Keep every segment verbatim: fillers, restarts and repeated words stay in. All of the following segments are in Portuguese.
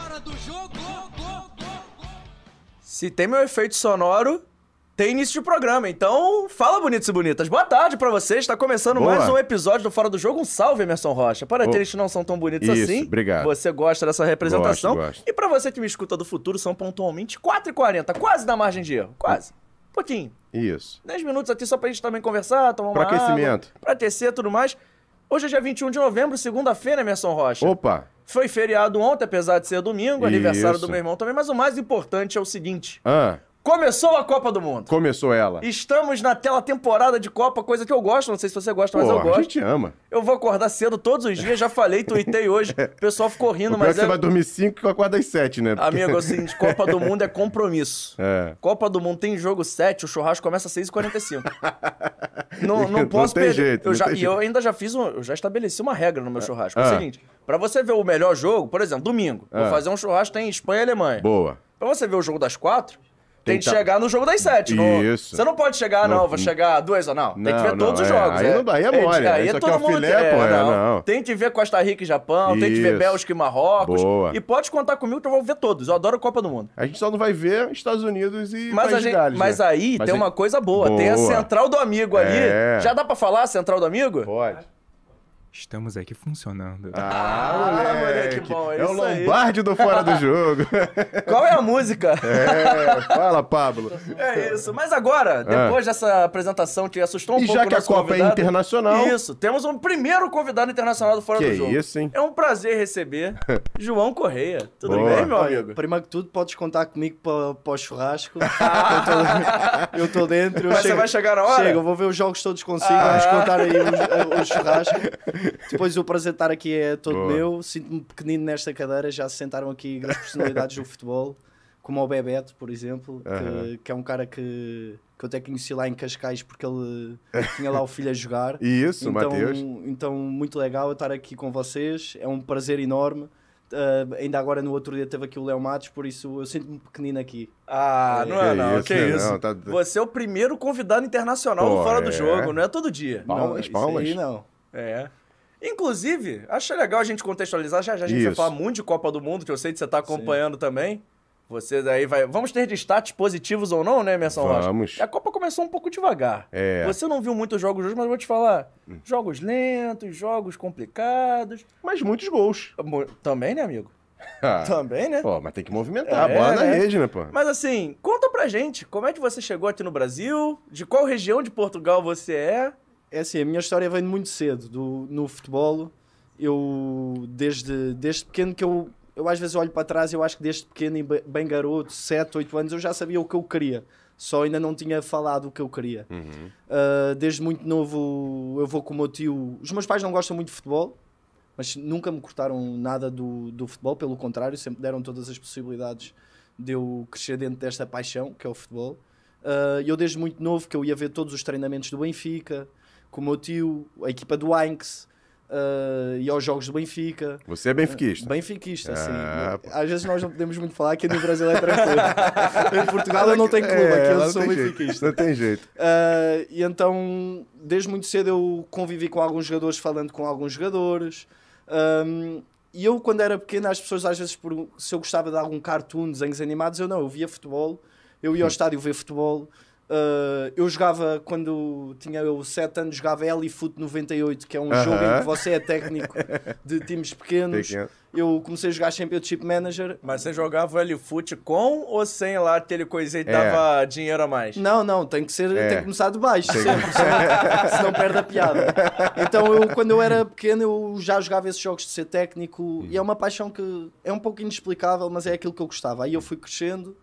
Fora do jogo. Se tem meu efeito sonoro, tem início de programa. Então, fala, bonitos e bonitas. Boa tarde pra vocês. Está começando Boa. mais um episódio do Fora do Jogo. Um salve, Emerson Rocha. Para Oh. aqueles que não são tão bonitos Isso, assim, obrigado. você gosta dessa representação. Gosto, gosto. E pra você que me escuta do futuro, são pontualmente quatro e quarenta, quase na margem de erro. Quase. Um pouquinho. Isso. dez minutos aqui só pra gente também conversar, tomar uma Pra aquecimento. água, pra aquecer e tudo mais. Hoje é dia vinte e um de novembro, segunda-feira, Emerson Rocha. Opa! Foi feriado ontem, apesar de ser domingo, aniversário Isso. do meu irmão também, mas o mais importante é o seguinte: Ah, começou a Copa do Mundo. começou ela. Estamos naquela temporada de Copa, coisa que eu gosto, não sei se você gosta, mas Pô, eu a gosto. gente ama. Eu vou acordar cedo todos os dias, já falei, tuitei hoje, o pessoal ficou rindo, O pior é mas que você é... vai dormir cinco e acorda às sete, né? Porque- Amigo, assim, de Copa do Mundo é compromisso. É. Copa do Mundo tem jogo sete, o churrasco começa às seis e quarenta e cinco. Não, não Não posso tem perder. jeito, eu não já, tem e jeito. eu ainda já fiz um, eu já estabeleci uma regra no meu churrasco. É o Ah. seguinte, pra você ver o melhor jogo, por exemplo, domingo, vou Ah. fazer um churrasco, tem Espanha e Alemanha. Boa. Pra você ver o jogo das quatro, tem, Tem que que tá- chegar no jogo das sete. no- Isso. Você não pode chegar, não, Não- vou chegar duas ou não. Tem que Não, ver não, todos os é, jogos. aí não dá, aí é mole, Aí isso aqui todo é o mundo filé, quer, pô, é, não. não. Tem que ver Costa Rica e Japão, tem que ver Isso. Bélgica e Marrocos. Boa. E pode contar comigo que eu vou ver todos. Eu adoro Copa do Mundo. A gente só não vai ver Estados Unidos e Mas, País a de gente, Gales, mas né? aí Mas tem a- uma coisa boa. Tem a Boa. central do amigo ali. É. Já dá pra falar a central do amigo? Pode. Estamos aqui funcionando. Ah, Ah, moleque. moleque bom, é é o isso aí. Lombardi do Fora do Jogo. Qual é a música? É, fala, Pablo. É isso. Mas agora, depois dessa apresentação que assustou um E pouco já o que a nosso Copa é convidado, internacional... Isso, temos um primeiro convidado internacional do Fora Que do Jogo. isso, hein? É um prazer receber João Correia. Tudo Boa. bem, meu Olha, amigo? primeiro que tudo, podes contar comigo para, para o churrasco. eu estou dentro. Eu Mas você chego- vai chegar na hora? Chego, eu vou ver os jogos todos consigo, Ah. vamos contar aí o, o churrasco. Depois o prazer de estar aqui é todo Boa. meu. Sinto-me pequenino nesta cadeira, já se sentaram aqui grandes personalidades do futebol, como o Bebeto, por exemplo, que, Aham. que é um cara que, que eu até conheci lá em Cascais porque ele tinha lá o filho a jogar. Isso, então, Matheus. então, muito legal eu estar aqui com vocês, é um prazer enorme. Uh, ainda agora no outro dia teve aqui o Léo Matos, por isso eu sinto-me pequenino aqui. Ah, não é Que não, isso, que né? isso. Não, tá- Você é o primeiro convidado internacional Pô, do Fora do é. Jogo, não é todo dia. Palmas, não, isso palmas. aí não. É. Inclusive, acho legal a gente contextualizar, já, já a gente vai Isso. falar muito de Copa do Mundo, que eu sei que você tá acompanhando também. Você daí vai... Vamos ter destaques positivos ou não, né, Emerson Rocha? Vamos. E a Copa começou um pouco devagar. É. Você não viu muitos jogos hoje, mas eu vou te falar. Jogos lentos, jogos complicados. Mas muitos gols. Mo- Também, né, amigo? Ah, Também, né? Pô, mas tem que movimentar É, a bola na né? rede, né, pô? Mas assim, conta pra gente, como é que você chegou aqui no Brasil? De qual região de Portugal você é? É assim, a minha história vem de muito cedo do, no futebol. Eu, desde, desde pequeno que eu, eu às vezes olho para trás, eu acho que desde pequeno e bem, bem garoto, sete, oito anos, eu já sabia o que eu queria. Só ainda não tinha falado o que eu queria. Uhum. Uh, desde muito novo eu vou com o meu tio. Os meus pais não gostam muito de futebol, mas nunca me cortaram nada do, do futebol, pelo contrário, sempre deram todas as possibilidades de eu crescer dentro desta paixão, que é o futebol. Uh, eu desde muito novo que eu ia ver todos os treinamentos do Benfica, com o meu tio, a equipa do Ainx, uh, e aos jogos do Benfica. Você é benfiquista. Benfiquista, sim. Ah, pô. Às vezes nós não podemos muito falar que no Brasil é tranquilo. Em Portugal eu não tenho clube, aqui É, lá eu não sou tem jeito, benfiquista. Não tem jeito. Uh, e então, desde muito cedo eu convivi com alguns jogadores, falando com alguns jogadores. Um, e eu, quando era pequeno, as pessoas às vezes, por, se eu gostava de algum cartoon, desenhos animados, eu não, eu via futebol, eu ia ao estádio ver futebol. Uh, eu jogava, quando tinha eu sete anos, jogava L-Foot noventa e oito, que é um Aham. jogo em que você é técnico de times pequenos. Pequeno. Eu comecei a jogar Championship Manager. Mas você jogava o L-Foot com ou sem lá aquele coisinho que É. dava dinheiro a mais? Não, não, tem que, ser, É. tem que começar de baixo, sempre, senão, senão perde a piada. Então, eu, quando eu era pequeno, eu já jogava esses jogos de ser técnico e é uma paixão que é um pouco inexplicável, mas é aquilo que eu gostava. Aí eu fui crescendo,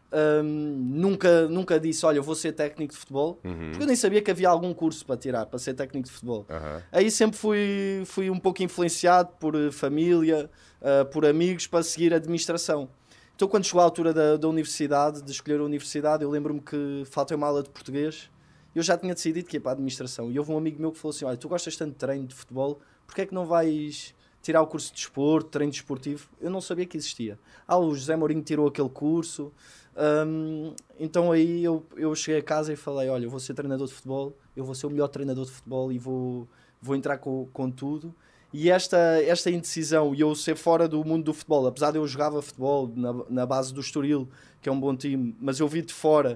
hum, nunca, nunca disse, olha, eu vou ser técnico de futebol, porque eu nem sabia que havia algum curso para tirar, para ser técnico de futebol. Aham. Aí sempre fui, fui um pouco influenciado por eh, família, uh, por amigos, para seguir a administração. Então, quando chegou a altura da, da universidade, de escolher a universidade, eu lembro-me que faltei uma aula de português. Eu já tinha decidido que ia para a administração. E houve um amigo meu que falou assim, olha, tu gostas tanto de treino de futebol, porquê é que não vais tirar o curso de desporto, treino desportivo? Eu não sabia que existia. Ah, o José Mourinho tirou aquele curso. Hum, então aí eu, eu cheguei a casa e falei, olha, eu vou ser treinador de futebol, eu vou ser o melhor treinador de futebol e vou, vou entrar com, com tudo. E esta, esta indecisão e eu ser fora do mundo do futebol, apesar de eu jogava futebol na, na base do Estoril, que é um bom time, mas eu vi de fora,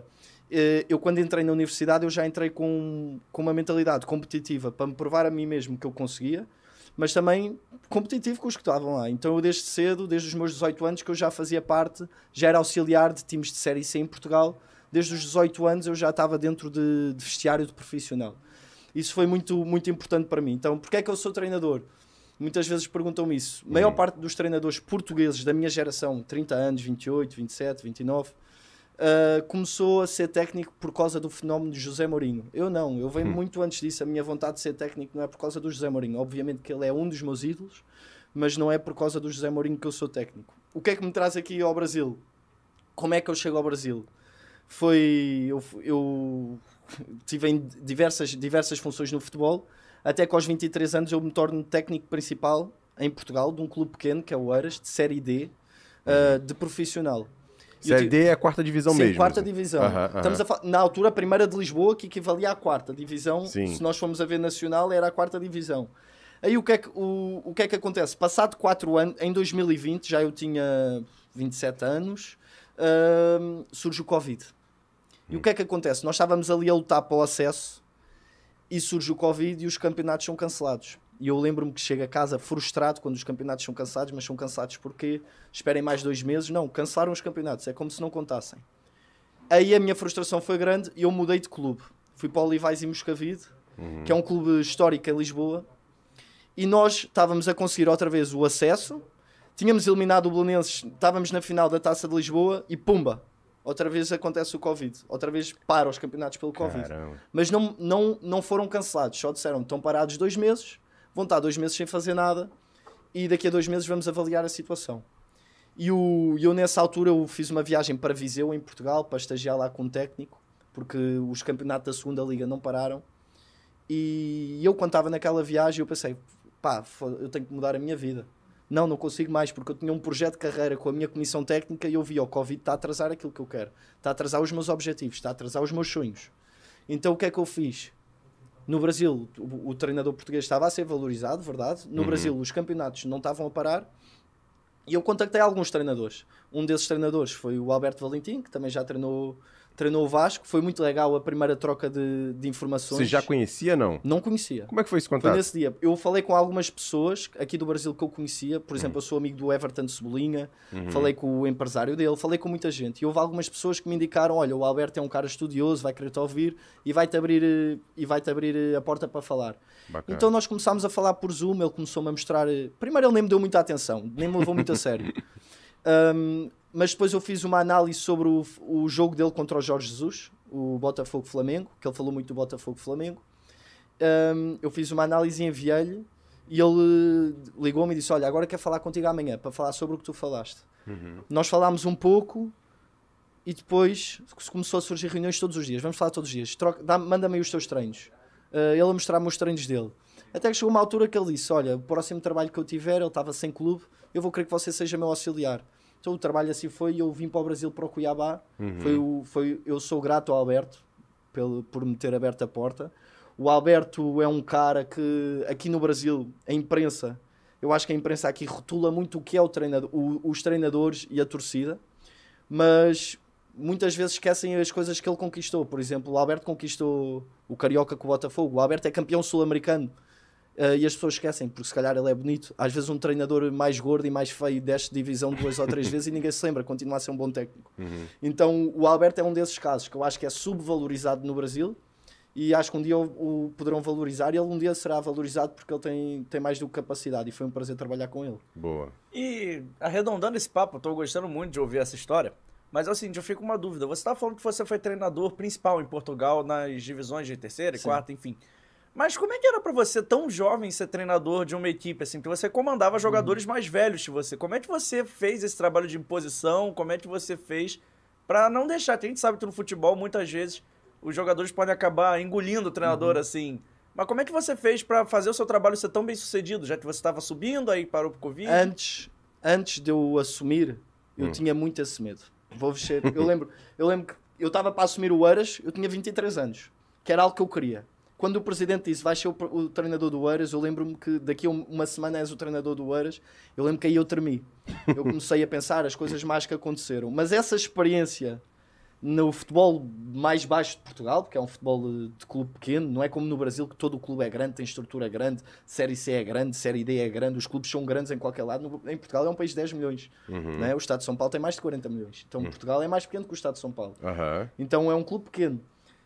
eu quando entrei na universidade eu já entrei com, com uma mentalidade competitiva para me provar a mim mesmo que eu conseguia, mas também competitivo com os que estavam lá. Então eu desde cedo, desde os meus dezoito anos, que eu já fazia parte, já era auxiliar de times de Série C em Portugal, desde os dezoito anos eu já estava dentro de, de vestiário de profissional. Isso foi muito, muito importante para mim. Então, porque é que eu sou treinador? Muitas vezes perguntam-me isso. A maior parte dos treinadores portugueses da minha geração, trinta anos, vinte e oito, vinte e sete, vinte e nove, uh, começou a ser técnico por causa do fenómeno de José Mourinho. Eu não, eu venho hum. muito antes disso. A minha vontade de ser técnico não é por causa do José Mourinho. Obviamente que ele é um dos meus ídolos, mas não é por causa do José Mourinho que eu sou técnico. O que é que me traz aqui ao Brasil? Como é que eu chego ao Brasil? Foi... Eu, eu tive em diversas, diversas funções no futebol, até que aos vinte e três anos eu me torno técnico principal em Portugal, de um clube pequeno, que é o Eiras, de Série D, uh, de profissional. Série D é a quarta divisão Sim, mesmo? Sim, quarta assim. divisão. Uh-huh, uh-huh. Estamos a fa... Na altura, a primeira de Lisboa, que equivalia à quarta divisão. Sim. Se nós formos a ver nacional, era a quarta divisão. Aí o que é que, o, o que, é que acontece? Passado quatro anos, em dois mil e vinte, já eu tinha vinte e sete anos, uh, surge o Covid. E hum. o que é que acontece? Nós estávamos ali a lutar para o acesso e surge o Covid e os campeonatos são cancelados. E eu lembro-me que chego a casa frustrado quando os campeonatos são cancelados, mas são cancelados porque esperem mais dois meses. Não, cancelaram os campeonatos, é como se não contassem. Aí a minha frustração foi grande e eu mudei de clube. Fui para o Olivais e Moscavide, uhum. que é um clube histórico em Lisboa, e nós estávamos a conseguir outra vez o acesso, tínhamos eliminado o Belenenses, estávamos na final da Taça de Lisboa e pumba! Outra vez acontece o Covid. Outra vez para os campeonatos pelo Covid. Caramba. Mas não, não, não foram cancelados. Só disseram, estão parados dois meses, vão estar dois meses sem fazer nada e daqui a dois meses vamos avaliar a situação. E o, eu nessa altura eu fiz uma viagem para Viseu, em Portugal, para estagiar lá com um técnico, porque os campeonatos da segunda liga não pararam. E eu quando estava naquela viagem eu pensei, pá, eu tenho que mudar a minha vida. Não, não consigo mais, porque eu tinha um projeto de carreira com a minha comissão técnica e eu vi, o Covid está a atrasar aquilo que eu quero. Está a atrasar os meus objetivos, está a atrasar os meus sonhos. Então o que é que eu fiz? No Brasil, o, o treinador português estava a ser valorizado, verdade? No uhum. Brasil, os campeonatos não estavam a parar e eu contactei alguns treinadores. Um desses treinadores foi o Alberto Valentim, que também já treinou... Treinou o Vasco, foi muito legal a primeira troca de, de informações. Você já conhecia, não? Não conhecia. Como é que foi esse contato? Foi nesse dia. Eu falei com algumas pessoas aqui do Brasil que eu conhecia. Por exemplo, uhum. eu sou amigo do Everton de Cebolinha. Uhum. Falei com o empresário dele. Falei com muita gente. E houve algumas pessoas que me indicaram, olha, o Alberto é um cara estudioso, vai querer-te ouvir e vai-te abrir, e vai-te abrir a porta para falar. Bacana. Então nós começámos a falar por Zoom. Ele começou-me a mostrar... Primeiro ele nem me deu muita atenção. Nem me levou muito a sério. um, mas depois eu fiz uma análise sobre o, o jogo dele contra o Jorge Jesus, o Botafogo-Flamengo, que ele falou muito do Botafogo-Flamengo. Um, eu fiz uma análise e enviei-lhe e ele ligou-me e disse, olha, agora quero falar contigo amanhã para falar sobre o que tu falaste. Uhum. Nós falámos um pouco e depois começou a surgir reuniões todos os dias. Vamos falar todos os dias. Troca, dá, manda-me aí os teus treinos. Uh, ele a mostrar-me os treinos dele. Até que chegou uma altura que ele disse, olha, o próximo trabalho que eu tiver, ele estava sem clube, eu vou querer que você seja meu auxiliar. Então o trabalho assim foi e eu vim para o Brasil, para o Cuiabá. Uhum. Foi o, foi, eu sou grato ao Alberto pelo, por me ter aberto a porta. O Alberto é um cara que aqui no Brasil, a imprensa, eu acho que a imprensa aqui rotula muito o que é o treinador, o, os treinadores e a torcida, mas muitas vezes esquecem as coisas que ele conquistou. Por exemplo, o Alberto conquistou o Carioca com o Botafogo. O Alberto é campeão sul-americano. Uh, e as pessoas esquecem, porque se calhar ele é bonito. Às vezes um treinador mais gordo e mais feio desce de divisão duas ou três vezes e ninguém se lembra, continua a ser um bom técnico. Uhum. Então o Alberto é um desses casos que eu acho que é subvalorizado no Brasil e acho que um dia o, o poderão valorizar e ele um dia será valorizado porque ele tem, tem mais do que capacidade e foi um prazer trabalhar com ele. Boa. E arredondando esse papo, eu tô gostando muito de ouvir essa história, mas é o seguinte, eu fico com uma dúvida. Você tá falando que você foi treinador principal em Portugal nas divisões de terceira e Sim. quarta, enfim... Mas como é que era pra você, tão jovem, ser treinador de uma equipe, assim, que você comandava jogadores uhum. mais velhos que você? Como é que você fez esse trabalho de imposição? Como é que você fez pra não deixar... A gente sabe que no futebol, muitas vezes, os jogadores podem acabar engolindo o treinador, uhum. assim. Mas como é que você fez pra fazer o seu trabalho ser tão bem sucedido? Já que você estava subindo, aí parou pro Covid? Antes, antes de eu assumir, eu hum. tinha muito esse medo. Vou ser... eu lembro, eu lembro que eu estava para assumir o Eiras, eu tinha vinte e três anos, que era algo que eu queria. quando o presidente disse vai ser o, o treinador do Eiras, eu lembro-me que daqui a uma semana és o treinador do Eiras, eu lembro que aí eu tremi. Eu comecei a pensar as coisas más que aconteceram. Mas essa experiência no futebol mais baixo de Portugal, porque é um futebol de clube pequeno, não é como no Brasil que todo o clube é grande, tem estrutura grande, Série C é grande, Série D é grande, os clubes são grandes em qualquer lado. No, em Portugal é um país de dez milhões, Uhum. né? O Estado de São Paulo tem mais de quarenta milhões, então Uhum. Portugal é mais pequeno que o Estado de São Paulo. Aham. Então é um clube pequeno.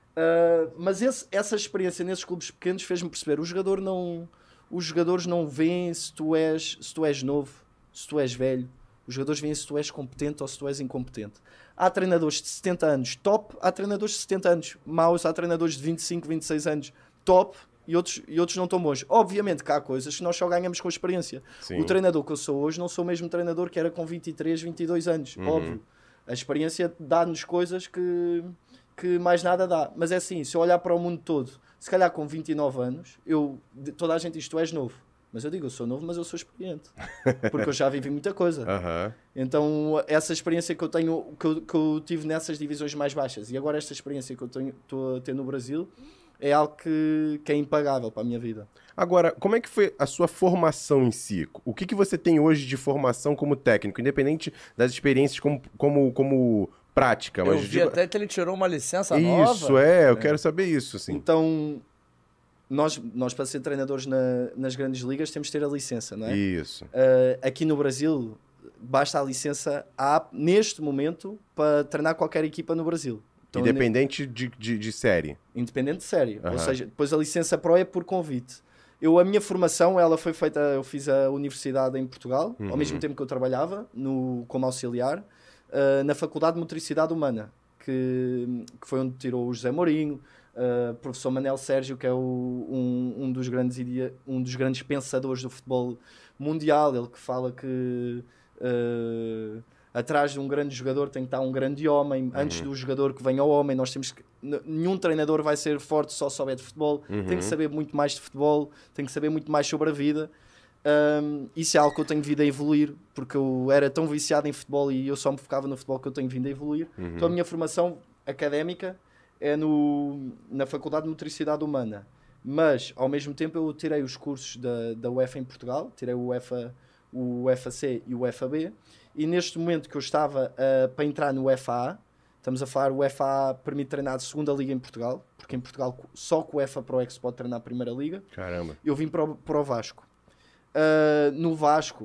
Uh, mas esse, essa experiência nesses clubes pequenos fez-me perceber, o jogador não, os jogadores não veem se tu és, se tu és novo, se tu és velho. Os jogadores veem se tu és competente ou se tu és incompetente. Há treinadores de setenta anos top, há treinadores de setenta anos maus, há treinadores de vinte e cinco, vinte e seis anos top e outros, e outros não tão bons. Obviamente que há coisas que nós só ganhamos com a experiência. Sim. O treinador que eu sou hoje não sou o mesmo treinador que era com vinte e três, vinte e dois anos. Uhum. Óbvio. A experiência dá-nos coisas que, que mais nada dá. Mas é assim, se eu olhar para o mundo todo, se calhar com vinte e nove anos, eu, toda a gente diz, tu és novo. Mas eu digo, eu sou novo, mas eu sou experiente. Porque eu já vivi muita coisa. Aham. Então, essa experiência que eu tenho, que eu, que eu tive nessas divisões mais baixas, e agora esta experiência que eu tenho, estou a ter no Brasil, é algo que, que é impagável para a minha vida. Agora, como é que foi a sua formação em si? O que, que você tem hoje de formação como técnico, independente das experiências como, como, como prática? Eu Mas vi digo- até que ele tirou uma licença nova. Isso, é, eu quero saber isso, assim. Então, nós, nós para ser treinadores na, nas grandes ligas temos de ter a licença, não é? Isso. Uh, aqui no Brasil, basta a licença A, neste momento, para treinar qualquer equipa no Brasil. Então, Independente de, de, de série. Independente de série. Aham. Ou seja, depois a licença Pro é por convite. Eu, a minha formação, ela foi feita, eu fiz a universidade em Portugal, Uhum. ao mesmo tempo que eu trabalhava no, como auxiliar, uh, na Faculdade de Motricidade Humana, que, que foi onde tirou o José Mourinho, uh, professor Manel Sérgio, que é o, um, um, dos grandes idea, um dos grandes pensadores do futebol mundial, ele que fala que uh, atrás de um grande jogador tem que estar um grande homem, antes Uhum. do jogador que venha ao homem, nós temos que... n- Nenhum treinador vai ser forte só souber de futebol, Uhum. tem que saber muito mais de futebol, tem que saber muito mais sobre a vida. Um, isso é algo que eu tenho vindo a evoluir, porque eu era tão viciado em futebol e eu só me focava no futebol que eu tenho vindo a evoluir. Uhum. Então a minha formação académica é no, na Faculdade de Motricidade Humana, mas ao mesmo tempo eu tirei os cursos da, da UEFA em Portugal, tirei o UEFA, o UEFA-C e o UEFA-B, e neste momento que eu estava uh, para entrar no UEFA A, estamos a falar, o UEFA A permite treinar de segunda liga em Portugal, porque em Portugal só com o UEFA Pro é que se pode treinar a primeira liga. Caramba. Eu vim para o, para o Vasco. Uh, no Vasco,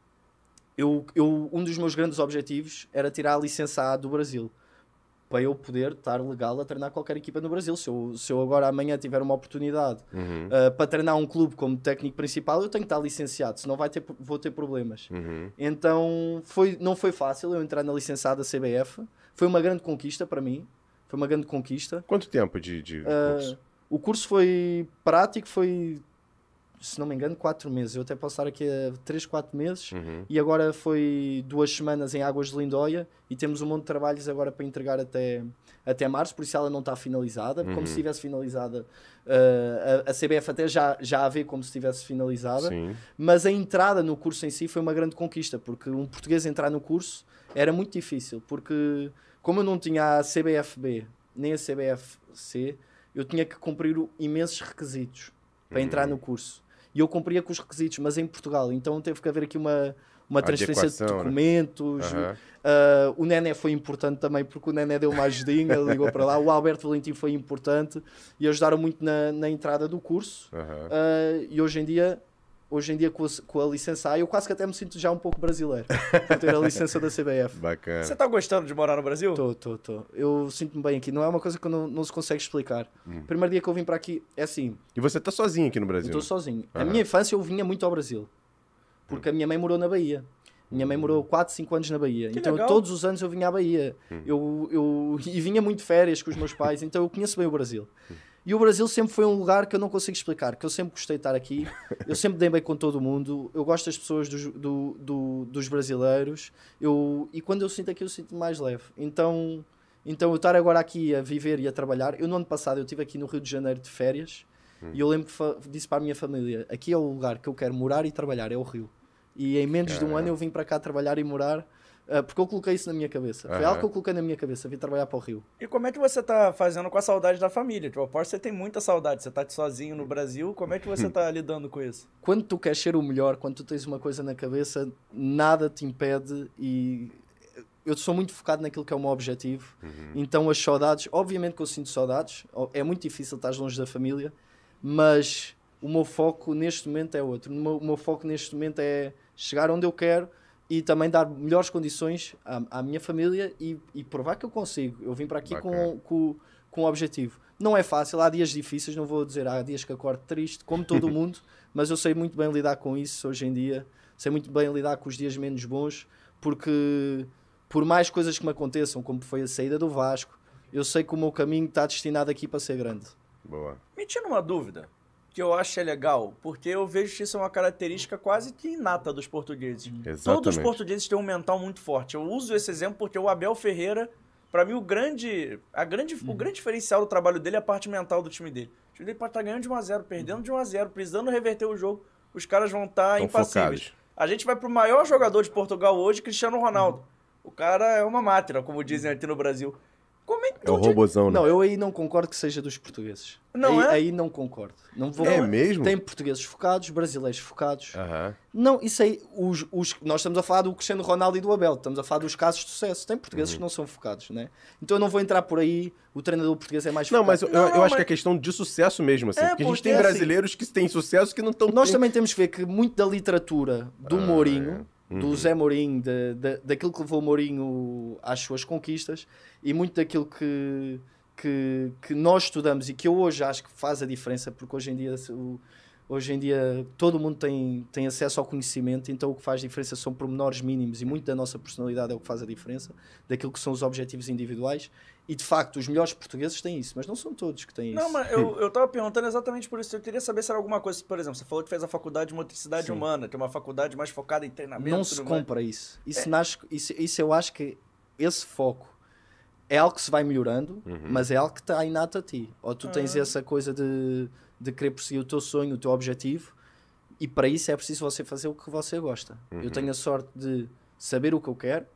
eu, eu, um dos meus grandes objetivos era tirar a licença A do Brasil, para eu poder estar legal a treinar qualquer equipa no Brasil. Se eu, se eu agora amanhã tiver uma oportunidade Uhum. uh, para treinar um clube como técnico principal, eu tenho que estar licenciado, senão vai ter, vou ter problemas. Uhum. Então foi, não foi fácil eu entrar na licença A da C B F. Foi uma grande conquista para mim. Foi uma grande conquista. Quanto tempo de, de Uh, curso? o curso foi prático, foi, se não me engano, quatro meses. Eu até posso estar aqui a três, quatro meses. Uhum. E agora foi duas semanas em Águas de Lindóia e temos um monte de trabalhos agora para entregar até, até março, por isso ela não está finalizada. Uhum. Como se estivesse finalizada, uh, a, a C B F até já, já a vê como se estivesse finalizada. Sim. Mas a entrada no curso em si foi uma grande conquista, porque um português entrar no curso era muito difícil, porque como eu não tinha a C B F B nem a C B F C, eu tinha que cumprir o- imensos requisitos para entrar Uhum. no curso. E eu cumpria com os requisitos, mas em Portugal. Então teve que haver aqui uma, uma transferência de Adequação, né? documentos. Aham. Uh, o Nené foi importante também, porque o Nené deu uma ajudinha, ligou para lá. O Alberto Valentim foi importante e ajudaram muito na, na entrada do curso. Aham. Uh, e hoje em dia, hoje em dia com, a, com a licença A, eu quase que até me sinto já um pouco brasileiro por ter a licença da C B F. Bacana. Você tá gostando de morar no Brasil? Estou, estou, estou. Eu sinto-me bem aqui. Não é uma coisa que não, não se consegue explicar. Hum. O primeiro dia que eu vim para aqui é assim, E você tá sozinho aqui no eu Brasil? estou sozinho. A Aham. minha infância eu vinha muito ao Brasil, porque a minha mãe morou na Bahia. Minha mãe morou quatro, cinco anos na Bahia. Que então legal. todos os anos eu vinha à Bahia. Eu, eu, e vinha muito de férias com os meus pais, então eu conheço bem o Brasil. E o Brasil sempre foi um lugar que eu não consigo explicar, que eu sempre gostei de estar aqui, eu sempre dei bem com todo mundo, eu gosto das pessoas dos, do, do, dos brasileiros, eu, e quando eu sinto aqui eu sinto mais leve. Então, então eu estar agora aqui a viver e a trabalhar, eu no ano passado eu estive aqui no Rio de Janeiro de férias, e eu lembro que fa- disse para a minha família, aqui é o lugar que eu quero morar e trabalhar, é o Rio. E em menos de um Caramba. ano eu vim para cá trabalhar e morar, Uh, porque eu coloquei isso na minha cabeça. Foi Aham. algo que eu coloquei na minha cabeça. Vim trabalhar para o Rio. E como é que você tá fazendo com a saudade da família? Tipo, eu aposto que você tem muita saudade. Você tá sozinho no Brasil, como é que você tá lidando com isso? Quando tu queres ser o melhor, quando tu tens uma coisa na cabeça, nada te impede e eu sou muito focado naquilo que é o meu objetivo. Uhum. Então as saudades, obviamente que eu sinto saudades, é muito difícil estar longe da família, mas o meu foco neste momento é outro. O meu, o meu foco neste momento é chegar onde eu quero e também dar melhores condições à, à minha família e, e provar que eu consigo. Eu vim para aqui com, com, com um objetivo. Não é fácil, há dias difíceis, não vou dizer, há dias que acordo triste, como todo mundo, mas eu sei muito bem lidar com isso hoje em dia, sei muito bem lidar com os dias menos bons, porque por mais coisas que me aconteçam, como foi a saída do Vasco, eu sei que o meu caminho está destinado aqui para ser grande. Boa. Me tira uma dúvida, que eu acho é legal, porque eu vejo que isso é uma característica quase que inata dos portugueses. Exatamente. Todos os portugueses têm um mental muito forte. Eu uso esse exemplo porque o Abel Ferreira, pra mim, o grande, a grande, o grande diferencial do trabalho dele é a parte mental do time dele. O time dele pode estar ganhando de um a zero, perdendo de um a zero, precisando reverter o jogo. Os caras vão estar Tão impassíveis. focados. A gente vai pro maior jogador de Portugal hoje, Cristiano Ronaldo. O cara é uma máquina, como dizem aqui no Brasil. Como é que É o robozão, né? Não, eu aí não concordo que seja dos portugueses. Não aí, é? aí não concordo. Não vou... É mesmo? Tem portugueses focados, brasileiros focados. Aham. Não, isso aí, os, os, nós estamos a falar do Cristiano Ronaldo e do Abel, estamos a falar dos casos de sucesso. Tem portugueses Uhum. que não são focados, né? Então eu não vou entrar por aí, o treinador português é mais Não, focado. mas eu, Não, eu não, acho mas- que é questão de sucesso mesmo, assim. É, porque a gente porque, tem assim, brasileiros que têm sucesso que não estão... Nós também temos que ver que muito da literatura do Ah, Mourinho, é. Uhum. do Zé Mourinho, da, da, daquilo que levou o Mourinho às suas conquistas e muito daquilo que, que, que nós estudamos e que eu hoje acho que faz a diferença, porque hoje em dia, o, hoje em dia todo mundo tem, tem acesso ao conhecimento, então o que faz diferença são pormenores mínimos e muito da nossa personalidade é o que faz a diferença, daquilo que são os objetivos individuais. E de facto, os melhores portugueses têm isso, mas não são todos que têm isso. Não, mas eu, eu tava perguntando exatamente por isso. Eu queria saber se era alguma coisa, por exemplo, você falou que fez a faculdade de motricidade Sim. humana, que é uma faculdade mais focada em treinamento. Não e se tudo mais. compra isso. Isso, nasce, isso. Isso eu acho que esse foco é algo que se vai melhorando, mas é algo que está inato a ti. Ou tu tens Ah. essa coisa de, de querer perseguir o teu sonho, o teu objetivo, e para isso é preciso você fazer o que você gosta. Eu tenho a sorte de saber o que eu quero.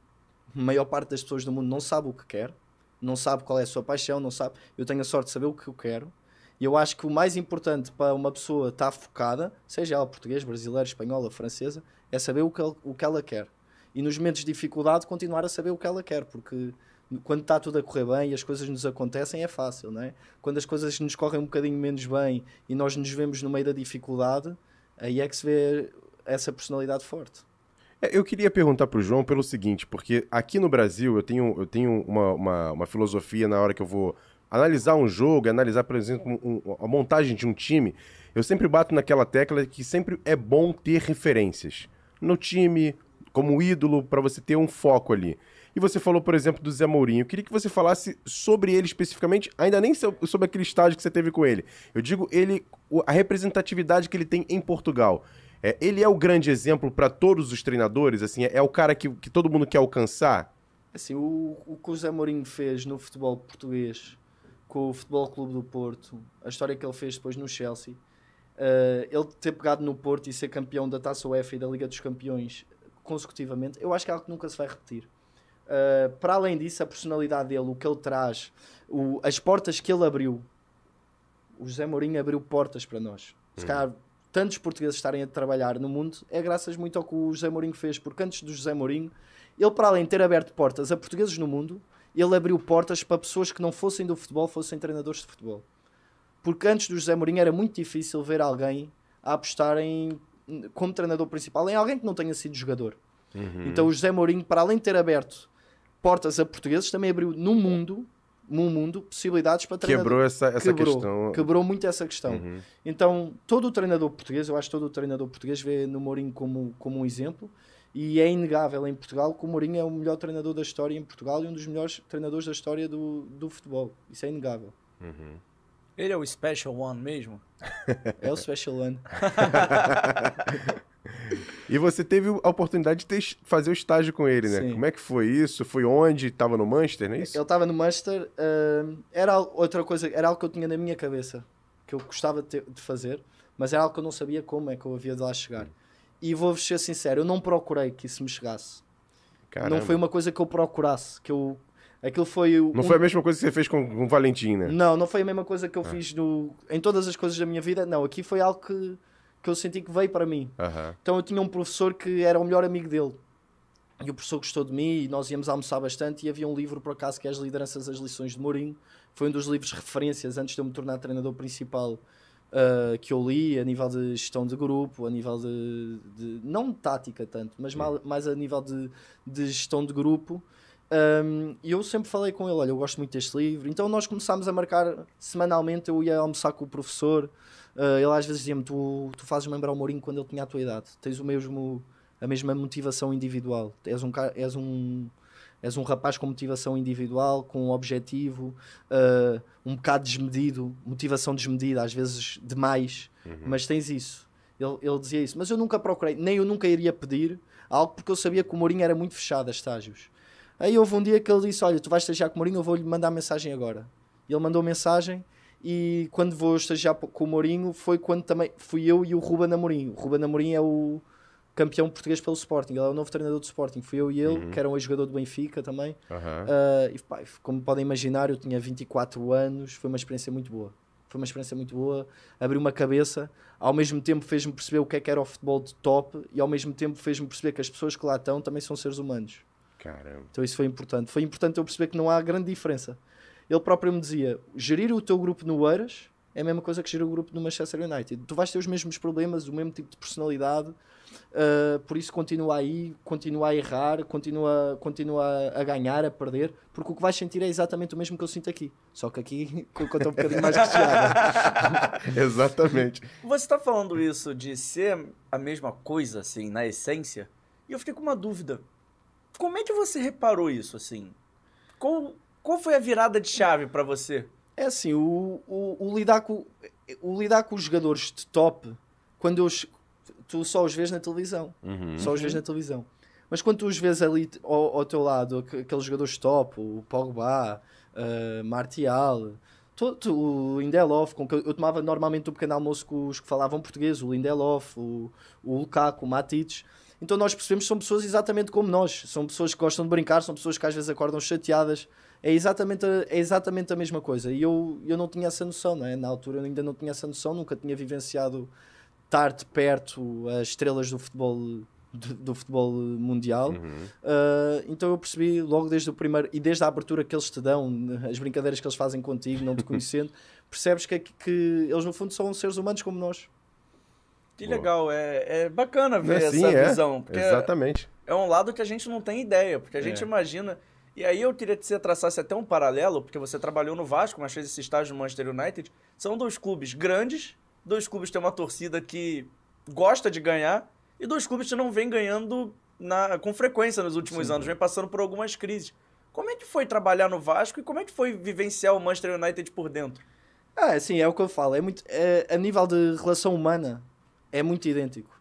A maior parte das pessoas do mundo não sabe o que quer, não sabe qual é a sua paixão, não sabe. Eu tenho a sorte de saber o que eu quero. E eu acho que o mais importante para uma pessoa estar focada, seja ela português, brasileira, espanhola, francesa, é saber o que, ela, o que ela quer. E nos momentos de dificuldade, continuar a saber o que ela quer, porque quando está tudo a correr bem e as coisas nos acontecem, é fácil, não é? Quando as coisas nos correm um bocadinho menos bem e nós nos vemos no meio da dificuldade, aí é que se vê essa personalidade forte. É, eu queria perguntar pro João pelo seguinte, porque aqui no Brasil eu tenho, eu tenho uma, uma, uma filosofia na hora que eu vou analisar um jogo, analisar, por exemplo, um, um, a montagem de um time, eu sempre bato naquela tecla que sempre é bom ter referências no time, como ídolo, para você ter um foco ali. E você falou, por exemplo, do Zé Mourinho. Eu queria que você falasse sobre ele especificamente, ainda nem so- sobre aquele estágio que você teve com ele. Eu digo ele, o- a representatividade que ele tem em Portugal. É, ele é o grande exemplo para todos os treinadores? Assim, é, é o cara que, que todo mundo quer alcançar? Assim, o, o que o Zé Mourinho fez no futebol português com o Futebol Clube do Porto, a história que ele fez depois no Chelsea, uh, ele ter pegado no Porto e ser campeão da Taça UEFA e da Liga dos Campeões consecutivamente, eu acho que é algo que nunca se vai repetir. Uh, para além disso, a personalidade dele, o que ele traz, o, as portas que ele abriu, o José Mourinho abriu portas para nós. Se calhar, tantos portugueses estarem a trabalhar no mundo é graças muito ao que o José Mourinho fez, porque antes do José Mourinho, ele, para além de ter aberto portas a portugueses no mundo, ele abriu portas para pessoas que não fossem do futebol, fossem treinadores de futebol. Porque antes do José Mourinho era muito difícil ver alguém a apostar em, como treinador principal em alguém que não tenha sido jogador. Uhum. Então o José Mourinho, para além de ter aberto portas a portugueses, também abriu no mundo, no mundo possibilidades para treinador. Quebrou essa, essa quebrou, questão. quebrou muito essa questão. Uhum. Então, todo o treinador português, eu acho que todo o treinador português vê no Mourinho como, como um exemplo, e é inegável em Portugal que o Mourinho é o melhor treinador da história em Portugal e um dos melhores treinadores da história do, do futebol. Isso é inegável. Uhum. Ele é o special one mesmo? É o special one. E você teve a oportunidade de ter, fazer o estágio com ele, né? Sim. Como é que foi isso? Foi onde? Estava no Manchester, não é isso? Ele estava no Manchester, uh, era outra coisa, era algo que eu tinha na minha cabeça, que eu gostava de, ter- de fazer, mas era algo que eu não sabia como é que eu havia de lá chegar. E vou-vos ser sincero, eu não procurei que isso me chegasse. Caramba. Não foi uma coisa que eu procurasse, que eu... Aquilo foi... o- Não um- foi a mesma coisa que você fez com, com o Valentim, né? Não, não foi a mesma coisa que eu fiz no... em todas as coisas da minha vida. Não, aqui foi algo que, que eu senti que veio para mim. Aham. Então eu tinha um professor que era o melhor amigo dele. E o professor gostou de mim e nós íamos almoçar bastante. E havia um livro, por acaso, que é As Lideranças, as Lições de Mourinho. Foi um dos livros de referências antes de eu me tornar treinador principal, uh, que eu li, a nível de gestão de grupo, a nível de... de não de tática tanto, mas mal- mais a nível de, de gestão de grupo. Um, e eu sempre falei com ele, olha, eu gosto muito deste livro. Então nós começámos a marcar semanalmente, eu ia almoçar com o professor. Uh, ele às vezes dizia-me, tu, tu fazes lembrar o Mourinho quando ele tinha a tua idade. Tens o mesmo, a mesma motivação individual. És um, ca- és um, és um rapaz com motivação individual, com um objetivo, uh, um bocado desmedido, motivação desmedida, às vezes demais, mas tens isso. Ele, ele dizia isso. Mas eu nunca procurei, nem eu nunca iria pedir algo, porque eu sabia que o Mourinho era muito fechado a estágios. Aí houve um dia que ele disse, olha, tu vais estagiar com o Mourinho, eu vou-lhe mandar mensagem agora. E ele mandou mensagem e quando vou estagiar com o Mourinho foi quando também fui eu e o Ruben Amorim. O Ruben Amorim é o campeão português pelo Sporting, ele é o novo treinador do Sporting. Fui eu e ele, Uhum. que era um ex-jogador do Benfica também. Aham. Uh, e, pá, como podem imaginar, eu tinha vinte e quatro anos, foi uma experiência muito boa. Foi uma experiência muito boa, abriu uma cabeça, ao mesmo tempo fez-me perceber o que é que era o futebol de top e ao mesmo tempo fez-me perceber que as pessoas que lá estão também são seres humanos. Caramba. Então isso foi importante. Foi importante eu perceber que não há grande diferença. Ele próprio me dizia, gerir o teu grupo no Eiras é a mesma coisa que gerir o grupo no Manchester United. Tu vais ter os mesmos problemas, o mesmo tipo de personalidade, uh, por isso continua aí, continua a errar, continua, continua a ganhar, a perder, porque o que vais sentir é exatamente o mesmo que eu sinto aqui. Só que aqui conta um bocadinho mais recheada. Exatamente. Você tá falando isso de ser a mesma coisa, assim, na essência, e eu fiquei com uma dúvida. Como é que você reparou isso, assim? Qual, qual foi a virada de chave pra você? É assim, o, o, o, lidar com, o lidar com os jogadores de top, quando eu, os- tu só os vês na televisão. Uhum. Só os vês na televisão. Mas quando tu os vês ali ao, ao teu lado, aqu- aqueles jogadores top, o Pogba, uh, Martial, to- to- o Lindelof, com que eu, eu tomava normalmente um pequeno almoço com os que falavam português, o Lindelof, o, o Lukaku, o Matic. Então nós percebemos que são pessoas exatamente como nós. São pessoas que gostam de brincar, são pessoas que às vezes acordam chateadas. É exatamente a, é exatamente a mesma coisa. E eu, eu não tinha essa noção, não é? Na altura eu ainda não tinha essa noção, nunca tinha vivenciado estar de perto as estrelas do futebol, do, do futebol mundial. Uhum. Uh, então eu percebi logo desde o primeiro, e desde a abertura que eles te dão, as brincadeiras que eles fazem contigo, não te conhecendo, percebes que, que eles no fundo são seres humanos como nós. Que Boa. legal, é, é bacana ver É, sim, essa é. visão. Porque Exatamente. é um lado que a gente não tem ideia, porque a gente É. imagina... E aí eu queria que você traçasse até um paralelo, porque você trabalhou no Vasco, mas fez esse estágio no Manchester United. São dois clubes grandes, dois clubes que têm uma torcida que gosta de ganhar, e dois clubes que não vêm ganhando na, com frequência nos últimos Sim. anos, vêm passando por algumas crises. Como é que foi trabalhar no Vasco e como é que foi vivenciar o Manchester United por dentro? Ah, sim, é o que eu falo. É muito, é, a nível de relação humana, é muito idêntico.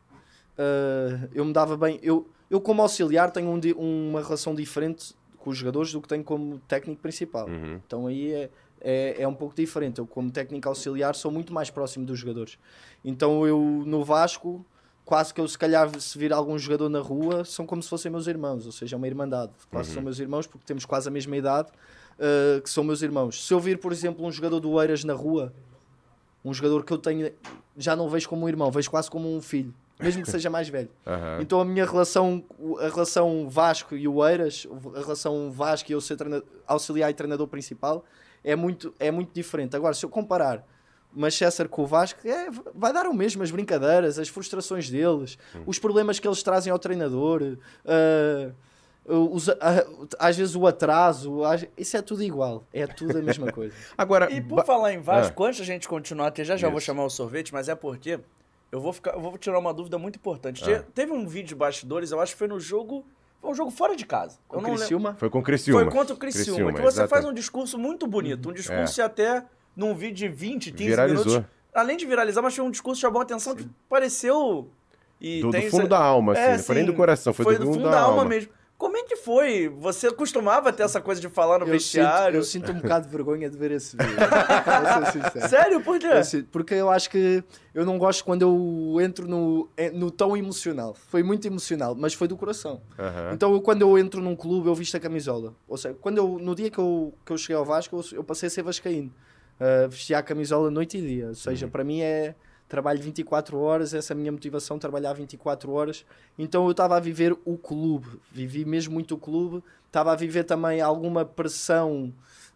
Uh, eu me dava bem. Eu, eu como auxiliar, tenho um di- uma relação diferente com os jogadores do que tenho como técnico principal. Uhum. Então aí é, é, é um pouco diferente. Eu, como técnico auxiliar, sou muito mais próximo dos jogadores. Então eu, no Vasco, quase que eu, se calhar, se vir algum jogador na rua, são como se fossem meus irmãos, ou seja, é uma irmandade. Quase Uhum. são meus irmãos, porque temos quase a mesma idade, uh, que são meus irmãos. Se eu vir, por exemplo, um jogador do Eiras na rua, um jogador que eu tenho, já não vejo como um irmão, vejo quase como um filho, mesmo que seja mais velho. Aham. Então a minha relação, a relação Vasco e o Eiras, a relação Vasco e eu ser treina- auxiliar e treinador principal, é muito, é muito diferente. Agora, se eu comparar Manchester com o Vasco, é, vai dar o mesmo, as brincadeiras, as frustrações deles, os problemas que eles trazem ao treinador, ah, os- ah, às vezes o atraso, às- isso é tudo igual, é tudo a mesma coisa. Agora, E por ba- falar em Vasco, antes da gente continuar, que já já vou Isso. chamar o sorvete, mas é porque eu vou, ficar, eu vou tirar uma dúvida muito importante. Ah. Te- Teve um vídeo de bastidores, eu acho que foi no jogo, foi um jogo fora de casa. Com eu o não lembro. Criciúma, foi com o Criciúma. Foi contra o Criciúma, Criciúma, que você exato. faz um discurso muito bonito, um discurso até num vídeo de vinte, quinze Viralizou. minutos. Além de viralizar, mas foi um discurso que chamou a atenção que pareceu... E Do, do tem- fundo da alma, assim. É, não foi nem sim, do coração, foi, do fundo, da, alma. mesmo. Como é que foi? Você costumava ter essa coisa de falar no Eu vestiário? Sinto, eu sinto um bocado de vergonha de ver esse vídeo. Vou ser sincero. Sério? Por quê? Eu sinto- porque eu acho que eu não gosto quando eu entro no, no tom emocional. Foi muito emocional, mas foi do coração. Aham. Então eu, quando eu entro num clube, eu visto a camisola. Ou seja, quando eu, no dia que eu, que eu cheguei ao Vasco, eu, eu passei a ser vascaíno. Uh, vestia a camisola noite e dia. Ou seja, para mim é trabalho vinte e quatro horas, essa é a minha motivação, trabalhar vinte e quatro horas. Então eu estava a viver o clube, vivi mesmo muito o clube, estava a viver também alguma pressão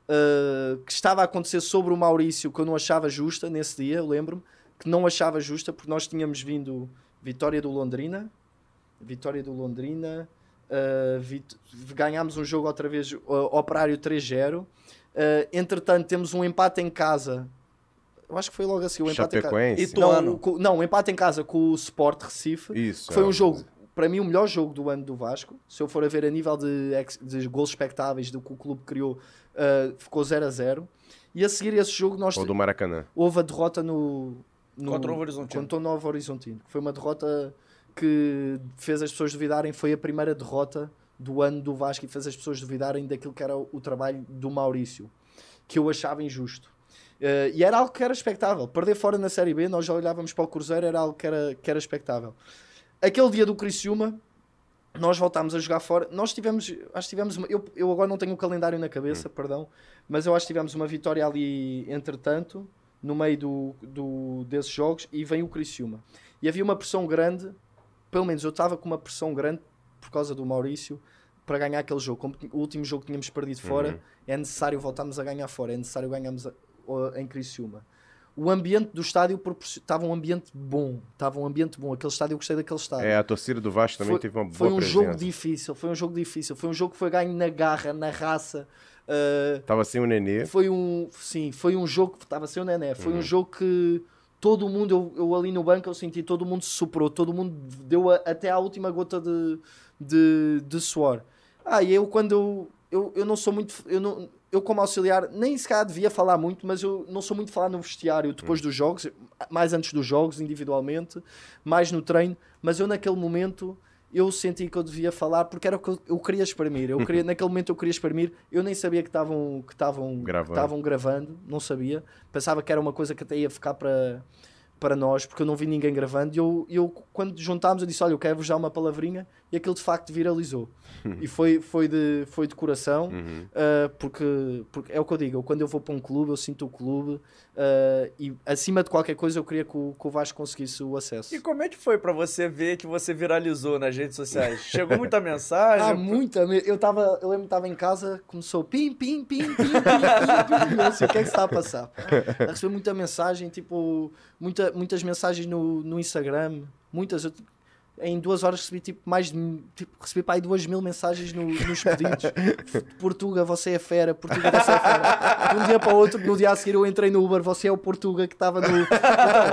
uh, que estava a acontecer sobre o Maurício, que eu não achava justa nesse dia, eu lembro-me, que não achava justa, porque nós tínhamos vindo vitória do Londrina, vitória do Londrina, uh, vit- ganhámos um jogo outra vez, uh, Operário três zero, uh, entretanto temos um empate em casa. Eu acho que foi logo assim, o empate em casa. Chapecoense. Ituano. Não, co- não, o empate em casa com o Sport Recife. Isso. Que foi é. um jogo, para mim, o melhor jogo do ano do Vasco. Se eu for a ver a nível de, ex- de gols expectáveis do que o clube criou, uh, ficou zero a zero. E a seguir esse jogo, nós Ou do Maracanã. houve a derrota no, no Contra o Novo Horizontino. Contra o Novo Horizontino. Foi uma derrota que fez as pessoas duvidarem. Foi a primeira derrota do ano do Vasco e fez as pessoas duvidarem daquilo que era o, o trabalho do Maurício, que eu achava injusto. Uh, e era algo que era expectável. Perder fora na Série B, nós já olhávamos para o Cruzeiro, era algo que era, que era expectável. Aquele dia do Criciúma, nós voltámos a jogar fora. Nós tivemos, acho que tivemos uma, eu, eu agora não tenho o calendário na cabeça, hum. perdão, mas eu acho que tivemos uma vitória ali, entretanto, no meio do, do, desses jogos, e vem o Criciúma. E havia uma pressão grande, pelo menos eu estava com uma pressão grande por causa do Maurício, para ganhar aquele jogo. Como o último jogo que tínhamos perdido fora, uhum. é necessário voltarmos a ganhar fora, é necessário ganharmos a, em Criciúma. O ambiente do estádio estava um ambiente bom, estava um ambiente bom. Aquele estádio, eu gostei daquele estádio. É, a torcida do Vasco também foi, teve uma boa foi um presença. jogo difícil, foi um jogo difícil, foi um jogo que foi ganho na garra, na raça. Uh, estava sem o Nenê. Foi um, sim, foi um jogo que estava sem o Nené. Foi uhum. um jogo que todo mundo, eu, eu ali no banco eu senti, todo mundo se superou, todo mundo deu a, até à última gota de, de, de suor. Ah, e eu quando eu, eu, eu não sou muito, eu não eu como auxiliar, nem sequer devia falar muito, mas eu não sou muito de falar no vestiário depois hum. dos jogos, mais antes dos jogos, individualmente, mais no treino, mas eu naquele momento, eu senti que eu devia falar, porque era o que eu, eu queria exprimir, eu queria, naquele momento eu queria exprimir, eu nem sabia que estavam que estavam gravando. gravando, não sabia, pensava que era uma coisa que até ia ficar para, para nós, porque eu não vi ninguém gravando, e eu, eu quando juntámos, eu disse, olha, eu quero-vos dar uma palavrinha, e aquilo de facto viralizou. E foi, foi, de, foi de coração, uhum. uh, porque, porque é o que eu digo, eu, quando eu vou para um clube, eu sinto o clube, uh, e acima de qualquer coisa eu queria que o, que o Vasco conseguisse o acesso. E como é que foi para você ver que você viralizou nas redes sociais? Chegou muita mensagem? Ah, muita. Eu, tava, eu lembro que estava em casa, começou pim, pim, pim, pim, pim, pim, pim, eu sei o que é que se está a passar. Eu recebi muita mensagem, tipo, muita, muitas mensagens no, no Instagram, muitas... Eu, em duas horas recebi tipo mais de tipo, recebi para aí duas mil mensagens no, nos pedidos. Portuga, você é fera, Portuga, você é fera. De um dia para o outro, no dia a seguir eu entrei no Uber, você é o Portuga que estava no. Então,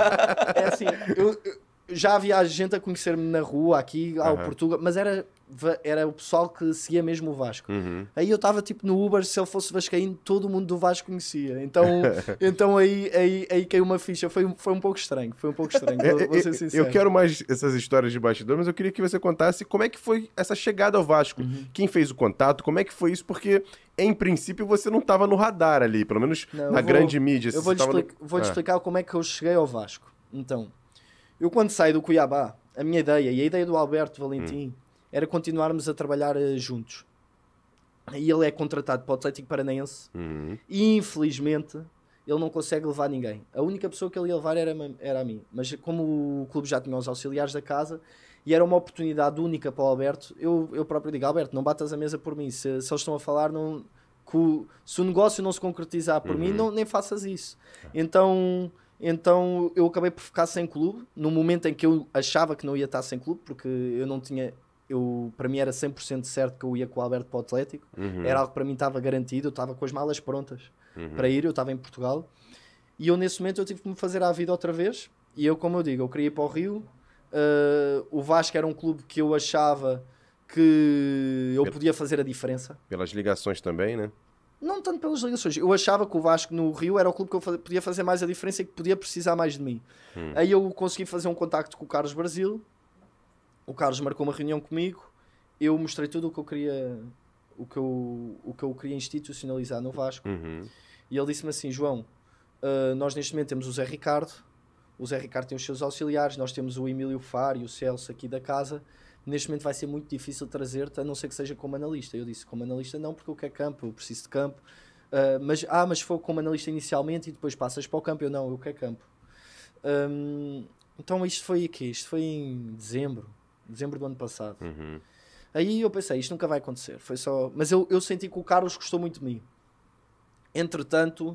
é assim, eu, eu, já havia gente a conhecer-me na rua aqui, ao uhum. Portuga, mas era, era o pessoal que seguia mesmo o Vasco. Uhum. Aí eu estava tipo no Uber, se ele fosse vascaíno, todo mundo do Vasco conhecia. Então, então aí, aí, aí caiu uma ficha. Foi, foi um pouco estranho. Foi um pouco estranho, vou, vou ser sincero. Eu quero mais essas histórias de bastidor, mas eu queria que você contasse como é que foi essa chegada ao Vasco. Uhum. Quem fez o contato, como é que foi isso? Porque, em princípio, você não estava no radar ali, pelo menos não, na vou, grande mídia. Eu vou-te explica, no... vou ah. explicar como é que eu cheguei ao Vasco. Então, eu quando saí do Cuiabá, a minha ideia e a ideia do Alberto Valentim hum. era continuarmos a trabalhar uh, juntos. E ele é contratado para o Atlético Paranaense uhum. e infelizmente ele não consegue levar ninguém. A única pessoa que ele ia levar era, era a mim. Mas como o clube já tinha os auxiliares da casa e era uma oportunidade única para o Alberto, eu, eu próprio digo, Alberto, não batas a mesa por mim. Se, se eles estão a falar, não, que o, se o negócio não se concretizar por uhum. mim, não, nem faças isso. Então... Então eu acabei por ficar sem clube, no momento em que eu achava que não ia estar sem clube, porque eu não tinha, eu, para mim era cem por cento certo que eu ia com o Alberto para o Atlético, uhum. era algo que para mim estava garantido, eu estava com as malas prontas uhum. para ir, eu estava em Portugal, e eu nesse momento eu tive que me fazer à vida outra vez, e eu, como eu digo, eu queria ir para o Rio, uh, o Vasco era um clube que eu achava que eu podia fazer a diferença. Pelas ligações também, né? Não tanto pelas ligações. Eu achava que o Vasco no Rio era o clube que eu podia fazer mais a diferença e que podia precisar mais de mim. Hum. Aí eu consegui fazer um contacto com o Carlos Brasil. O Carlos marcou uma reunião comigo eu mostrei tudo o que eu queria, o que eu, o que eu queria institucionalizar no Vasco. Uhum. E ele disse-me assim, João, uh, nós neste momento temos o Zé Ricardo, o Zé Ricardo tem os seus auxiliares, nós temos o Emílio Faro e o Celso aqui da casa, neste momento vai ser muito difícil trazer-te, a não ser que seja como analista. Eu disse, como analista não, porque eu quero campo, eu preciso de campo. Uh, mas, ah, mas se for como analista inicialmente e depois passas para o campo, eu não, eu quero campo. Um, então isto foi aqui, isto foi em dezembro, dezembro do ano passado. Uhum. Aí eu pensei, isto nunca vai acontecer. Foi só... Mas eu, eu senti que o Carlos gostou muito de mim. Entretanto,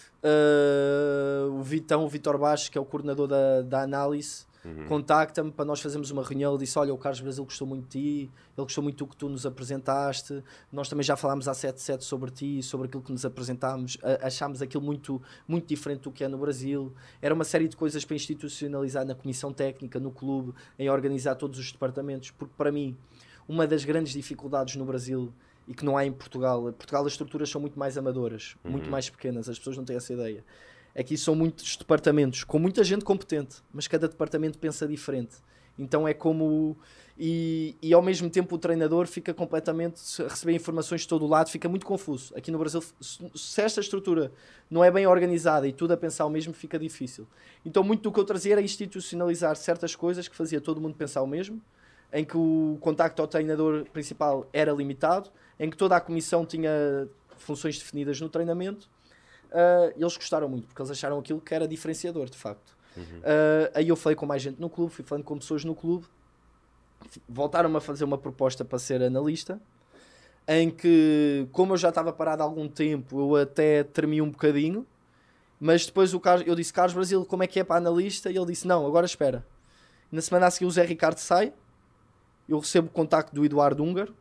uh, o Vitão, o Vitor Baixo, que é o coordenador da, da análise, uhum. contacta-me para nós fazermos uma reunião. Ele disse, olha, o Carlos Brasil gostou muito de ti, ele gostou muito do que tu nos apresentaste, nós também já falámos há sete sete sobre ti, sobre aquilo que nos apresentámos, achámos aquilo muito, muito diferente do que é no Brasil. Era uma série de coisas para institucionalizar na comissão técnica, no clube, em organizar todos os departamentos, porque para mim, uma das grandes dificuldades no Brasil e que não há em Portugal, em Portugal as estruturas são muito mais amadoras, uhum. muito mais pequenas, as pessoas não têm essa ideia. Aqui são muitos departamentos, com muita gente competente, mas cada departamento pensa diferente. Então é como... E, e ao mesmo tempo o treinador fica completamente... A receber informações de todo o lado, fica muito confuso. Aqui no Brasil, se esta estrutura não é bem organizada e tudo a pensar o mesmo, fica difícil. Então muito do que eu trazia era institucionalizar certas coisas que fazia todo mundo pensar o mesmo, em que o contacto ao treinador principal era limitado, em que toda a comissão tinha funções definidas no treinamento. Uh, eles gostaram muito, porque eles acharam aquilo que era diferenciador, de facto. Uhum. Uh, aí eu falei com mais gente no clube, fui falando com pessoas no clube, voltaram-me a fazer uma proposta para ser analista, em que, como eu já estava parado há algum tempo, eu até tremi um bocadinho, mas depois o Carlos, eu disse, Carlos Brasil, como é que é para analista? E ele disse, não, agora espera. Na semana a seguir o Zé Ricardo sai, eu recebo o contacto do Eduardo Húngaro,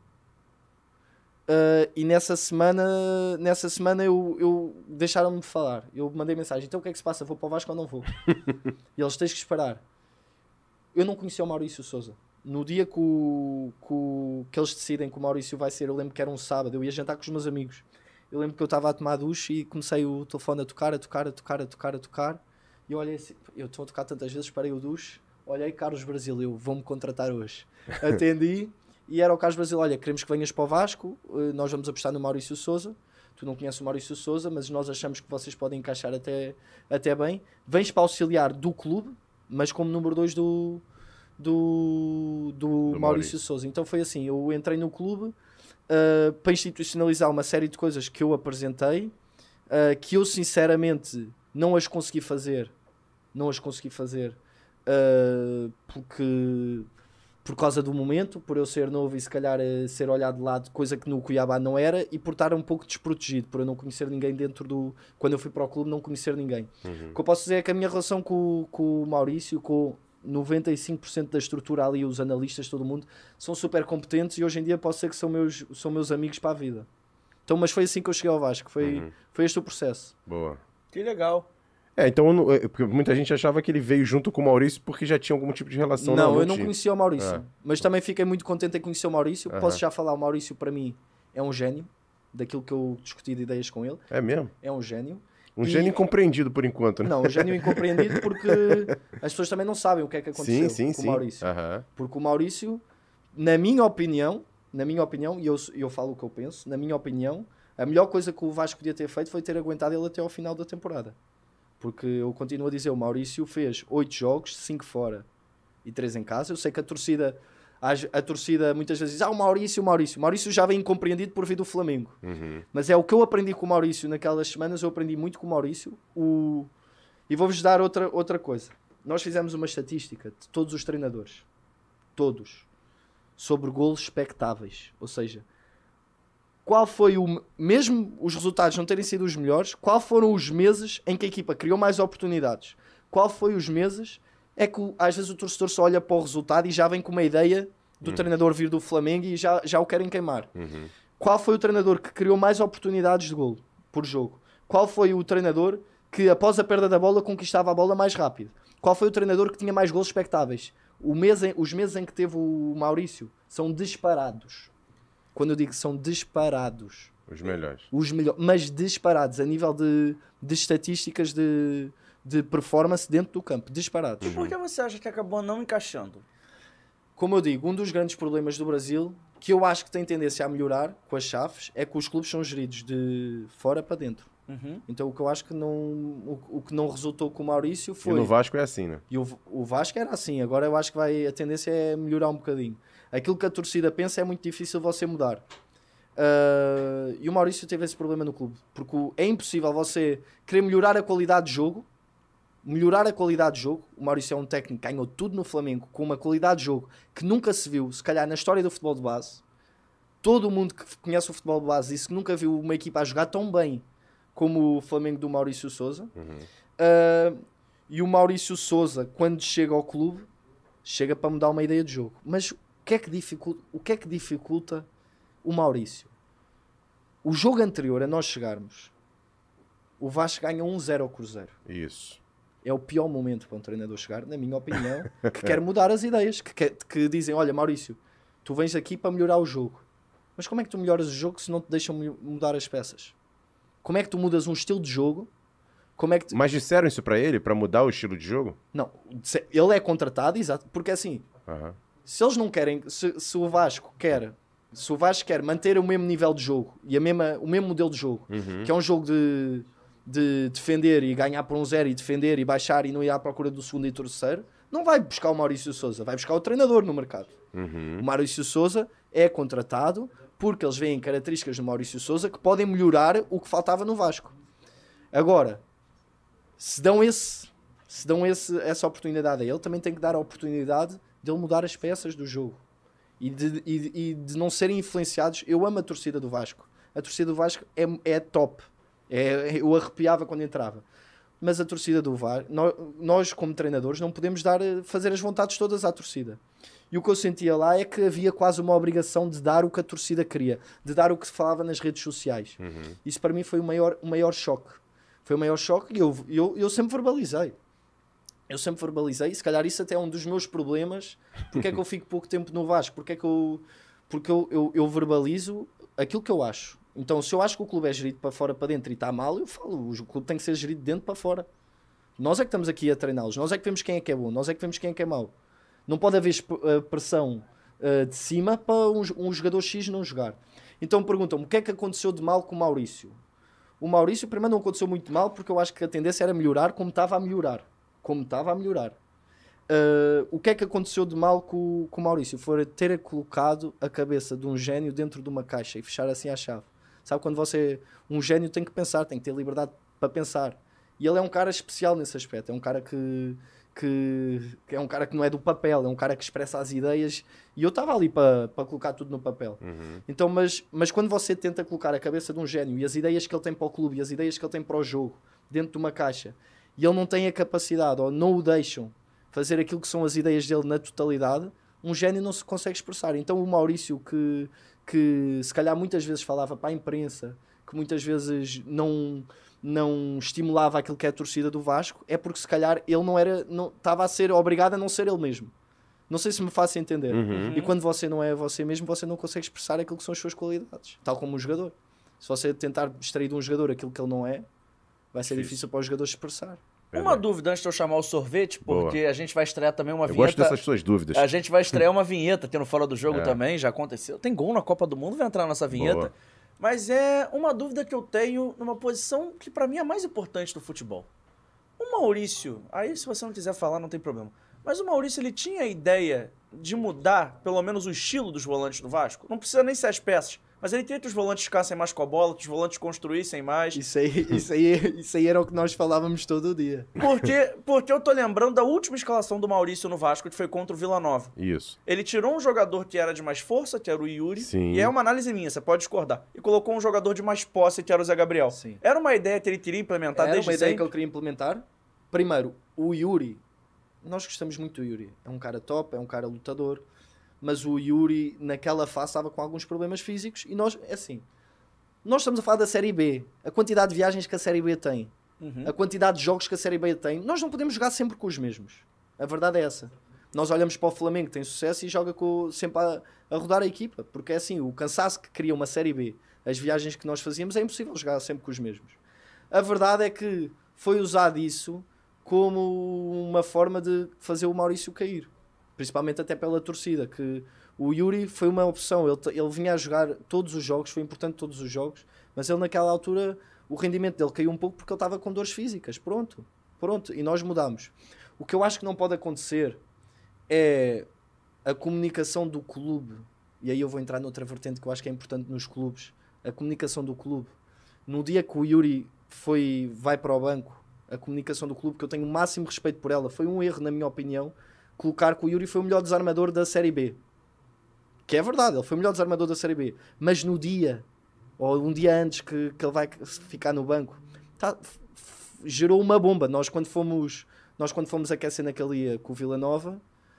uh, e nessa semana, nessa semana eu, eu deixaram-me de falar. Eu mandei mensagem, então o que é que se passa? Vou para o Vasco ou não vou? E eles, tens que esperar. Eu não conhecia o Maurício Sousa. No dia que, o, que, o, que eles decidem que o Maurício vai ser, eu lembro que era um sábado, eu ia jantar com os meus amigos. Eu lembro que eu estava a tomar duche e comecei o telefone a tocar, a tocar, a tocar, a tocar, a tocar. E eu olhei assim, eu estou a tocar tantas vezes, parei o duche, olhei, Carlos Brasil, eu vou-me contratar hoje. Atendi e era o Carlos Brasil, olha, queremos que venhas para o Vasco, nós vamos apostar no Maurício Sousa. Tu não conheces o Maurício Sousa, mas nós achamos que vocês podem encaixar até, até bem. Vens para auxiliar do clube, mas como número dois do, do, do, do Maurício, Maurício Sousa. Então foi assim, eu entrei no clube uh, para institucionalizar uma série de coisas que eu apresentei, uh, que eu sinceramente não as consegui fazer, não as consegui fazer uh, porque... por causa do momento, por eu ser novo e se calhar ser olhado de lado, coisa que no Cuiabá não era, e por estar um pouco desprotegido, por eu não conhecer ninguém dentro do... Quando eu fui para o clube, não conhecer ninguém. Uhum. O que eu posso dizer é que a minha relação com, com o Maurício, com noventa e cinco por cento da estrutura ali, os analistas, todo mundo, são super competentes e hoje em dia posso dizer que são meus, são meus amigos para a vida. Então, mas foi assim que eu cheguei ao Vasco, foi, uhum. foi este o processo. Boa. Que legal. É, então, porque muita gente achava que ele veio junto com o Maurício porque já tinha algum tipo de relação. Não, não eu não tinha. conhecia o Maurício, ah. mas também fiquei muito contente em conhecer o Maurício. Uhum. Posso já falar, o Maurício para mim é um gênio, daquilo que eu discuti de ideias com ele. É mesmo? É um gênio. Um e... gênio incompreendido por enquanto, né? Não, um gênio incompreendido porque as pessoas também não sabem o que é que aconteceu sim, sim, com sim. o Maurício. Uhum. Porque o Maurício, na minha opinião, na minha opinião, e eu, eu falo o que eu penso, na minha opinião, a melhor coisa que o Vasco podia ter feito foi ter aguentado ele até ao final da temporada. Porque eu continuo a dizer, o Maurício fez oito jogos, cinco fora e três em casa. Eu sei que a torcida, a, a torcida muitas vezes diz, ah, o Maurício, o Maurício. O Maurício já vem incompreendido por vir do Flamengo. Uhum. Mas é o que eu aprendi com o Maurício naquelas semanas, eu aprendi muito com o Maurício. O... E vou-vos dar outra, outra coisa. Nós fizemos uma estatística de todos os treinadores, todos, sobre golos expectáveis. Ou seja, qual foi o... Mesmo os resultados não terem sido os melhores, qual foram os meses em que a equipa criou mais oportunidades? Qual foi os meses... É que às vezes o torcedor só olha para o resultado e já vem com uma ideia do uhum. treinador vir do Flamengo e já, já o querem queimar. Uhum. Qual foi o treinador que criou mais oportunidades de golo por jogo? Qual foi o treinador que após a perda da bola conquistava a bola mais rápido? Qual foi o treinador que tinha mais golos expectáveis? O mês em, os meses em que teve o Maurício são disparados. Quando eu digo que são disparados. Os melhores. Os melhores, mas disparados a nível de, de estatísticas de, de performance dentro do campo. Disparados. E por que você acha que acabou não encaixando? Como eu digo, um dos grandes problemas do Brasil que eu acho que tem tendência a melhorar com as chaves é que os clubes são geridos de fora para dentro. Uhum. Então o que eu acho que não, o, o que não resultou com o Maurício foi... E no Vasco é assim, né? E o, o Vasco era assim, agora eu acho que vai, a tendência é melhorar um bocadinho. Aquilo que a torcida pensa é muito difícil você mudar. Uh, e o Maurício teve esse problema no clube, porque o, é impossível você querer melhorar a qualidade de jogo, melhorar a qualidade de jogo. O Maurício é um técnico que ganhou tudo no Flamengo com uma qualidade de jogo que nunca se viu, se calhar na história do futebol de base. Todo mundo que conhece o futebol de base disse que nunca viu uma equipa a jogar tão bem como o Flamengo do Maurício Sousa. Uhum. Uh, e o Maurício Sousa, quando chega ao clube, chega para mudar uma ideia de jogo. Mas o que é que dificulta, o que é que dificulta o Maurício? O jogo anterior a nós chegarmos, o Vasco ganha um zero ao Cruzeiro. Isso. É o pior momento para um treinador chegar, na minha opinião, que quer mudar as ideias, que, quer, que dizem, olha Maurício, tu vens aqui para melhorar o jogo. Mas como é que tu melhoras o jogo se não te deixam mudar as peças? Como é que tu mudas um estilo de jogo? Como é que tu... Mas disseram isso para ele, para mudar o estilo de jogo? Não, ele é contratado, exato, porque assim, Uhum. se eles não querem, se, se o Vasco quer, se o Vasco quer manter o mesmo nível de jogo e a mesma, o mesmo modelo de jogo, Uhum. que é um jogo de, de defender e ganhar por um zero e defender e baixar e não ir à procura do segundo e terceiro, não vai buscar o Maurício Sousa, vai buscar o treinador no mercado. Uhum. O Maurício Sousa é contratado porque eles veem características do Maurício Sousa que podem melhorar o que faltava no Vasco. Agora, se dão, esse, se dão esse, essa oportunidade a ele, também tem que dar a oportunidade de ele mudar as peças do jogo e de, e, e de não serem influenciados. Eu amo a torcida do Vasco. A torcida do Vasco é, é top. É, eu arrepiava quando entrava. Mas a torcida do Vasco, nós, nós como treinadores não podemos dar, fazer as vontades todas à torcida. E o que eu sentia lá é que havia quase uma obrigação de dar o que a torcida queria, de dar o que se falava nas redes sociais. Uhum. Isso para mim foi o maior, o maior choque. Foi o maior choque e eu, eu, eu sempre verbalizei. Eu sempre verbalizei, e se calhar isso até é um dos meus problemas. Porque é que eu fico pouco tempo no Vasco? Porque é que eu, porque eu, eu, eu verbalizo aquilo que eu acho. Então, se eu acho que o clube é gerido para fora para dentro e está mal, eu falo, o clube tem que ser gerido de dentro para fora. Nós é que estamos aqui a treiná-los, nós é que vemos quem é que é bom, nós é que vemos quem é que é mau. Não pode haver pressão uh, de cima para um, um jogador X não jogar. Então perguntam-me, o que é que aconteceu de mal com o Maurício? O Maurício, primeiro, não aconteceu muito mal, porque eu acho que a tendência era melhorar como estava a melhorar. Como estava a melhorar. Uh, o que é que aconteceu de mal com, com o Maurício? Foi ter colocado a cabeça de um gênio dentro de uma caixa e fechar assim a chave. Sabe quando você... Um gênio tem que pensar, tem que ter liberdade para pensar. E ele é um cara especial nesse aspecto. É um cara que... Que, que é um cara que não é do papel, é um cara que expressa as ideias, e eu estava ali para para colocar tudo no papel. Uhum. Então, mas, mas quando você tenta colocar a cabeça de um gênio e as ideias que ele tem para o clube e as ideias que ele tem para o jogo dentro de uma caixa, e ele não tem a capacidade ou não o deixam fazer aquilo que são as ideias dele na totalidade, um gênio não se consegue expressar. Então o Maurício, que, que se calhar muitas vezes falava para a imprensa, que muitas vezes não... não estimulava aquilo que é a torcida do Vasco, é porque se calhar ele não era, não, estava a ser obrigado a não ser ele mesmo. Não sei se me faço entender. Uhum. E quando você não é você mesmo, você não consegue expressar aquilo que são as suas qualidades. Tal como um jogador. Se você tentar extrair de um jogador aquilo que ele não é, vai ser Difícil. difícil para o jogador expressar. Uma dúvida antes de eu chamar o sorvete, porque Boa. a gente vai estrear também uma Eu vinheta. gosto dessas suas dúvidas. A gente vai estrear uma vinheta, tendo fora do jogo É. também, já aconteceu. Tem gol na Copa do Mundo, vai entrar na nossa vinheta. Boa. Mas é uma dúvida que eu tenho numa posição que pra mim é a mais importante do futebol. O Maurício, aí se você não quiser falar não tem problema, mas o Maurício ele tinha a ideia de mudar pelo menos o estilo dos volantes do Vasco? Não precisa nem ser as peças, mas ele queria que os volantes ficassem mais com a bola, que os volantes construíssem mais. Isso aí, isso aí, isso aí era o que nós falávamos todo dia. Porque, porque eu tô lembrando da última escalação do Maurício no Vasco, que foi contra o Vila Nova. Isso. Ele tirou um jogador que era de mais força, que era o Yuri, Sim. e é uma análise minha, você pode discordar, e colocou um jogador de mais posse, que era o Zé Gabriel. Sim. Era uma ideia que ele queria implementar Era desde uma ideia sempre? que ele queria implementar. Primeiro, o Yuri. Nós gostamos muito do Yuri. É um cara top, é um cara lutador. Mas o Yuri, naquela fase, estava com alguns problemas físicos. E nós, é assim, nós estamos a falar da Série B. A quantidade de viagens que a Série B tem. Uhum. A quantidade de jogos que a Série B tem. Nós não podemos jogar sempre com os mesmos. A verdade é essa. Nós olhamos para o Flamengo, que tem sucesso, e joga com, sempre a, a rodar a equipa. Porque é assim, o cansaço que cria uma Série B, as viagens que nós fazíamos, é impossível jogar sempre com os mesmos. A verdade é que foi usado isso como uma forma de fazer o Maurício cair. Principalmente até pela torcida, que o Yuri foi uma opção. Ele, ele vinha a jogar todos os jogos, foi importante todos os jogos, mas ele naquela altura, o rendimento dele caiu um pouco porque ele estava com dores físicas. Pronto, pronto. E nós mudamos. O que eu acho que não pode acontecer é a comunicação do clube, e aí eu vou entrar noutra vertente que eu acho que é importante nos clubes, a comunicação do clube. No dia que o Yuri foi, vai para o banco, a comunicação do clube, que eu tenho o máximo respeito por ela, foi um erro, na minha opinião, colocar que o Yuri foi o melhor desarmador da Série B. Que é verdade, ele foi o melhor desarmador da Série B. Mas no dia, ou um dia antes que, que ele vai ficar no banco, tá, f- gerou uma bomba. Nós quando fomos, nós, quando fomos aquecer naquele dia com o Vila Nova,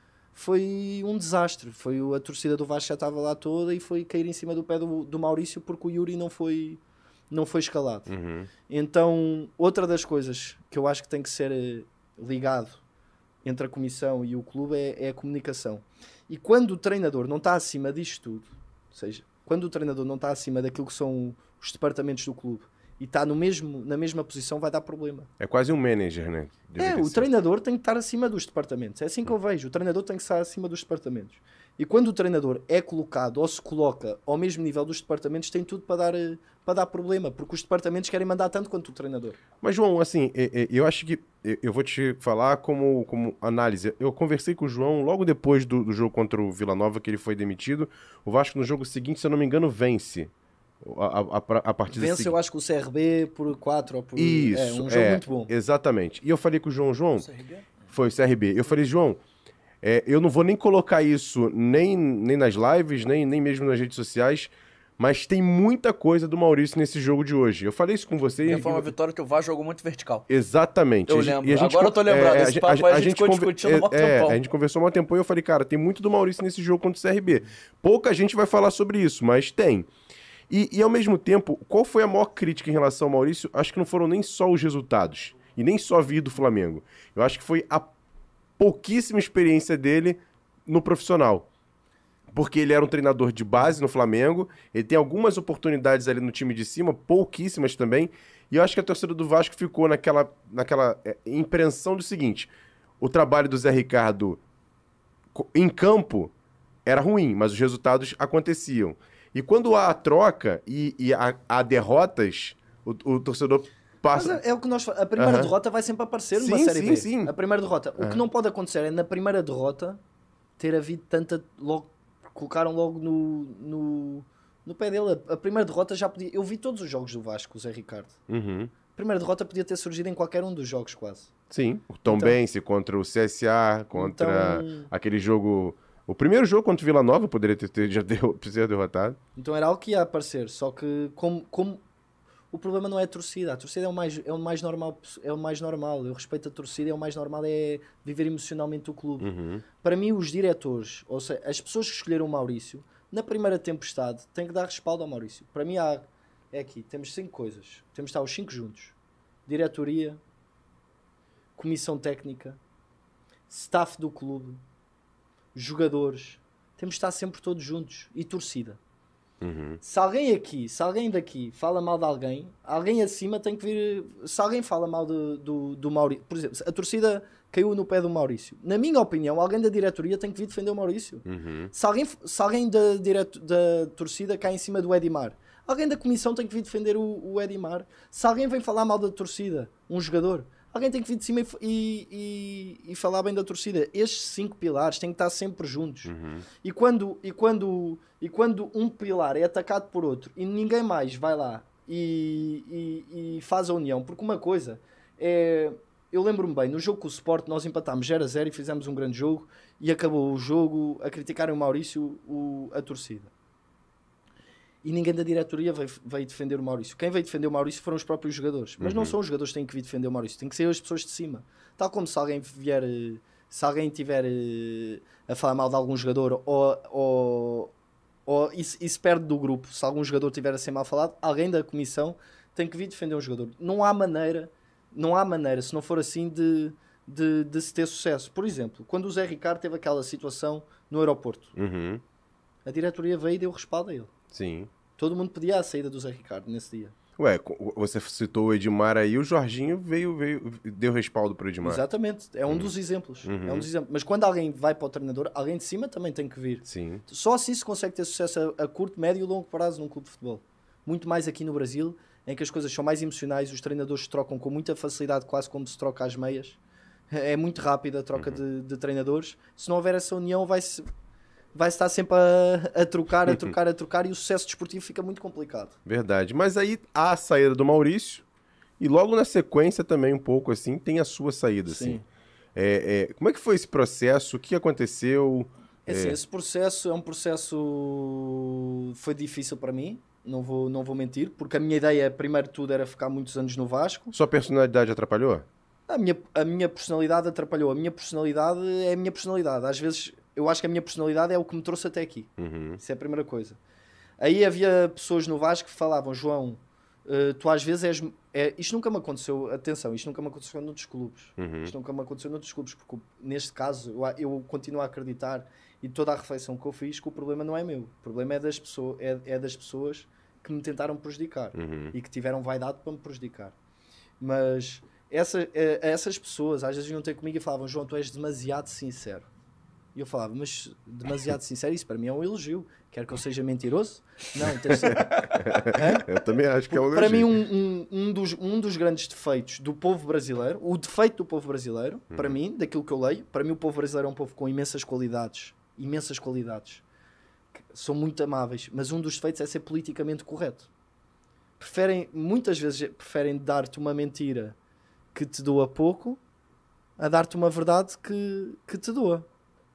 foi um desastre. Foi a torcida do Vasco já estava lá toda e foi cair em cima do pé do, do Maurício porque o Yuri não foi, não foi escalado. Uhum. Então, outra das coisas que eu acho que tem que ser eh, ligado entre a comissão e o clube é, é a comunicação. E quando o treinador não está acima disto tudo, ou seja, quando o treinador não está acima daquilo que são os departamentos do clube e está no mesmo, na mesma posição, vai dar problema. É quase um manager, né? É, Deveria o ser. treinador tem que estar acima dos departamentos. É assim que eu vejo. O treinador tem que estar acima dos departamentos. E quando o treinador é colocado ou se coloca ao mesmo nível dos departamentos, tem tudo para dar, eh, para dar problema, porque os departamentos querem mandar tanto quanto o treinador. Mas, João, assim, é- é- eu acho que é, eu vou te falar como, como análise. Eu conversei com o João logo depois do, do jogo contra o Vila Nova, que ele foi demitido. O Vasco, no jogo seguinte, se eu não me engano, vence a, a, a, a partida Vence, seguinte. eu acho que o C R B por quatro ou por... Isso, é um jogo é, muito bom. Exatamente. E eu falei com o João, João, C R B? foi o C R B. Eu falei, João, é, eu não vou nem colocar isso nem, nem nas lives, nem, nem mesmo nas redes sociais, mas tem muita coisa do Maurício nesse jogo de hoje. Eu falei isso com você. E e- foi uma vitória que o Vasco jogou muito vertical. Exatamente. Eu E a gente- lembro. e a gente Agora eu tô con- lembrado. é, Esse a papo gente- aí a a gente gente ficou conver- discutindo mó é, tempão. a gente conversou há um tempão e eu falei, cara, tem muito do Maurício nesse jogo contra o C R B. Pouca gente vai falar sobre isso, mas tem. E, e ao mesmo tempo, qual foi a maior crítica em relação ao Maurício? Acho que não foram nem só os resultados, e nem só vir do Flamengo. Eu acho que foi a pouquíssima experiência dele no profissional. Porque ele era um treinador de base no Flamengo, ele tem algumas oportunidades ali no time de cima, pouquíssimas também, e eu acho que a torcida do Vasco ficou naquela, naquela é, impressão do seguinte: o trabalho do Zé Ricardo co- em campo era ruim, mas os resultados aconteciam. E quando há a troca e, e há, há derrotas, o, o torcedor Mas passa... é, é o que nós fa- A primeira Aham. derrota vai sempre aparecer numa Sim, Série sim, B. sim. A primeira derrota. O Aham. que não pode acontecer é na primeira derrota ter havido tanta... Logo, colocaram logo no, no, no pé dele. A, a primeira derrota já podia... Eu vi todos os jogos do Vasco, o Zé Ricardo. Uhum. A primeira derrota podia ter surgido em qualquer um dos jogos, quase. Sim, o Tom Então- Bense contra o C S A, contra Então- aquele jogo... O primeiro jogo contra o Vila Nova poderia ter, ter já deu, ser derrotado. Então era algo que ia aparecer. Só que como... como o problema não é a torcida. A torcida é o mais, é o mais normal. É o mais normal. Eu respeito a torcida. É o mais normal é viver emocionalmente o clube. Uhum. Para mim, os diretores, ou seja, as pessoas que escolheram o Maurício, na primeira tempestade, têm que dar respaldo ao Maurício. Para mim, há, é aqui, temos cinco coisas. Temos de estar os cinco juntos. Diretoria, comissão técnica, staff do clube, jogadores. Temos de estar sempre todos juntos. E torcida. Uhum. Se alguém aqui, se alguém daqui fala mal de alguém, alguém acima tem que vir. Se alguém fala mal de- do, do Maurício, por exemplo, a torcida caiu no pé do Maurício. Na minha opinião, alguém da diretoria tem que vir defender o Maurício. Uhum. Se alguém, se alguém da, direto, da torcida cai em cima do Edimar, alguém da comissão tem que vir defender o, o Edimar. Se alguém vem falar mal da torcida, um jogador, alguém tem que vir de cima e, e, e, e falar bem da torcida. Estes cinco pilares têm que estar sempre juntos. Uhum. E quando, e, quando, e quando um pilar é atacado por outro e ninguém mais vai lá e, e, e faz a união, porque uma coisa é... Eu lembro-me bem, no jogo com o Sport nós empatámos zero a zero e fizemos um grande jogo e acabou o jogo a criticarem o Maurício, o, a torcida. E ninguém da diretoria veio, veio defender o Maurício. Quem veio defender o Maurício foram os próprios jogadores. Mas Uhum. não são os jogadores que têm que vir defender o Maurício, tem que ser as pessoas de cima. Tal como se alguém vier, eh, se alguém tiver eh, a falar mal de algum jogador ou, ou, ou e, se- e se perde do grupo, se algum jogador tiver a ser mal falado, alguém da comissão tem que vir defender um jogador. Não há maneira, não há maneira, se não for assim, de, de, de se ter sucesso. Por exemplo, quando o Zé Ricardo teve aquela situação no aeroporto, Uhum. a diretoria veio e deu respaldo a ele. Sim. Todo mundo pedia a saída do Zé Ricardo nesse dia. Ué, co- você citou o Edmar aí, o Jorginho veio, veio deu respaldo pro Edmar. Exatamente, é um dos exemplos. É um dos exemplos. Mas quando alguém vai para o treinador, alguém de cima também tem que vir. Sim. Só assim se consegue ter sucesso a, a curto, médio e longo prazo num clube de futebol. Muito mais aqui no Brasil, em que as coisas são mais emocionais, os treinadores se trocam com muita facilidade, quase como se troca as meias. É muito rápida a troca de, de treinadores. Se não houver essa união, vai-se vai estar sempre a, a trocar, a trocar, a trocar, e o sucesso desportivo fica muito complicado. Verdade. Mas aí há a saída do Maurício e logo na sequência também um pouco assim tem a sua saída. Sim. Assim. É, é, como é que foi esse processo? O que aconteceu? É assim, É. esse processo é um processo... Foi difícil para mim, não vou, não vou mentir, porque a minha ideia, primeiro de tudo, era ficar muitos anos no Vasco. Sua personalidade atrapalhou? A minha, a minha personalidade atrapalhou. A minha personalidade é a minha personalidade. Às vezes, eu acho que a minha personalidade é o que me trouxe até aqui. Uhum. Isso é a primeira coisa. Aí havia pessoas no Vasco que falavam: João, uh, tu às vezes és... É, isto nunca me aconteceu, atenção, isto nunca me aconteceu noutros clubes. Uhum. Isto nunca me aconteceu noutros clubes, porque neste caso eu, eu continuo a acreditar, e toda a reflexão que eu fiz, que o problema não é meu. O problema é das, pessoa, é, é das pessoas que me tentaram prejudicar. Uhum. E que tiveram vaidade para me prejudicar. Mas... Essa, essas pessoas às vezes iam ter comigo e falavam: João, tu és demasiado sincero. E eu falava: mas demasiado sincero, isso para mim é um elogio. Quer que eu seja mentiroso? Não, tens de ser... Eu também acho que é um Para mim, elogio. um, um, um, dos, um dos grandes defeitos do povo brasileiro, o defeito do povo brasileiro, Uhum. para mim, daquilo que eu leio, para mim o povo brasileiro é um povo com imensas qualidades, imensas qualidades, que são muito amáveis, mas um dos defeitos é ser politicamente correto. Preferem, muitas vezes, preferem dar-te uma mentira que te doa pouco a dar-te uma verdade que, que te doa.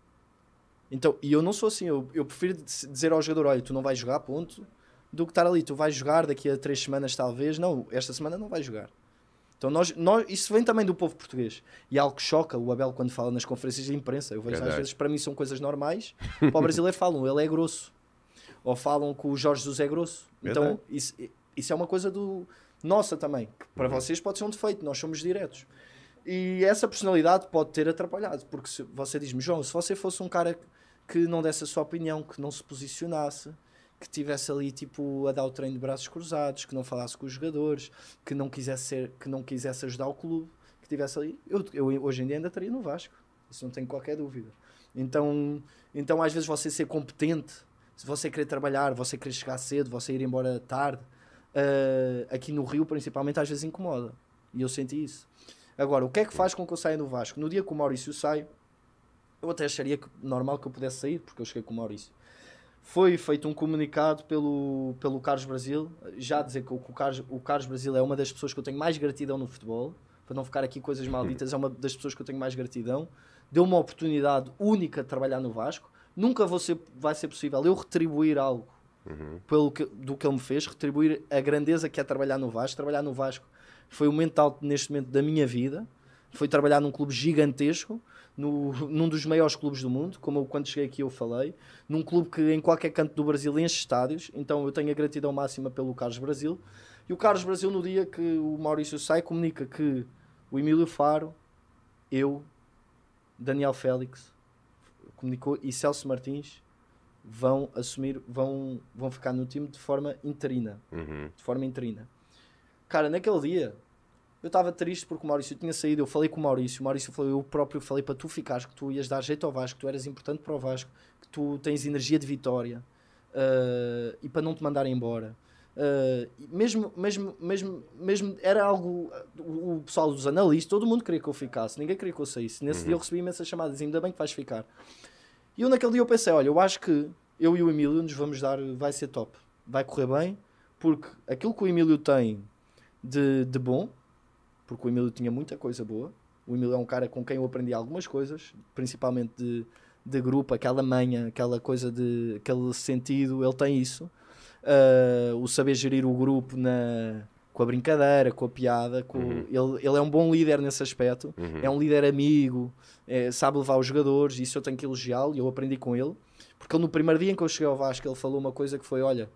Então, e eu não sou assim, eu, eu prefiro dizer ao jogador: olha, tu não vais jogar, ponto, do que estar ali, tu vais jogar daqui a três semanas talvez. Não, esta semana não vais jogar. Então nós, nós, isso vem também do povo português, e é algo que choca o Abel quando fala nas conferências de imprensa. Eu vejo Verdade. às vezes, para mim são coisas normais, para o brasileiro falam: ele é grosso, ou falam que o Jorge Jesus é grosso. Verdade. Então isso, isso é uma coisa do nossa também, que para vocês pode ser um defeito, nós somos diretos. E essa personalidade pode ter atrapalhado, porque se você diz-me: João, se você fosse um cara que não desse a sua opinião, que não se posicionasse, que estivesse ali tipo a dar o treino de braços cruzados, que não falasse com os jogadores, que não quisesse ser, que não quisesse ajudar o clube, que estivesse ali, eu, eu hoje em dia ainda estaria no Vasco, isso não tenho qualquer dúvida. Então, então às vezes você ser competente, se você querer trabalhar, você querer chegar cedo, você ir embora tarde, Uh, aqui no Rio principalmente às vezes incomoda, e eu senti isso. Agora, o que é que faz com que eu saia do Vasco? No dia que o Maurício sai, eu até acharia que, normal que eu pudesse sair, porque eu cheguei com o Maurício. Foi feito um comunicado pelo, pelo Carlos Brasil, já a dizer que o, o, Carlos, o Carlos Brasil é uma das pessoas que eu tenho mais gratidão no futebol, para não ficar aqui coisas malditas, é uma das pessoas que eu tenho mais gratidão, deu uma oportunidade única de trabalhar no Vasco. Nunca vou ser, vai ser possível eu retribuir algo Uhum. pelo que, do que ele me fez, retribuir a grandeza que é trabalhar no Vasco. Trabalhar no Vasco foi o momento alto neste momento da minha vida, foi trabalhar num clube gigantesco, no, num dos maiores clubes do mundo, como eu, quando cheguei aqui eu falei, num clube que em qualquer canto do Brasil enche estádios. Então eu tenho a gratidão máxima pelo Carlos Brasil. E o Carlos Brasil, no dia que o Maurício sai, comunica que o Emílio Faro, eu, Daniel Félix, comunicou, e Celso Martins vão assumir, vão, vão ficar no time de forma interina. Uhum. De forma interina. Cara, naquele dia, eu estava triste porque o Maurício tinha saído, eu falei com o Maurício, o Maurício falou, eu próprio falei para tu ficares, que tu ias dar jeito ao Vasco, que tu eras importante para o Vasco, que tu tens energia de vitória, uh, e para não te mandarem embora. Uh, mesmo, mesmo, mesmo, mesmo, era algo, o, o pessoal dos analistas, todo mundo queria que eu ficasse, ninguém queria que eu saísse. Nesse Uhum. dia eu recebi imensas chamadas, ainda bem que vais ficar. E eu naquele dia eu pensei, olha, eu acho que eu e o Emílio nos vamos dar, vai ser top, vai correr bem, porque aquilo que o Emílio tem de, de bom, porque o Emílio tinha muita coisa boa, o Emílio é um cara com quem eu aprendi algumas coisas, principalmente de, de grupo, aquela manha, aquela coisa de, aquele sentido, ele tem isso, uh, o saber gerir o grupo na... com a brincadeira, com a piada, com... Uhum. ele, ele é um bom líder nesse aspecto, Uhum. é um líder amigo, é, sabe levar os jogadores, isso eu tenho que elogiá-lo, e eu aprendi com ele, porque ele, no primeiro dia em que eu cheguei ao Vasco, ele falou uma coisa que foi, olha,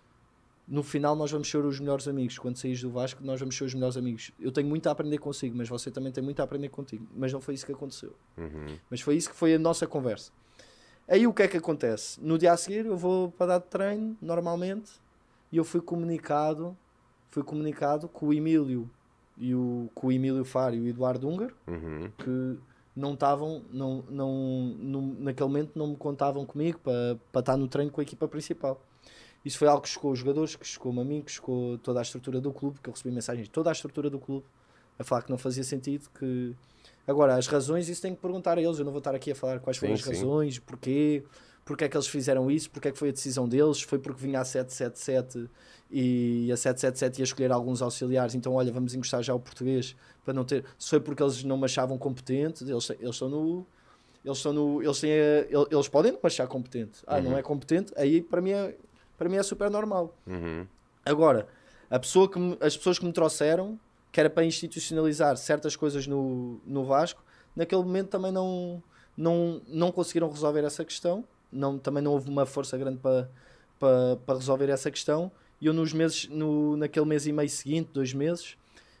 no final nós vamos ser os melhores amigos, quando saís do Vasco nós vamos ser os melhores amigos, eu tenho muito a aprender consigo, mas você também tem muito a aprender contigo, mas não foi isso que aconteceu, Uhum. mas foi isso que foi a nossa conversa. Aí o que é que acontece? No dia a seguir eu vou para dar treino, normalmente, e eu fui comunicado foi comunicado que o Emílio e o, com o Emílio Faro e o Eduardo Húngaro, Uhum. que não estavam, não, não, não, naquele momento não me contavam comigo para, para estar no treino com a equipa principal. Isso foi algo que chocou os jogadores, que chocou-me a mim, que chocou toda a estrutura do clube, que eu recebi mensagens de toda a estrutura do clube a falar que não fazia sentido, que... Agora, as razões, isso tem que perguntar a eles, eu não vou estar aqui a falar quais foram Sim, as sim. razões, porquê, porque é que eles fizeram isso, porque é que foi a decisão deles, foi porque vinha a sete sete sete e a sete sete sete ia escolher alguns auxiliares, então olha, vamos encostar já o português, para não ter... Se foi porque eles não me achavam competente, eles, eles estão no... Eles, estão no eles, têm a, eles podem não me achar competente. Ah, Uhum. não é competente? Aí para mim é, para mim é super normal. Uhum. Agora, a pessoa que me- as pessoas que me trouxeram, que era para institucionalizar certas coisas no, no Vasco, naquele momento também não, não, não conseguiram resolver essa questão. Não, também não houve uma força grande para, para, para resolver essa questão. E eu nos meses, no, naquele mês e meio seguinte, dois meses,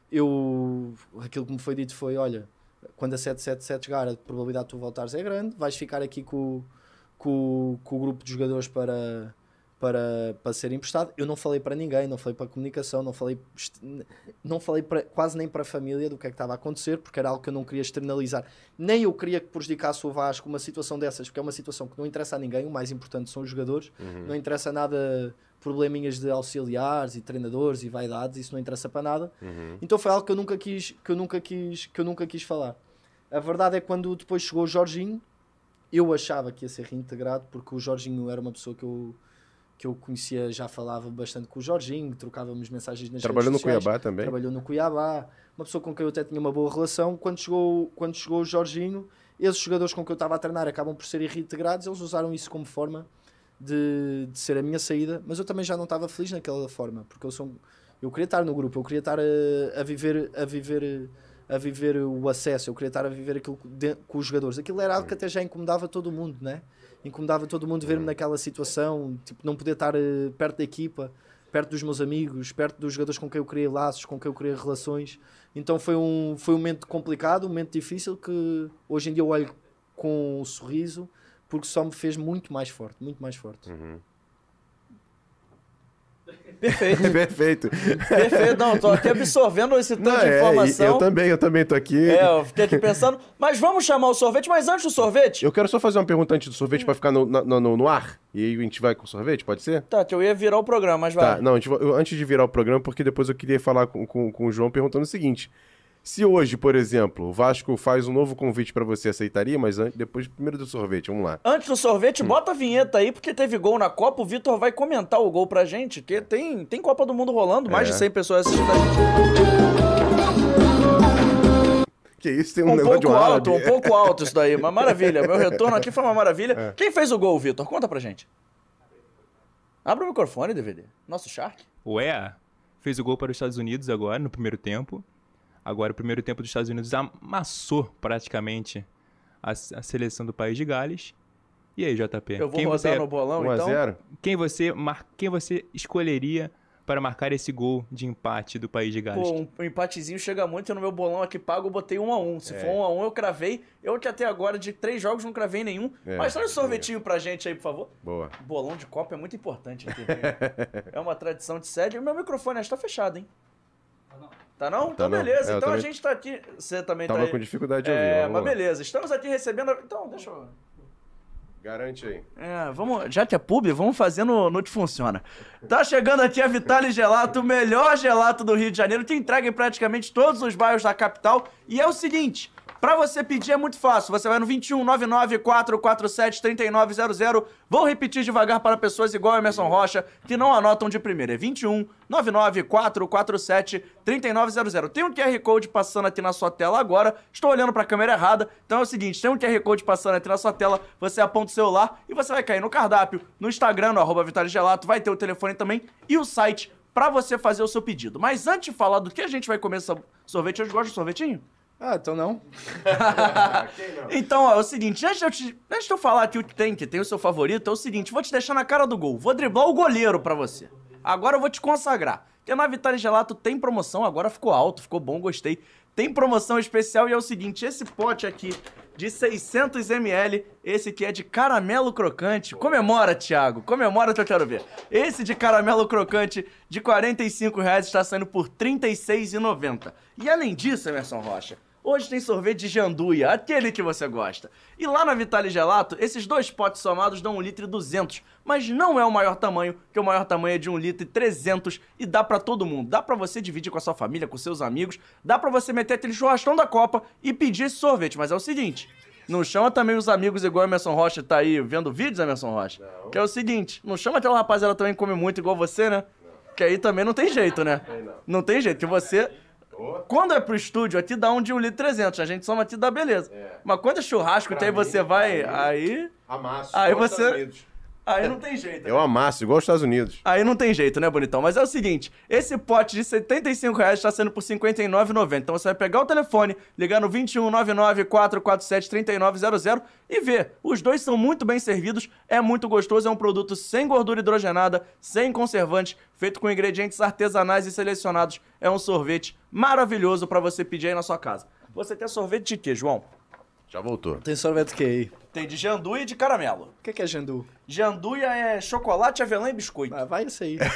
eu, aquilo que me foi dito foi, olha, quando a sete sete sete chegar, a probabilidade de tu voltares é grande, vais ficar aqui com, com, com o grupo de jogadores para, para, para ser emprestado. Eu não falei para ninguém, não falei para a comunicação, não falei, não falei para, quase nem para a família do que é que estava a acontecer, porque era algo que eu não queria externalizar. Nem eu queria que prejudicasse o Vasco uma situação dessas, porque é uma situação que não interessa a ninguém, o mais importante são os jogadores, Uhum. não interessa nada probleminhas de auxiliares e treinadores e vaidades, isso não interessa para nada. Uhum. Então foi algo que eu nunca quis, que eu nunca quis, que eu nunca quis falar. A verdade é que quando depois chegou o Jorginho, eu achava que ia ser reintegrado, porque o Jorginho era uma pessoa que eu, que eu conhecia, já falava bastante com o Jorginho, trocávamos mensagens nas Trabalhou no redes sociais. Cuiabá também? Trabalhou no Cuiabá, uma pessoa com quem eu até tinha uma boa relação. Quando chegou, quando chegou o Jorginho, esses jogadores com quem eu estava a treinar acabam por serem reintegrados, eles usaram isso como forma de, de ser a minha saída, mas eu também já não estava feliz naquela forma, porque eu sou, eu queria estar no grupo, eu queria estar a, a viver, a viver, a viver o acesso, eu queria estar a viver aquilo de, com os jogadores. Aquilo era algo que até já incomodava todo mundo, né? Incomodava todo mundo ver-me naquela situação, tipo, não poder estar uh, perto da equipa, perto dos meus amigos, perto dos jogadores com quem eu criei laços, com quem eu criei relações. Então foi um, foi um momento complicado, um momento difícil, que hoje em dia eu olho com um sorriso, porque só me fez muito mais forte, muito mais forte. Uhum. Perfeito. Perfeito. Perfeito. Não, tô aqui absorvendo esse tanto Não, de é, informação. eu também, eu também tô aqui. É, eu fiquei aqui pensando. Mas vamos chamar o sorvete. Mas antes do sorvete... Eu quero só fazer uma pergunta antes do sorvete pra ficar no, no, no, no ar. E aí a gente vai com o sorvete, pode ser? Tá, que eu ia virar o programa, mas vai. Tá, não, a gente vai- eu- antes de virar o programa, porque depois eu queria falar com, com, com o João perguntando o seguinte. Se hoje, por exemplo, o Vasco faz um novo convite pra você, aceitaria? Mas antes, depois, primeiro do sorvete, vamos lá. Antes do sorvete, Hum. bota a vinheta aí, porque teve gol na Copa. O Vitor vai comentar o gol pra gente, que tem, tem Copa do Mundo rolando, mais É. de cem pessoas assistindo a gente. Que isso, tem um, Um negócio de pouco um alto, árabe. um pouco alto isso daí. Uma maravilha. Meu retorno aqui foi uma maravilha. É. Quem fez o gol, Vitor? Conta pra gente. Abre o microfone, D V D. Nosso Shark. O E A fez o gol para os Estados Unidos agora, no primeiro tempo. Agora, o primeiro tempo dos Estados Unidos amassou praticamente a, a seleção do país de Gales. E aí, J P? Eu vou quem rodar você, no bolão, um a então. zero? quem, você mar, quem você escolheria para marcar esse gol de empate do país de Gales? Pô, um, um empatezinho chega muito. Eu no meu bolão aqui pago, eu botei um a um. Se É. for um a um, eu cravei. Eu que até agora, de três jogos, não cravei nenhum. É, Mas traz um sorvetinho pra gente aí, por favor. Boa. Bolão de Copa é muito importante aqui. Né? É uma tradição de sede. E o meu microfone acho que tá fechado, hein? Tá não? Então não. beleza. É, eu então a também gente tá aqui... Você também Tava tá aí. com dificuldade de ouvir. É, vamos mas lá. beleza. Estamos aqui recebendo... Então, deixa eu... Garante aí. É, vamos... Já que é pub, vamos fazer no, no que funciona. Tá chegando aqui a Vitale Gelato, o melhor gelato do Rio de Janeiro, que entrega em praticamente todos os bairros da capital. E é o seguinte... Pra você pedir é muito fácil. Você vai no vinte e um, nove nove quatro quatro sete, três nove zero zero. Vou repetir devagar para pessoas igual a Emerson Rocha, que não anotam de primeira. É vinte e um, nove nove quatro quatro sete, três nove zero zero. Tem um Q R Code passando aqui na sua tela agora. Estou olhando para a câmera errada. Então é o seguinte, tem um Q R Code passando aqui na sua tela. Você aponta o celular e você vai cair no cardápio, no Instagram, no arroba Vitale Gelato. Vai ter o telefone também e o site para você fazer o seu pedido. Mas antes de falar do que a gente vai comer essa sorvete, hoje gosta de sorvetinho? Ah, então não. Então, ó, é o seguinte, antes de, eu te, antes de eu falar aqui o que tem, que tem o seu favorito, é o seguinte, vou te deixar na cara do gol, vou driblar o goleiro pra você. Agora eu vou te consagrar. Porque na Vitale Gelato tem promoção, agora ficou alto, ficou bom, gostei. Tem promoção especial e é o seguinte, esse pote aqui de seiscentos mililitros, esse que é de caramelo crocante. Comemora, Thiago, comemora que eu quero ver. Esse de caramelo crocante de quarenta e cinco reais está saindo por trinta e seis reais e noventa centavos. E além disso, Emerson Rocha, hoje tem sorvete de janduia, aquele que você gosta. E lá na Vitale Gelato, esses dois potes somados dão um litro e duzentos, mas não é o maior tamanho, que o maior tamanho é de um litro e trezentos e dá pra todo mundo. Dá pra você dividir com a sua família, com seus amigos, dá pra você meter aquele churrascão da Copa e pedir esse sorvete, mas é o seguinte... Não chama também os amigos igual o Emerson Rocha tá aí vendo vídeos, Emerson Rocha? Não. Que é o seguinte, não chama aquela rapaziada também que come muito igual você, né? Não. Que aí também não tem jeito, né? Tem não. Não tem jeito, que você... Oh. Quando é pro estúdio, aqui dá um de um litro e trezentos, a gente soma aqui dá beleza. É. Mas quando é churrasco, que aí você vai, aí... Amasso. Aí você... Aí não tem jeito. Né? Eu amasso, igual os Estados Unidos. Aí não tem jeito, né, bonitão? Mas é o seguinte, esse pote de setenta e cinco reais está sendo por cinquenta e nove reais e noventa centavos. Então você vai pegar o telefone, ligar no vinte e um, nove nove, quatro quatro sete, três nove zero zero e ver. Os dois são muito bem servidos, é muito gostoso, é um produto sem gordura hidrogenada, sem conservantes, feito com ingredientes artesanais e selecionados. É um sorvete maravilhoso para você pedir aí na sua casa. Você quer sorvete de quê, João? Já voltou. Tem sorvete que aí? Tem de janduia e de caramelo. O que, que é jandu? Janduia é chocolate, avelã e biscoito. Ah, vai isso aí.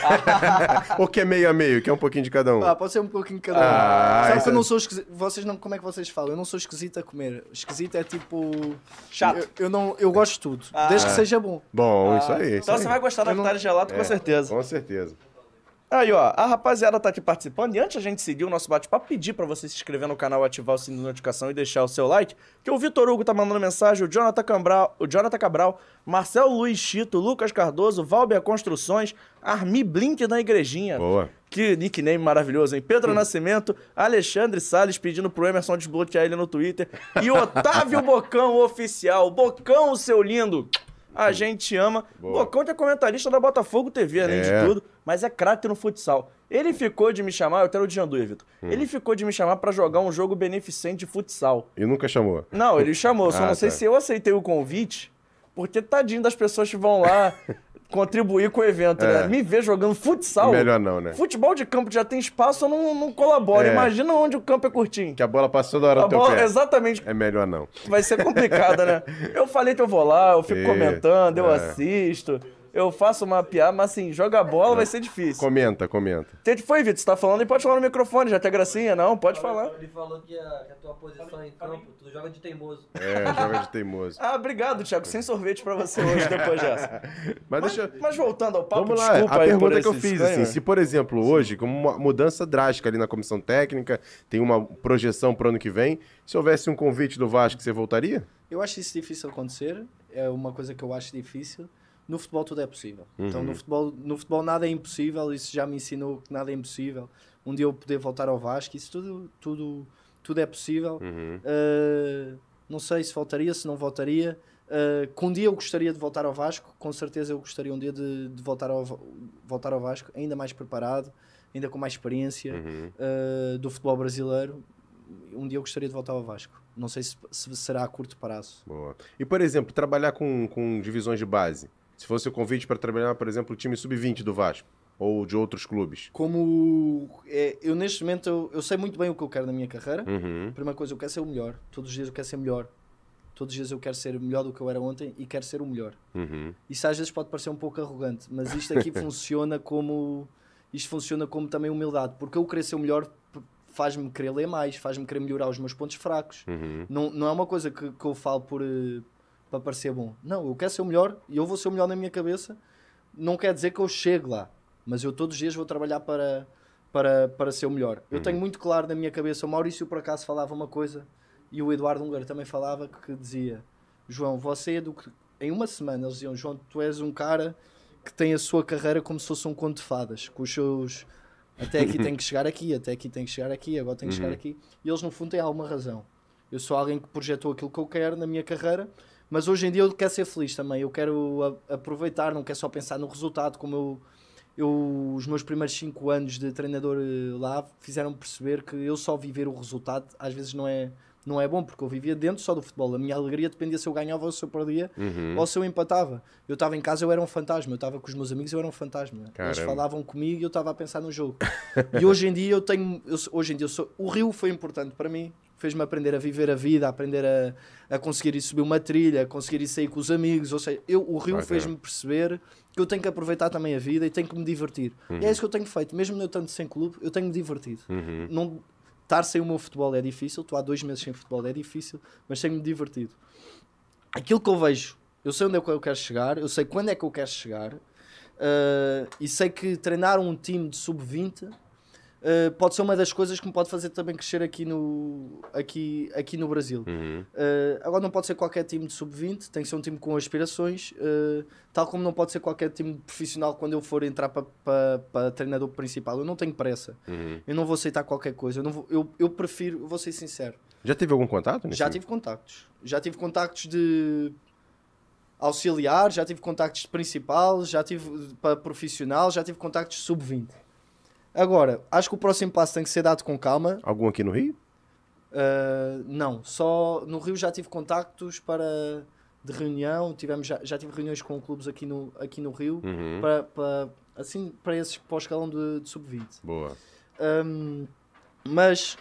Ou que é meio a meio, que é um pouquinho de cada um. Ah, pode ser um pouquinho de cada um. Ah, Sabe que eu é... não sou esquisito. Vocês não, como é que vocês falam? Eu não sou esquisito a comer. Esquisito é tipo... Chato. Eu, eu, não, eu gosto de tudo, ah. desde que seja bom. Bom, ah. isso aí. Isso então aí. você vai gostar da Vitale Gelato, é, com certeza. Com certeza. Aí, ó, a rapaziada tá aqui participando. E antes a gente seguir o nosso bate-papo, pedir pra você se inscrever no canal, ativar o sininho de notificação e deixar o seu like. Que o Vitor Hugo tá mandando mensagem, o Jonathan Cabral, o Jonathan Cabral, Marcelo Luiz Chito, Lucas Cardoso, Valber Construções, Armi Blink da Igrejinha. Boa. Que nickname maravilhoso, hein? Pedro hum. Nascimento, Alexandre Salles pedindo pro Emerson desbloquear ele no Twitter. E Otávio Bocão Oficial. Bocão, seu lindo! A gente ama. Boa. Bocão que é comentarista da Botafogo T V, além é. de tudo, mas é craque no futsal. Ele ficou de me chamar, eu quero o de janduia, Vitor. Hum. Ele ficou de me chamar pra jogar um jogo beneficente de futsal. E nunca chamou? Não, ele chamou, só ah, não sei tá. se eu aceitei o convite, porque tadinho das pessoas que vão lá contribuir com o evento, é. né? Me ver jogando futsal. Melhor não, né? Futebol de campo que já tem espaço, eu não, não colaboro. É. Imagina onde o campo é curtinho. Que a bola passa toda hora no teu bola, pé. Exatamente. É melhor não. Vai ser complicado, né? Eu falei que eu vou lá, eu fico e... comentando, eu é. assisto. Eu faço uma piada, mas assim, jogar bola é. vai ser difícil. Comenta, comenta. O que foi, Vitor? Você tá falando e pode falar no microfone, já tem gracinha? Não, pode falar. Ele falou que a, que a tua posição em campo, tu joga de teimoso. É, joga de teimoso. Ah, obrigado, Thiago. Sem sorvete pra você hoje, depois dessa. Mas, mas, deixa... mas voltando ao papo, Vamos lá, desculpa a aí pergunta por que eu fiz, estranho, assim, né? se por exemplo, hoje, como uma mudança drástica ali na comissão técnica, tem uma projeção pro ano que vem, se houvesse um convite do Vasco, você voltaria? Eu acho isso difícil acontecer, é uma coisa que eu acho difícil. No futebol tudo é possível. Uhum. Então no futebol, no futebol nada é impossível, isso já me ensinou que nada é impossível. Um dia eu poder voltar ao Vasco, isso tudo, tudo, tudo é possível. Uhum. Uh, não sei se voltaria, se não voltaria. Uh, que um dia eu gostaria de voltar ao Vasco, com certeza eu gostaria um dia de, de voltar, ao, voltar ao Vasco, ainda mais preparado, ainda com mais experiência uhum. uh, do futebol brasileiro. Um dia eu gostaria de voltar ao Vasco. Não sei se, se será a curto prazo. Boa. E por exemplo, trabalhar com, com divisões de base? Se fosse o convite para trabalhar, por exemplo, o time sub vinte do Vasco ou de outros clubes? Como é, eu neste momento eu, eu sei muito bem o que eu quero na minha carreira. Uhum. Primeira coisa, eu quero ser o melhor. Todos os dias eu quero ser melhor. Todos os dias eu quero ser melhor do que eu era ontem e quero ser o melhor. Uhum. Isso às vezes pode parecer um pouco arrogante, mas isto aqui funciona como isto funciona como também humildade, porque eu querer ser o melhor faz-me querer ler mais, faz-me querer melhorar os meus pontos fracos. Uhum. Não, não é uma coisa que, que eu falo por para parecer bom. Não, eu quero ser o melhor e eu vou ser o melhor na minha cabeça. Não quer dizer que eu chegue lá, mas eu todos os dias vou trabalhar para, para, para ser o melhor. Eu uhum. tenho muito claro na minha cabeça, o Maurício por acaso falava uma coisa e o Eduardo Húngaro também falava, que dizia: João, você é do que... Em uma semana eles diziam: João, tu és um cara que tem a sua carreira como se fosse um conto de fadas, com os seus... Até aqui tem que chegar aqui, até aqui tem que chegar aqui, agora tem que chegar uhum. aqui. E eles no fundo têm alguma razão. Eu sou alguém que projetou aquilo que eu quero na minha carreira, mas hoje em dia eu quero ser feliz também. Eu quero a, aproveitar, não quero só pensar no resultado. Como eu, eu, os meus primeiros cinco anos de treinador lá fizeram-me perceber que eu só viver o resultado às vezes não é, não é bom, porque eu vivia dentro só do futebol. A minha alegria dependia se eu ganhava ou se eu perdia, uhum. ou se eu empatava. Eu estava em casa, eu era um fantasma. Eu estava com os meus amigos, eu era um fantasma. Caramba. Eles falavam comigo e eu estava a pensar no jogo. E hoje em dia eu tenho... Eu, hoje em dia eu sou, o Rio foi importante para mim. fez-me aprender a viver a vida, a aprender a, a conseguir ir subir uma trilha, a conseguir ir sair com os amigos. Ou seja, eu, o Rio Ok. fez-me perceber que eu tenho que aproveitar também a vida e tenho que me divertir. E é isso que eu tenho feito. Mesmo eu estando sem clube, eu tenho-me divertido. Uhum. Não, estar sem o meu futebol é difícil. Estou há dois meses sem futebol, é difícil. Mas tenho-me divertido. Aquilo que eu vejo, eu sei onde é que eu quero chegar, eu sei quando é que eu quero chegar. Uh, e sei que treinar um time de sub vinte uh, pode ser uma das coisas que me pode fazer também crescer aqui no, aqui, aqui no Brasil. Uhum. Uh, agora não pode ser qualquer time de sub vinte, tem que ser um time com aspirações, uh, tal como não pode ser qualquer time profissional quando eu for entrar para pa, pa treinador principal. Eu não tenho pressa, Uhum. eu não vou aceitar qualquer coisa, eu, não vou, eu, eu prefiro, eu vou ser sincero, Já teve algum contato? nesse já time? tive contactos, já tive contactos de auxiliar, já tive contactos de principal, já tive para profissional, já tive contactos de sub vinte. Agora, acho que o próximo passo tem que ser dado com calma. Algum aqui no Rio? Uh, não, só no Rio já tive contactos para de reunião, tivemos, já, já tive reuniões com clubes aqui no, aqui no Rio, Uhum. para, para, assim, para esses pós-escalão de, de sub vinte. Boa. Um, mas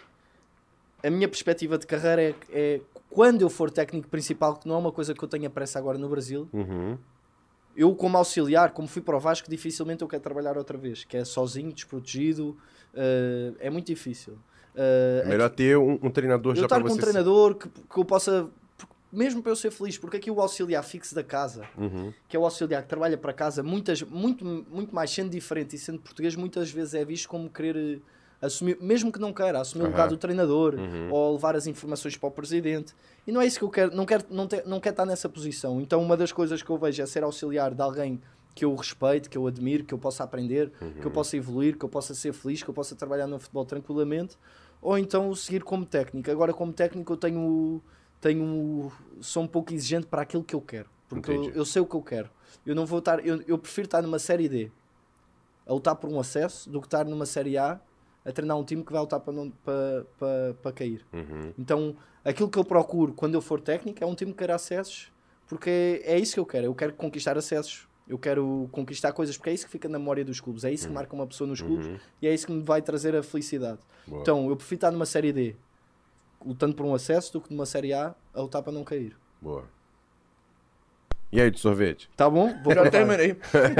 a minha perspectiva de carreira é, é quando eu for técnico principal, que não é uma coisa que eu tenha pressa agora no Brasil, Uhum. eu como auxiliar, como fui para o Vasco, dificilmente eu quero trabalhar outra vez, que é sozinho, desprotegido, uh, é muito difícil. Uh, É melhor ter um, um treinador eu já estar para com um você... treinador que, que eu possa, mesmo para eu ser feliz, porque aqui o auxiliar fixo da casa, Uhum. que é o auxiliar que trabalha para casa, muitas, muito, muito mais sendo diferente e sendo português, muitas vezes é visto como querer assumir, mesmo que não queira, assumir o lugar Aham. do treinador Uhum. ou levar as informações para o presidente. E não é isso que eu quero, não quero, não, te, não quero estar nessa posição. Então uma das coisas que eu vejo é ser auxiliar de alguém que eu respeito, que eu admiro, que eu possa aprender, que eu possa evoluir, que eu possa ser feliz, que eu possa trabalhar no futebol tranquilamente, ou então seguir como técnico. Agora como técnico eu tenho, tenho sou um pouco exigente para aquilo que eu quero, porque eu, Entendi. eu sei o que eu quero. Eu não vou estar, eu, eu prefiro estar numa série D a lutar por um acesso do que estar numa série A a treinar um time que vai lutar para, não, para, para, para cair. Uhum. Então, aquilo que eu procuro quando eu for técnico é um time que queira acessos, porque é, é isso que eu quero. Eu quero conquistar acessos, eu quero conquistar coisas, porque é isso que fica na memória dos clubes, é isso que marca uma pessoa nos clubes Uhum. e é isso que me vai trazer a felicidade. Boa. Então, eu prefiro estar numa série D lutando por um acesso do que numa série A a lutar para não cair. Boa. E aí, de sorvete? Tá bom? Vou Já provar. terminei.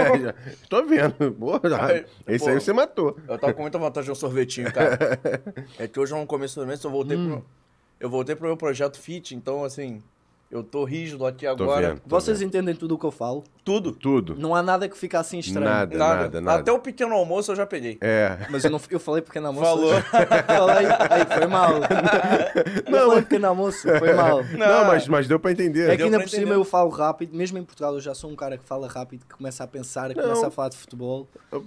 Tô vendo. Boa. Ai, Esse pô. aí você matou. Eu tava com muita vontade de um sorvetinho, cara. É que hoje eu não começo do mês, eu voltei pro. Eu voltei pro meu projeto Fit, então assim, eu tô rígido aqui Tô agora. vendo. tô Vocês vendo. entendem tudo o que eu falo? Tudo. Tudo. Não há nada que fique assim estranho. Nada, Nada. nada, nada. Até o pequeno almoço eu já peguei. É. Mas eu, não, eu falei pequeno almoço. Falou. Falei, aí, foi mal. Não, falei pequeno almoço, foi mal. Não, mas, mas deu pra entender. É que Deu ainda pra por cima entender. eu falo rápido, mesmo em Portugal eu já sou um cara que fala rápido, que começa a pensar, que começa a falar de futebol.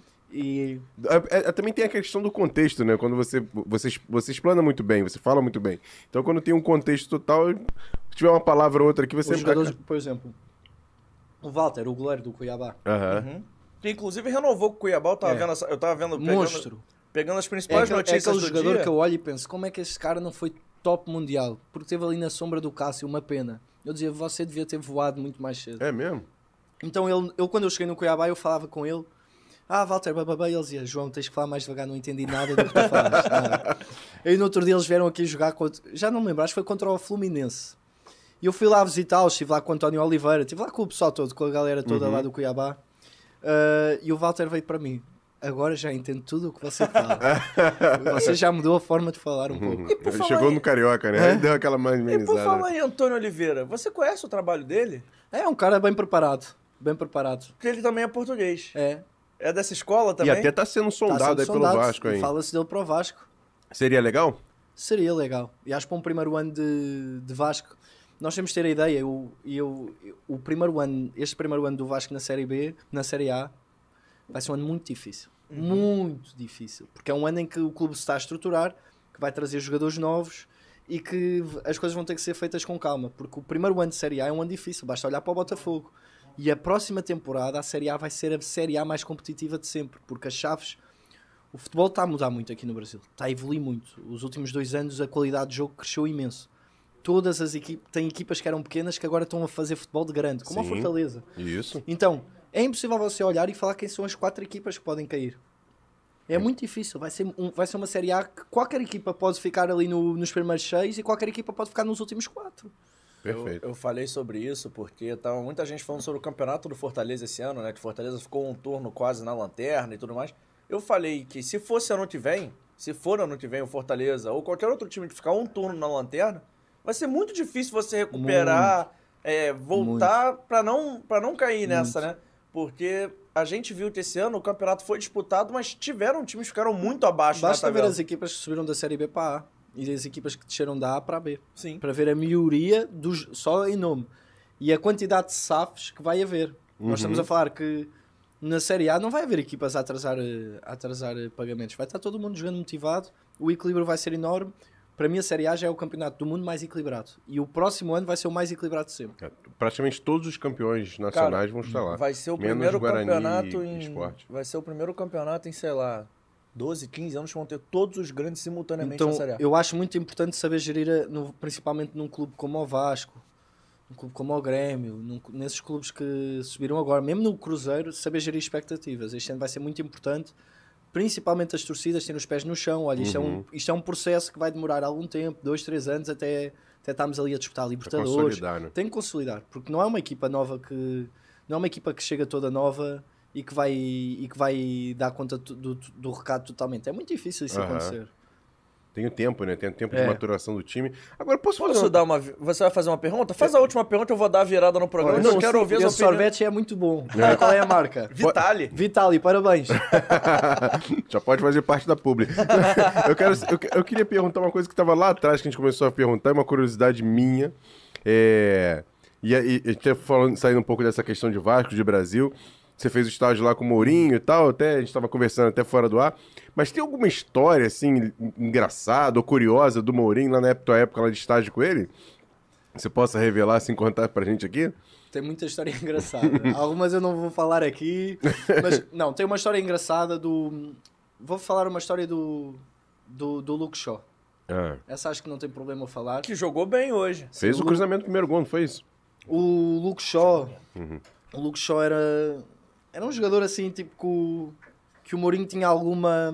E É, é, também tem a questão do contexto, né? Quando você, você, você explana muito bem, você fala muito bem. Então, quando tem um contexto total, se tiver uma palavra ou outra aqui, você... os jogadores, por exemplo, o Walter, o goleiro do Cuiabá, Aham. Uhum. Que inclusive renovou com o Cuiabá, eu tava É. vendo, essa- eu tava vendo, pegando, monstro. pegando as É, principais aquele, é notícias aquele do jogador dia. que eu olho e penso, como é que esse cara não foi top mundial? Porque teve ali na sombra do Cássio, uma pena. Eu dizia, você devia ter voado muito mais cedo. É mesmo? Então ele, eu quando eu cheguei no Cuiabá eu falava com ele, ah Walter, bababá, e ele dizia, João, tens que falar mais devagar, não entendi nada do que tu falaste. Nada. Aí no outro dia eles vieram aqui jogar contra, já não me lembro, acho que foi contra o Fluminense. E eu fui lá visitá-los, estive lá com o António Oliveira, estive lá com o pessoal todo, com a galera toda Uhum. lá do Cuiabá. Uh, e o Walter veio para mim, agora já entendo tudo o que você fala. Você já mudou a forma de falar um pouco. E por falar Chegou em- no Carioca, né? Aí deu aquela mais E por amenizada. falar em Antônio Oliveira, você conhece o trabalho dele? É um cara bem preparado, bem preparado. Porque ele também é português. É, É dessa escola E também? até tá sendo tá sondado sendo aí sondado, pelo Vasco e aí. fala-se dele para o Vasco. Seria legal? Seria legal. E acho que para um primeiro ano de, de Vasco, nós temos de ter a ideia. Eu, eu, eu- o primeiro ano, este primeiro ano do Vasco na Série B, na Série A, vai ser um ano muito difícil. Muito difícil. Porque é um ano em que o clube se está a estruturar, que vai trazer jogadores novos e que as coisas vão ter que ser feitas com calma. Porque o primeiro ano de Série A é um ano difícil. Basta olhar para o Botafogo. E a próxima temporada, a Série A vai ser a Série A mais competitiva de sempre. Porque as chaves... O futebol está a mudar muito aqui no Brasil. Está a evoluir muito. Os últimos dois anos a qualidade de jogo cresceu imenso. Todas as equipas... Tem equipas que eram pequenas que agora estão a fazer futebol de grande. Como Sim. a Fortaleza. Isso. Então, é impossível você olhar e falar quem são as quatro equipas que podem cair. É muito difícil. Vai ser, um, vai ser uma Série A que qualquer equipa pode ficar ali no, nos primeiros seis e qualquer equipa pode ficar nos últimos quatro. Perfeito. Eu, eu falei sobre isso porque tava muita gente falando sobre o campeonato do Fortaleza esse ano, né? Que Fortaleza ficou um turno quase na lanterna e tudo mais. Eu falei que se fosse ano que vem, se for ano que vem o Fortaleza ou qualquer outro time que ficar um turno na lanterna, vai ser muito difícil você recuperar, é, voltar para não, pra não cair nessa, né? Porque a gente viu que esse ano o campeonato foi disputado, mas tiveram times que ficaram muito abaixo Basta na ver tabela. as equipas que subiram da Série B para A e as equipas que desceram da A para B. Sim. Para ver a maioria dos, só em nome. E a quantidade de S A Fs que vai haver. Uhum. Nós estamos a falar que na Série A não vai haver equipas a atrasar, a atrasar pagamentos. Vai estar todo mundo jogando motivado. O equilíbrio vai ser enorme. Para mim a Série A já é o campeonato do mundo mais equilibrado. E o próximo ano vai ser o mais equilibrado de sempre. É, praticamente todos os campeões nacionais vão estar lá. Vai ser o Menos primeiro Guarani campeonato e em. Sport. Vai ser o primeiro campeonato em, sei lá, doze, quinze anos que vão ter todos os grandes simultaneamente Então na Série A. eu acho muito importante saber gerir, a- no- principalmente num clube como o Vasco, num clube como o Grêmio, num- nesses clubes que subiram agora, mesmo no Cruzeiro, saber gerir expectativas. Este ano vai ser muito importante, principalmente as torcidas terem os pés no chão. Olha, isto, é, um, isto é um processo que vai demorar algum tempo, dois, três anos, até, até estarmos ali a disputar a Libertadores. consolidar, né? Tem que consolidar, porque não é uma equipa nova que não é uma equipa que chega toda nova e que vai, e que vai dar conta do, do, do recado totalmente. É muito difícil isso Aham. acontecer. Tem o tempo, né? Tem o tempo É. de maturação do time. Agora, posso fazer Posso uma... dar uma. vi- Você vai fazer uma pergunta? Faz a última pergunta, eu vou dar a virada no programa. Olha, eu não, quero sim, ouvir as esse opiniões. sorvete é muito bom. Qual é a marca? Vitali. Vitali, parabéns. Já pode fazer parte da publi. eu, quero, eu, eu queria perguntar uma coisa que estava lá atrás, que a gente começou a perguntar, é uma curiosidade minha. É... E aí, a gente falando, saindo um pouco dessa questão de Vasco, de Brasil. Você fez o estágio lá com o Mourinho e tal, até a gente estava conversando até fora do ar. Mas tem alguma história, assim, engraçada ou curiosa do Mourinho lá na época, tua época lá de estágio com ele? Que você possa revelar, assim, contar pra gente aqui? Tem muita história engraçada. Algumas eu não vou falar aqui. Mas, não, tem uma história engraçada do... Vou falar uma história do, do, do Luke Shaw. Ah, Essa acho que não tem problema eu falar. Que jogou bem hoje. fez o cruzamento do primeiro gol, não foi isso? O Luke Shaw... Uhum. O Luke Shaw era... Era um jogador assim, tipo, que o, que o Mourinho tinha alguma...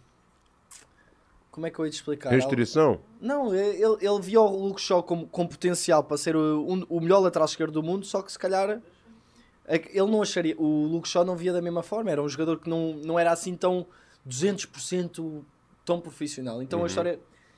Como é que eu ia te explicar? Restrição? Não, ele, ele via o Luke Shaw com, com potencial para ser o, um- o melhor lateral esquerdo do mundo, só que se calhar é que ele não acharia, o Luke Shaw não via da mesma forma, era um jogador que não, não era assim tão duzentos por cento tão profissional. Então a história,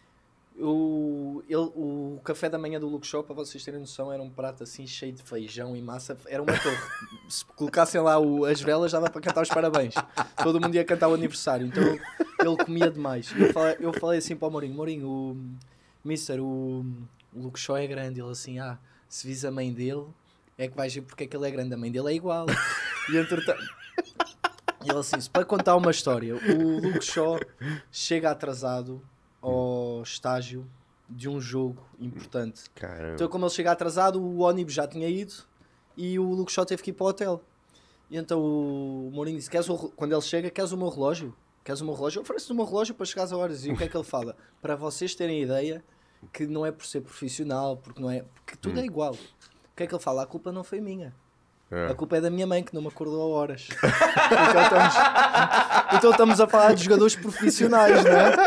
o, ele, o café da manhã do Luke Shaw, para vocês terem noção, era um prato assim cheio de feijão e massa, era uma torre. Se colocassem lá o- as velas, dava para cantar os parabéns. Todo mundo ia cantar o aniversário, então ele, ele comia demais. Eu falei, eu falei assim para o Mourinho, Mourinho, o Mister, o, o Luke Shaw é grande. Ele assim, ah, se vis a mãe dele, é que vais ver porque é que ele é grande, a mãe dele é igual. E entretanto... E ele assim, se para contar uma história, o Luke Shaw chega atrasado ao estágio de um jogo importante. Caramba. Então, como ele chega atrasado, o ônibus já tinha ido e o Luke Shaw teve que ir para o hotel. E então o Mourinho disse: queres o re- quando ele chega, queres o meu relógio? Queres o meu relógio? Oferece-te o meu relógio para chegares a horas. E o que é que ele fala? Para vocês terem ideia que não é por ser profissional, porque não é, porque tudo é igual. O que é que ele fala? A culpa não foi minha. É. A culpa é da minha mãe que não me acordou a horas. Então estamos, então estamos a falar de jogadores profissionais, não é?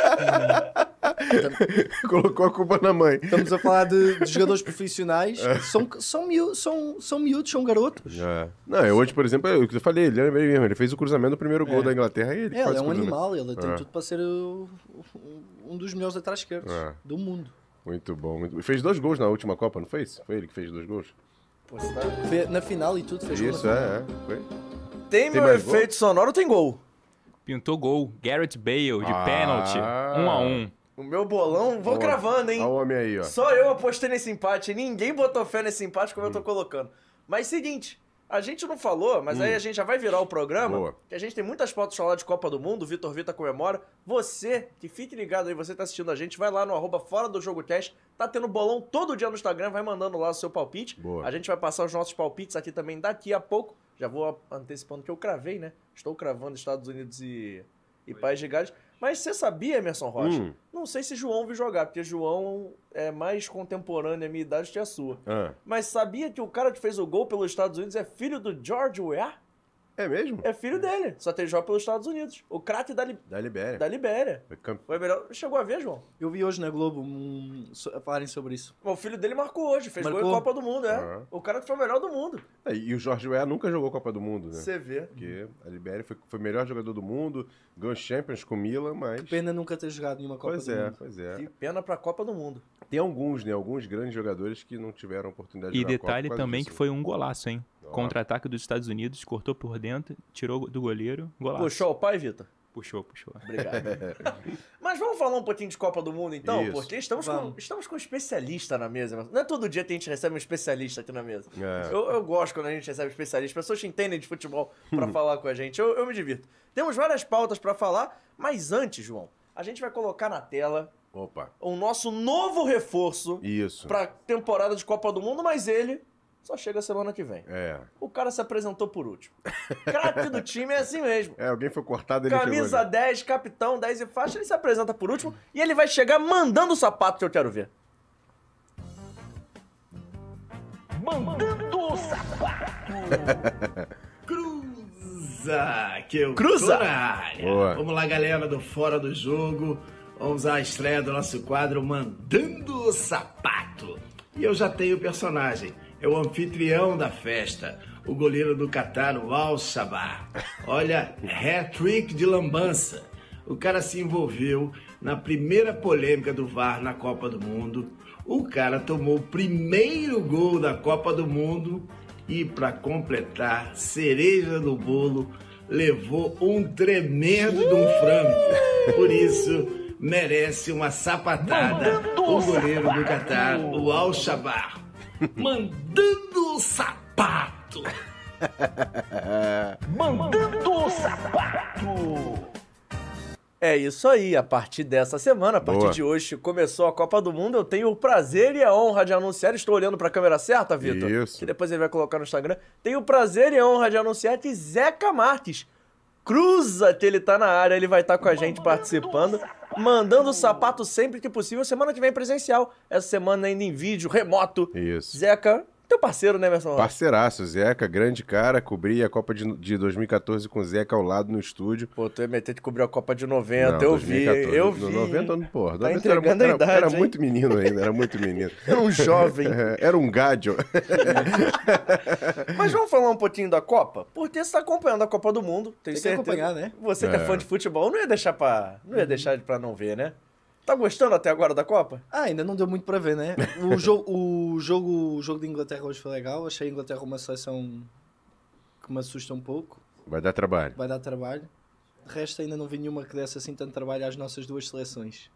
Colocou a culpa na mãe. Estamos a falar de, de jogadores profissionais que são, são, miú, são, são miúdos, são garotos. É. Não, eu hoje, por exemplo, é o que eu falei, ele, é mesmo, ele fez o cruzamento do primeiro gol da Inglaterra e ele É, faz ele é o um cruzamento. animal, ele tem É. tudo para ser o- um dos melhores atrás esquerdos É. do mundo. Muito bom, muito bom. Fez dois gols na última Copa, não foi isso? Foi ele que fez dois gols? Fe- Na final e tudo, fez gol na Isso, final. é, é. Foi? Tem, Tem meu mais gol? efeito sonoro, tem gol. Pintou gol. Garrett Bale de Ah. pênalti. Um a um. O meu bolão, vou Ó, cravando, hein? Olha o homem aí, ó. Só eu apostei nesse empate. Ninguém botou fé nesse empate como eu tô colocando. Mas seguinte, a gente não falou, mas aí a gente já vai virar o programa. Boa. Que a gente tem muitas fotos lá de Copa do Mundo, o Vitor Vita comemora. Você, que fique ligado aí, você tá assistindo a gente, vai lá no arroba Fora do Jogo Cast. Tá tendo bolão todo dia no Instagram, vai mandando lá o seu palpite. Boa. A gente vai passar os nossos palpites aqui também daqui a pouco. Já vou antecipando que eu cravei, né? Estou cravando Estados Unidos e, e País de Gales. Mas você sabia, Emerson Rocha? Hum. Não sei se João viu jogar, porque João é mais contemporâneo à minha idade que a sua. Ah, Mas sabia que o cara que fez o gol pelos Estados Unidos é filho do George Weah? É mesmo? É filho dele, só que ele joga pelos Estados Unidos. O craque da, Li- Da Libéria. da Libéria. Foi campe- Foi melhor. Chegou a ver, João? Eu vi hoje na Globo um, so- falarem sobre isso. O filho dele marcou hoje, fez gol Marcou? em Copa do Mundo, é. Ah. O cara que foi o melhor do mundo. É, E o Jorge Weah nunca jogou Copa do Mundo, né? Você vê. Porque a Libéria foi, foi o melhor jogador do mundo, ganhou Champions com o Milan, mas... Pena nunca ter jogado nenhuma Copa Pois do é, Mundo. pois é. Que pena pra Copa do Mundo. Tem alguns, né? Alguns grandes jogadores que não tiveram oportunidade de E jogar Copa detalhe por causa também disso, que foi um golaço, hein? Ó. Contra-ataque dos Estados Unidos, cortou por dentro, tirou do goleiro, golaço. Puxou o pai, Vitor? Puxou, puxou. Obrigado. Mas vamos falar um pouquinho de Copa do Mundo, então? Isso. Porque estamos com, Vamos. estamos com um especialista na mesa. Não é todo dia que a gente recebe um especialista aqui na mesa. É. Eu, eu gosto quando a gente recebe especialistas, pessoas que entendem de futebol pra falar com a gente. Eu, eu me divirto. Temos várias pautas pra falar, mas antes, João, a gente vai colocar na tela Opa, o nosso novo reforço isso. pra temporada de Copa do Mundo, mas ele só chega semana que vem. É. O cara se apresentou por último. Craque do time é assim mesmo. É, alguém foi cortado, ele Camisa chegou ali. dez, capitão, dez e faixa, ele se apresenta por último e ele vai chegar mandando o sapato que eu quero ver. Mandando o sapato. Cruza, que eu Cruza. tô na área. Boa. Vamos lá, galera do Fora do Jogo. Vamos à estreia do nosso quadro Mandando o Sapato. E eu já tenho o personagem. É o anfitrião da festa. O goleiro do Catar, o Al-Shabaab. Olha, hat-trick de lambança. O cara se envolveu na primeira polêmica do V A R na Copa do Mundo. O cara tomou o primeiro gol da Copa do Mundo e, para completar, cereja do bolo, levou um tremendo de um frango. Por isso, merece uma sapatada o goleiro do Catar, o Al-Shabaab. Mandando o sapato. Mandando o sapato. É isso aí, a partir dessa semana, a partir Boa. de hoje, começou a Copa do Mundo, eu tenho o prazer e a honra de anunciar, estou olhando pra câmera certa, Vitor? Isso. Que depois ele vai colocar no Instagram. Tenho o prazer e a honra de anunciar que Zeca Marques cruza que ele tá na área, ele vai estar com a gente participando, mandando o sapato sempre que possível, semana que vem presencial, essa semana ainda em vídeo, remoto. Isso. Zeca, teu parceiro, né, Emerson? Parceiraço, Zeca, grande cara, cobri a Copa de, de dois mil e quatorze com o Zeca ao lado no estúdio. Pô, tu ia meter de cobrir a Copa de noventa, Não, eu dois mil e quatorze. vi, eu vi. No noventa, não, porra. Tá noventa era, entregando a era, idade, era hein? muito menino ainda, era muito menino. Era um jovem. É, Era um gádio. Mas vamos falar um pouquinho da Copa? Porque você tá acompanhando a Copa do Mundo. Tenho Tem que certeza. acompanhar, né? Você que é É. fã de futebol, não ia deixar pra, não ia deixar pra não ver, né? Tá gostando até agora da Copa? Ah, ainda não deu muito para ver, né? O jogo, o jogo, o jogo de Inglaterra hoje foi legal. Achei a Inglaterra uma seleção que me assusta um pouco. Vai dar trabalho. Vai dar trabalho. De resto, ainda não vi nenhuma que desse assim tanto trabalho às nossas duas seleções.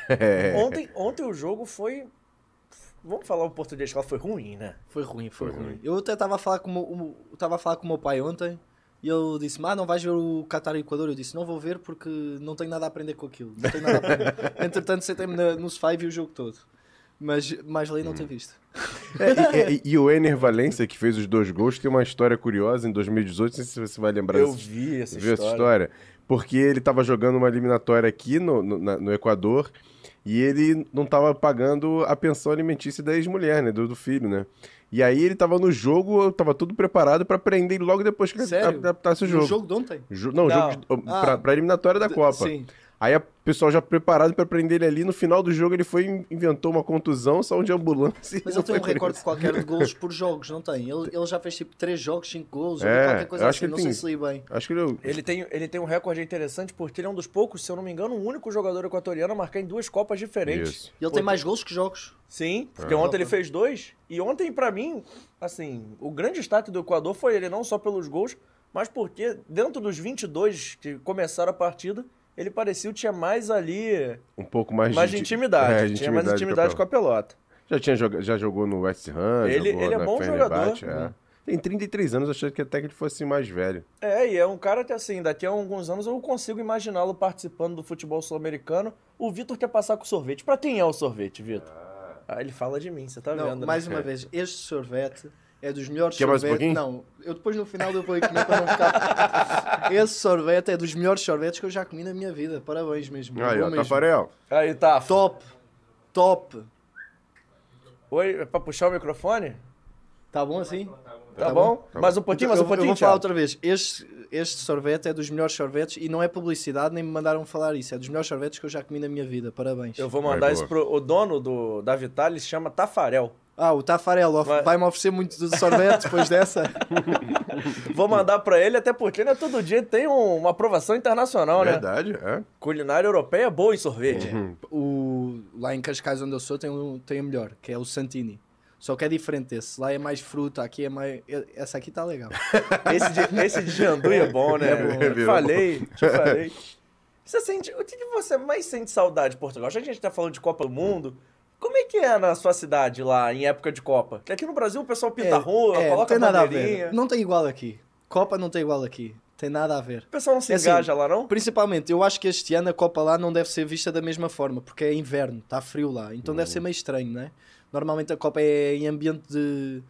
É. Ontem, ontem o jogo foi... Vamos falar o português, que ela foi ruim, né? Foi ruim, foi, Foi ruim. ruim. Eu até estava a falar com o meu- o- eu estava a falar com o meu pai ontem e ele disse-me: ah, não vais ver o Qatar e o Equador? Eu disse: não vou ver porque não tenho nada a aprender com aquilo. Não tenho nada a aprender. Entretanto, sentei-me na- no sofá e vi o jogo todo. Mas mais ali não ter visto. É, e, e- e o Ener Valencia, que fez os dois gols, tem uma história curiosa em dois mil e dezoito, não sei se você vai lembrar Eu dessa- vi essa viu história. essa história? Porque ele estava jogando uma eliminatória aqui no, no, na- no Equador e ele não estava pagando a pensão alimentícia da ex-mulher, né? Do, do filho, né? E aí ele estava no jogo, estava tudo preparado para prender ele logo depois que ele Sério? adaptasse o No jogo. jogo de ontem? Jo- não, Não. jogo de, Ah. pra, pra eliminatória da Copa. Sim. Aí o pessoal já preparado para prender ele ali. No final do jogo ele foi e inventou uma contusão, saiu de ambulância. e Mas não ele tem um foi recorde preso. qualquer de golos por jogos, não tem? Ele, ele já fez tipo três jogos, cinco golos, ou É, qualquer coisa eu acho assim, que ele não tem sei isso. se li bem. Acho que ele... Ele tem, ele tem um recorde interessante porque ele é um dos poucos, se eu não me engano, o único jogador equatoriano a marcar em duas Copas diferentes. Isso. E ele tem mais golos que jogos. Sim, porque É. ontem ele fez dois. E ontem, pra mim, assim, o grande destaque do Equador foi ele não só pelos gols, mas porque dentro dos vinte e dois que começaram a partida, ele parecia que tinha mais ali, Um pouco mais, mais de intimidade. é, de tinha mais intimidade com a pelota. pelota. Já, tinha, joga- já jogou no West Ham, Ele- jogou ele é na bom Fenerbahçe, jogador. é. Tem trinta e três anos, achei que até que ele fosse mais velho. É, e é um cara que, assim, daqui a alguns anos eu consigo imaginá-lo participando do futebol sul-americano. O Vitor quer passar com sorvete. Pra quem é o sorvete, Vitor? Ah, ele fala de mim, você tá Não, vendo, mais né? uma vez, este sorvete é dos melhores Quer mais um sorvetes. pouquinho? Não, eu depois no final eu vou ir comer para não ficar. Esse sorvete é dos melhores sorvetes que eu já comi na minha vida. Parabéns mesmo. Aí, Bom ó, mesmo. Tafarel. Aí, tá. Top, top. Oi, é pra puxar o microfone? Tá bom assim? Tá, Tá bom? bom? Mais um pouquinho, mais eu, um pouquinho, eu vou falar Thiago. outra vez. Este, este sorvete é dos melhores sorvetes e não é publicidade, nem me mandaram falar isso. É dos melhores sorvetes que eu já comi na minha vida. Parabéns. Eu vou Vai, mandar boa. isso pro... O dono do, da Vitale se chama Tafarel. Ah, o Tafarel of- Vai- vai-me oferecer muito de sorvete depois dessa. Vou mandar pra ele, até porque né, todo dia tem um- uma aprovação internacional, né? Verdade, é. Culinária europeia é boa em sorvete. O, lá em Cascais, onde eu sou, tem o, tem o melhor, que é o Santini. Só que é diferente desse. Lá é mais fruta, aqui é mais... Essa aqui tá legal. Esse de, esse de jandu é bom, né? É bom, Eu é falei, te falei. Você sente, o que que você mais sente saudade de Portugal? Já que a gente tá falando de Copa do Mundo, como é que é na sua cidade lá, em época de Copa? Porque aqui no Brasil o pessoal pinta a rua, é, não coloca tem nada a bandeirinha. ver. Não tem igual aqui. Copa não tem igual aqui. Tem nada a ver. O pessoal não se É assim, engaja lá, não? Principalmente, eu acho que este ano a Copa lá não deve ser vista da mesma forma, porque é inverno, está frio lá, então deve ser meio estranho, não é? Normalmente a Copa é em ambiente de,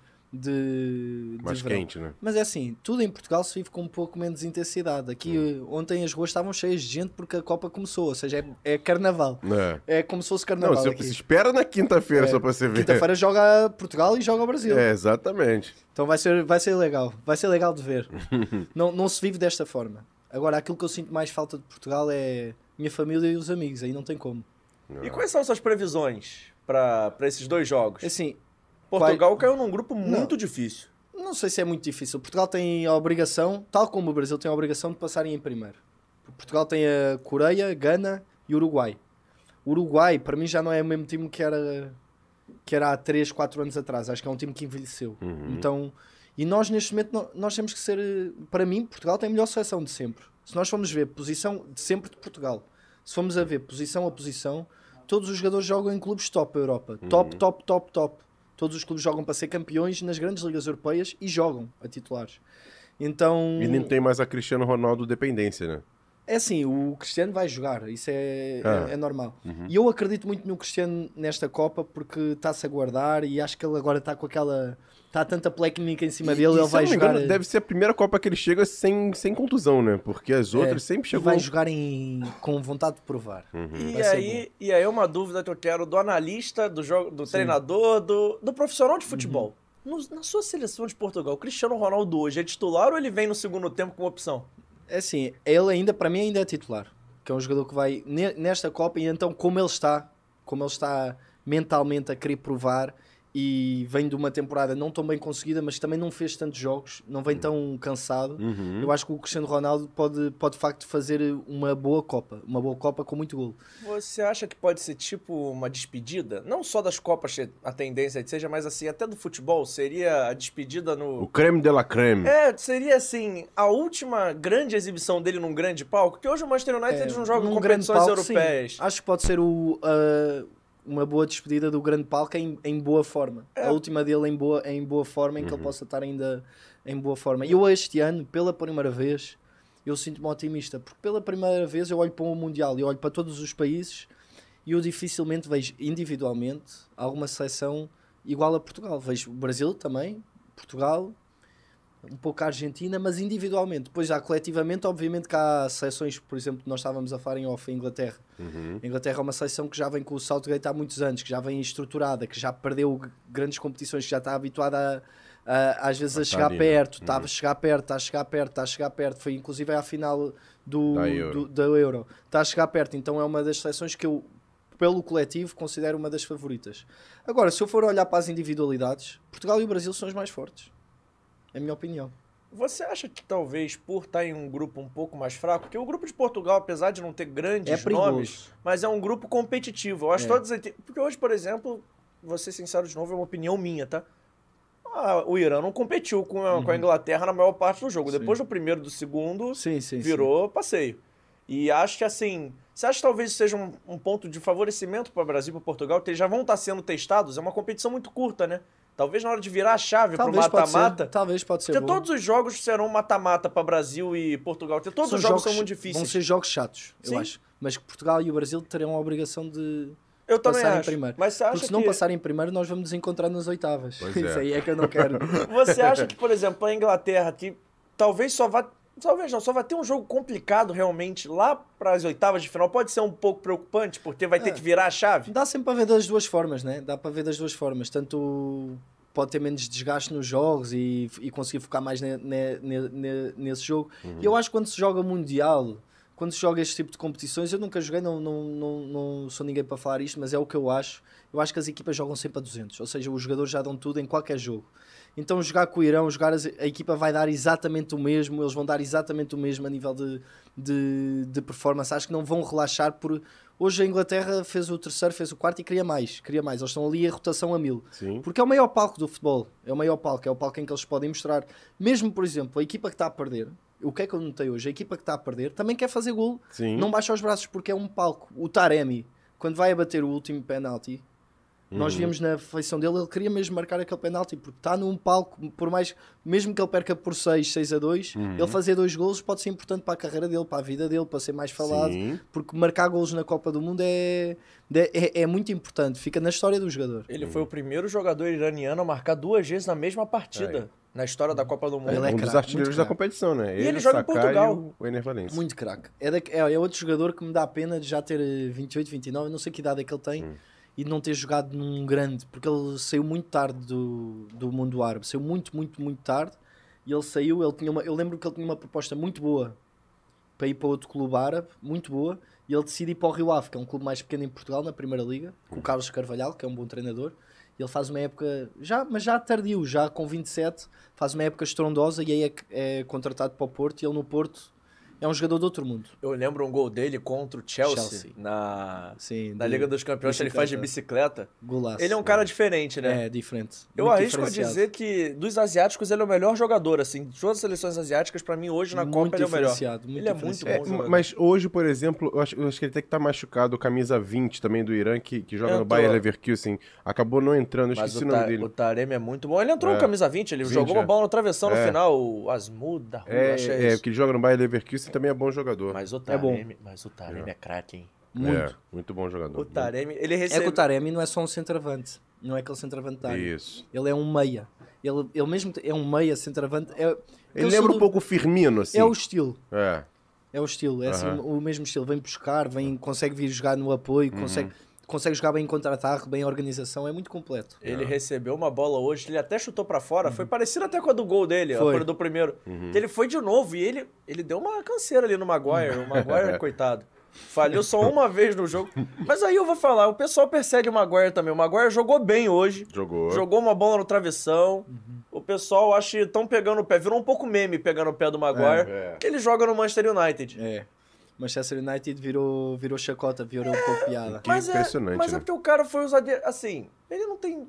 de, de Mais verão. quente, né? Mas é assim, tudo em Portugal se vive com um pouco menos intensidade. Aqui eh, ontem as ruas estavam cheias de gente porque a Copa começou, ou seja, é, é carnaval. É. É como se fosse Não, carnaval você aqui. se espera na quinta-feira É, só pra você ver. Quinta-feira joga Portugal e joga o Brasil. É, exatamente. Então vai ser, vai ser legal, vai ser legal de ver. não, não se vive desta forma. Agora, aquilo que eu sinto mais falta de Portugal é minha família e os amigos, aí não tem como. E quais são suas previsões pra pra esses dois jogos? Assim, Portugal caiu num grupo muito difícil. não sei se é muito difícil. Portugal tem a obrigação, tal como o Brasil tem a obrigação de passarem em primeiro. Portugal tem a Coreia, Gana e Uruguai. O Uruguai, para mim, já não é o mesmo time que era, que era há três, quatro anos atrás. Acho que é um time que envelheceu. Então, e nós, neste momento, nó- nós temos que ser... Para mim, Portugal tem a melhor seleção de sempre. Se nós formos ver posição de sempre de Portugal, se formos a ver posição a posição, todos os jogadores jogam em clubes top da Europa. Top, top, top, top. Todos os clubes jogam para ser campeões nas grandes ligas europeias e jogam a titulares. Então, E nem tem mais a Cristiano Ronaldo dependência, né? é assim, o Cristiano vai jogar, isso é, Ah. é, é normal. E eu acredito muito no Cristiano nesta Copa porque está-se a guardar e acho que ele agora está com aquela... Está tanta polémica em cima E- dele, e, ele se vai eu não me jogar... engano, deve ser a primeira Copa que ele chega sem, sem contusão, né? Porque as outras é, sempre e chegou... vai jogar em, com vontade de provar. E Vai ser aí, e aí uma dúvida que eu quero do analista, do, jogo, do treinador, do, do profissional de futebol. No- na sua seleção de Portugal, o Cristiano Ronaldo hoje é titular ou ele vem no segundo tempo como opção? É assim, ele ainda, para mim, ainda é titular. Que é um jogador que vai ne- nesta Copa e então como ele está, como ele está mentalmente a querer provar e vem de uma temporada não tão bem conseguida, mas também não fez tantos jogos, não vem tão cansado. Uhum. Eu acho que o Cristiano Ronaldo pode, pode de facto fazer uma boa Copa, uma boa Copa com muito golo. Você acha que pode ser tipo uma despedida? Não só das Copas, a tendência é que seja, mas assim, até do futebol, seria a despedida O no... creme de la creme. É, seria assim, a última grande exibição dele num grande palco, que hoje o Manchester United não joga em É, num grande competições palco, sim. europeias. Acho que pode ser o, ah, uma boa despedida do grande palco em, em boa forma. É. A última dele em boa, em boa forma, em que ele possa estar ainda em boa forma. E eu este ano, pela primeira vez, eu sinto-me otimista, porque pela primeira vez eu olho para o Mundial e olho para todos os países e eu dificilmente vejo individualmente alguma seleção igual a Portugal. Vejo o Brasil também, Portugal, um pouco a Argentina, mas individualmente. Depois já coletivamente, obviamente que há seleções, por exemplo, nós estávamos a falar em off, a Inglaterra. A Inglaterra é uma seleção que já vem com o Southgate há muitos anos, que já vem estruturada, que já perdeu g- grandes competições, que já está habituada a, a, às vezes a, A chegar estar ali, né? perto, estava a chegar perto, está a chegar perto, está a chegar perto. Foi inclusive à final do, Da Euro. do- da Euro. Está a chegar perto, então é uma das seleções que eu, pelo coletivo, considero uma das favoritas. Agora, se eu for olhar para as individualidades, Portugal e o Brasil são os mais fortes. É a minha opinião. Você acha que talvez por estar em um grupo um pouco mais fraco, porque o grupo de Portugal, apesar de não ter grandes É perigoso. nomes, mas é um grupo competitivo. Eu acho É. todos... Porque hoje, por exemplo, vou ser sincero de novo, é uma opinião minha, tá? Ah, o Irã não competiu com a, com a Inglaterra na maior parte do jogo. Uhum. Sim. Depois do primeiro e do segundo, Sim, sim, virou passeio. E acho que assim, você acha que talvez seja um, um ponto de favorecimento para o Brasil e para Portugal, que eles já vão estar sendo testados? É uma competição muito curta, né? Talvez na hora de virar a chave para o Talvez pode ser, mata-mata. talvez pode ser Porque bom. todos os jogos serão mata-mata para Brasil e Portugal. Porque todos São os jogos, são muito difíceis. Vão ser jogos chatos, Sim. eu acho. Mas que Portugal e o Brasil terão a obrigação de Eu também passar em acho. primeiro. Mas você acha Porque se não que... passarem em primeiro, nós vamos nos encontrar nas oitavas. Pois Isso é. aí é que eu não quero. Você acha que, por exemplo, a Inglaterra, que talvez só vá... Talvez não, só vai ter um jogo complicado realmente lá para as oitavas de final. Pode ser um pouco preocupante, porque vai ter É. que virar a chave. Dá sempre para ver das duas formas, né? Dá para ver das duas formas. Tanto pode ter menos desgaste nos jogos e, e conseguir focar mais ne, ne, ne, ne, nesse jogo. Uhum. E eu acho que quando se joga Mundial, quando se joga este tipo de competições, eu nunca joguei, não, não, não, não sou ninguém para falar isto, mas é o que eu acho. Eu acho que as equipas jogam sempre a duzentos, ou seja, os jogadores já dão tudo em qualquer jogo. Então jogar com o Irão, jogar as, a equipa vai dar exatamente o mesmo, eles vão dar exatamente o mesmo a nível de, de, de performance. Acho que não vão relaxar por... Hoje a Inglaterra fez o terceiro, fez o quarto e queria mais, queria mais. Eles estão ali a rotação a mil. Sim. Porque é o maior palco do futebol, é o maior palco, é o palco em que eles podem mostrar. Mesmo, por exemplo, a equipa que está a perder, o que é que eu notei hoje? A equipa que está a perder também quer fazer golo, Sim. não baixa os braços porque é um palco. O Taremi, quando vai a bater o último penalti, nós víamos na feição dele, ele queria mesmo marcar aquele penalti, porque está num palco, por mais, mesmo que ele perca por seis, seis a dois, uhum. ele fazer dois golos pode ser importante para a carreira dele, para a vida dele, para ser mais falado, Sim. porque marcar golos na Copa do Mundo é, é, é muito importante, fica na história do jogador. Ele foi o primeiro jogador iraniano a marcar duas vezes na mesma partida, é. na história da Copa do Mundo. Ele é um craque, dos artilheiros da competição, né? E ele, ele joga em Sakai Portugal. E o Ener Valencia. Muito craque. É, da, é, é outro jogador que me dá pena de já ter vinte e oito, vinte e nove, não sei que idade é que ele tem, hum. e de não ter jogado num grande, porque ele saiu muito tarde do, do mundo árabe, saiu muito, muito, muito tarde, e ele saiu, ele tinha uma, eu lembro que ele tinha uma proposta muito boa para ir para outro clube árabe, muito boa, e ele decide ir para o Rio Ave, que é um clube mais pequeno em Portugal, na Primeira Liga, com o Carlos Carvalhal, que é um bom treinador, e ele faz uma época, já, mas já tardio, já com vinte e sete, faz uma época estrondosa, e aí é, é contratado para o Porto, e ele no Porto é um jogador de outro mundo. Eu lembro um gol dele contra o Chelsea, Chelsea. na, Sim, na de, Liga dos Campeões, que ele faz de bicicleta. Golaço. Ele é um cara diferente, né? É, diferente. Eu Muito arrisco a diferenciado. dizer que dos asiáticos ele é o melhor jogador, assim. De todas as seleções asiáticas, pra mim, hoje na Muito Copa ele é o melhor. diferenciado, muito Ele é muito diferenciado. bom É, jogador. mas hoje, por exemplo, eu acho, eu acho que ele tem que estar machucado. O camisa vinte também do Irã, que, que joga Entrou. no Bayer Leverkusen, acabou não entrando. Eu Mas esqueci o, o nome Ta- dele. o Taremi é muito bom. Ele entrou É. no camisa vinte, ele vinte, jogou uma é. bola no travessão no É. final. O Asmud da Rua, É, acho que é, é, isso. porque ele joga no Bayer Leverkusen também é bom jogador. Mas o É bom. Taremi, mas o Taremi é, craque, hein? Muito. É, muito bom jogador. O Taremi, ele É recebe... que o Taremi não é só um centroavante. Não é aquele centroavante da área. Isso. Ele é um meia. Ele, ele mesmo é um meia centroavante. É, Ele eu lembra sou um do- pouco o Firmino, assim. É o estilo. É. É o estilo. É assim, Aham. o mesmo estilo. Vem buscar, vem, consegue vir jogar no apoio, consegue, consegue jogar bem em contra-ataque, bem em organização. É muito completo. Ele recebeu uma bola hoje, ele até chutou pra fora, foi parecido até com a do gol dele, a Foi. cor do primeiro. Que ele foi de novo e ele, ele deu uma canseira ali no Maguire, o Maguire, coitado. Falhou só uma vez no jogo. Mas aí eu vou falar, o pessoal persegue o Maguire também. O Maguire jogou bem hoje. Jogou. Jogou uma bola no travessão. O pessoal acha que estão pegando o pé. Virou um pouco meme pegando o pé do Maguire. É, Ele joga no Manchester United. É. Manchester United virou, virou chacota, virou um pouco piada. Que Mas é, impressionante, mas é né? porque o cara foi o zagueiro. Assim, ele não tem.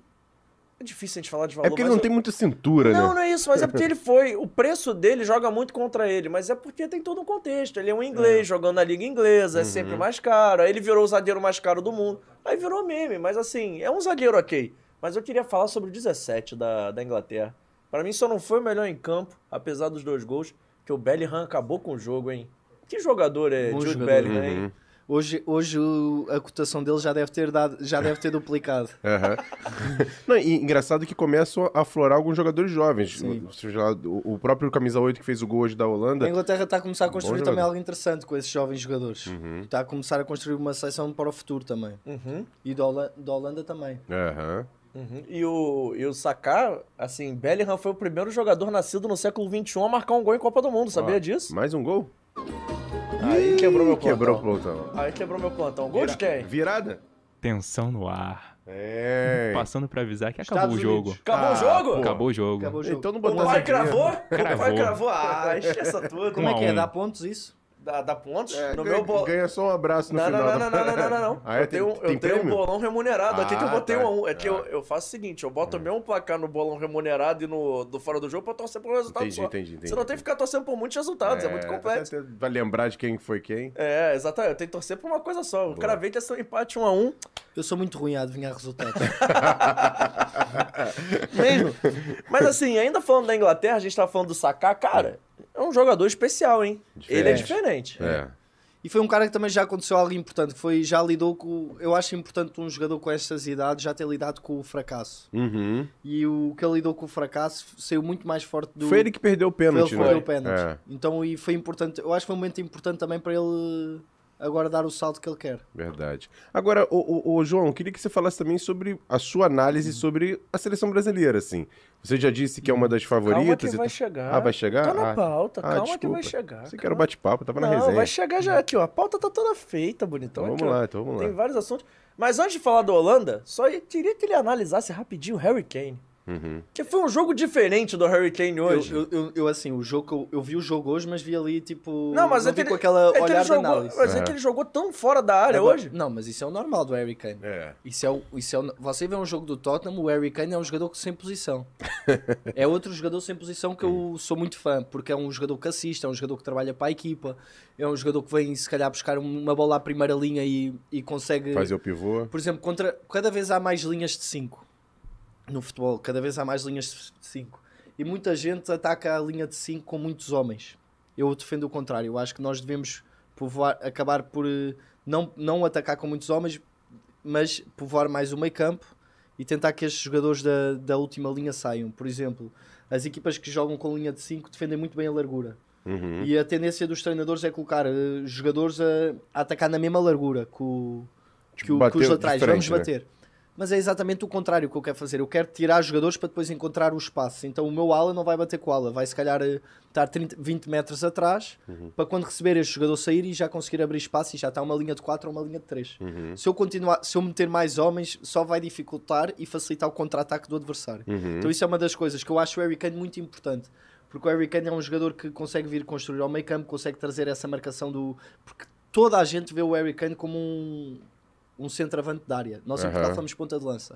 É difícil a gente falar de valor. É porque ele mas não eu- tem muita cintura, Não, né? não é isso, mas é porque ele foi. O preço dele joga muito contra ele, mas é porque tem todo um contexto. Ele é um inglês, jogando na Liga Inglesa, é sempre mais caro. Aí ele virou o zagueiro mais caro do mundo. Aí virou meme, mas assim, é um zagueiro ok. Mas eu queria falar sobre o dezessete da, da Inglaterra. Pra mim só não foi o melhor em campo, apesar dos dois gols, que o Bellingham acabou com o jogo, hein? Que jogador é Bom Jude jogador. Bellingham, hein? Hoje, hoje o- a cotação dele já deve ter, dado, já deve ter duplicado. Aham. Não, e engraçado que começam a aflorar alguns jogadores jovens. Sim. Ou seja, o o próprio camisa oito que fez o gol hoje da A Holanda. Inglaterra está a começar a construir Bom também jogador. algo interessante com esses jovens jogadores. Está a começar a construir uma seleção para o futuro também. Uhum. E da Holanda, da Holanda também. Aham. Uhum. E o, e o Saka, assim, Bellingham foi o primeiro jogador nascido no século vinte e um a marcar um gol em Copa do Mundo, sabia Ó, disso? Mais um gol? Aí quebrou meu plantão. Quebrou o plantão. Aí quebrou meu plantão. Gol de quem? Virada? Tensão no ar. É. Passando pra avisar que acabou Estados o jogo. Unidos. Acabou o Ah, jogo? pô. Acabou o jogo. Acabou o jogo. Então não O botou pai essa aqui. cravou? O pai Cravou. cravou? Ah, esqueça tudo. Como é que é? um. Dá pontos isso? Dá, dá pontos? É, no ganha, meu bolão. ganha só um abraço no Não, não, final. não, não, não, não, não, não. Ah, é? Eu tenho, Tem- eu tem tenho um prêmio? bolão remunerado. Aqui que eu Ah, botei tá. um a um. É que eu, Ah. eu faço o seguinte, eu boto o mesmo placar no bolão remunerado e no do fora do jogo pra torcer por um resultado Entendi, só. entendi, entendi. Você não tem que ficar torcendo por muitos resultados, é, muito complexo. até Vai lembrar de quem foi quem. É, exatamente. Eu tenho que torcer por uma coisa só. O cara veio que é seu empate um a um. Eu sou muito ruim a adivinhar resultados. Mesmo. Mas assim, ainda falando da Inglaterra, a gente tava falando do Saka, cara, é um jogador especial, hein? Ele é diferente. É. E foi um cara que também já aconteceu algo importante, que foi, já lidou com... Eu acho importante um jogador com estas idades já ter lidado com o fracasso. Uhum. E o que ele lidou com o fracasso saiu muito mais forte do... Foi ele que perdeu o Foi ele pênalti, que né? perdeu o pênalti. É. Então, e foi importante... Eu acho que foi um momento importante também para ele agora dar o salto que ele quer. Verdade. Agora, o, o, o João, queria que você falasse também sobre a sua análise Hum. sobre a seleção brasileira, assim. Você já disse que é uma das favoritas. Calma que e vai tal. chegar. Ah, vai chegar? Tá na Ah, pauta, ah, calma que desculpa. vai chegar. Você calma. quer o bate-papo, tava na Não, resenha. vai chegar já aqui, ó. A pauta tá toda feita, bonitão. Então Aqui, vamos ó. lá, então vamos lá. Tem vários assuntos. Mas antes de falar da Holanda, só queria que ele analisasse rapidinho o Harry Kane. Uhum. Que foi um jogo diferente do Harry Kane hoje. Eu, eu, eu, eu, assim, o jogo, eu, eu vi o jogo hoje, mas vi ali, tipo... Não, mas é vi que ele, com aquela é que olhar ele de jogou, análise. mas é É. que ele jogou tão fora da área Agora- hoje. Não, mas isso é o normal do Harry Kane. É. Isso é o, isso é o, você vê um jogo do Tottenham, o Harry Kane é um jogador sem posição. É outro jogador sem posição que eu sou muito fã, porque é um jogador que assiste, é um jogador que trabalha para a equipa, é um jogador que vem, se calhar, buscar uma bola à primeira linha e, e consegue... Fazer o pivô. Por exemplo, contra, cada vez há mais linhas de cinco no futebol, cada vez há mais linhas de cinco. E muita gente ataca a linha de cinco com muitos homens. Eu defendo o contrário. Eu acho que nós devemos povoar, acabar por eh, não, não atacar com muitos homens, mas povoar mais o meio campo e tentar que estes jogadores da, da última linha saiam. Por exemplo, as equipas que jogam com linha de cinco defendem muito bem a largura. Uhum. E a tendência dos treinadores é colocar eh, jogadores a, a atacar na mesma largura que, o, que, o- que bater os laterais. de frente, Vamos bater. Mas é exatamente o contrário que eu quero fazer. Eu quero tirar jogadores para depois encontrar o espaço. Então o meu ala não vai bater com o ala. Vai se calhar eh, estar trinta, vinte metros atrás para quando receber este jogador sair e já conseguir abrir espaço e já está uma linha de quatro ou uma linha de três. Se eu continuar, se eu meter mais homens, só vai dificultar e facilitar o contra-ataque do adversário. Uhum. Então isso é uma das coisas que eu acho o Harry Kane muito importante. Porque o Harry Kane é um jogador que consegue vir construir ao meio campo, consegue trazer essa marcação do... Porque toda a gente vê o Harry Kane como um, um centroavante de área. Nós em Aham. Portugal somos ponta de lança.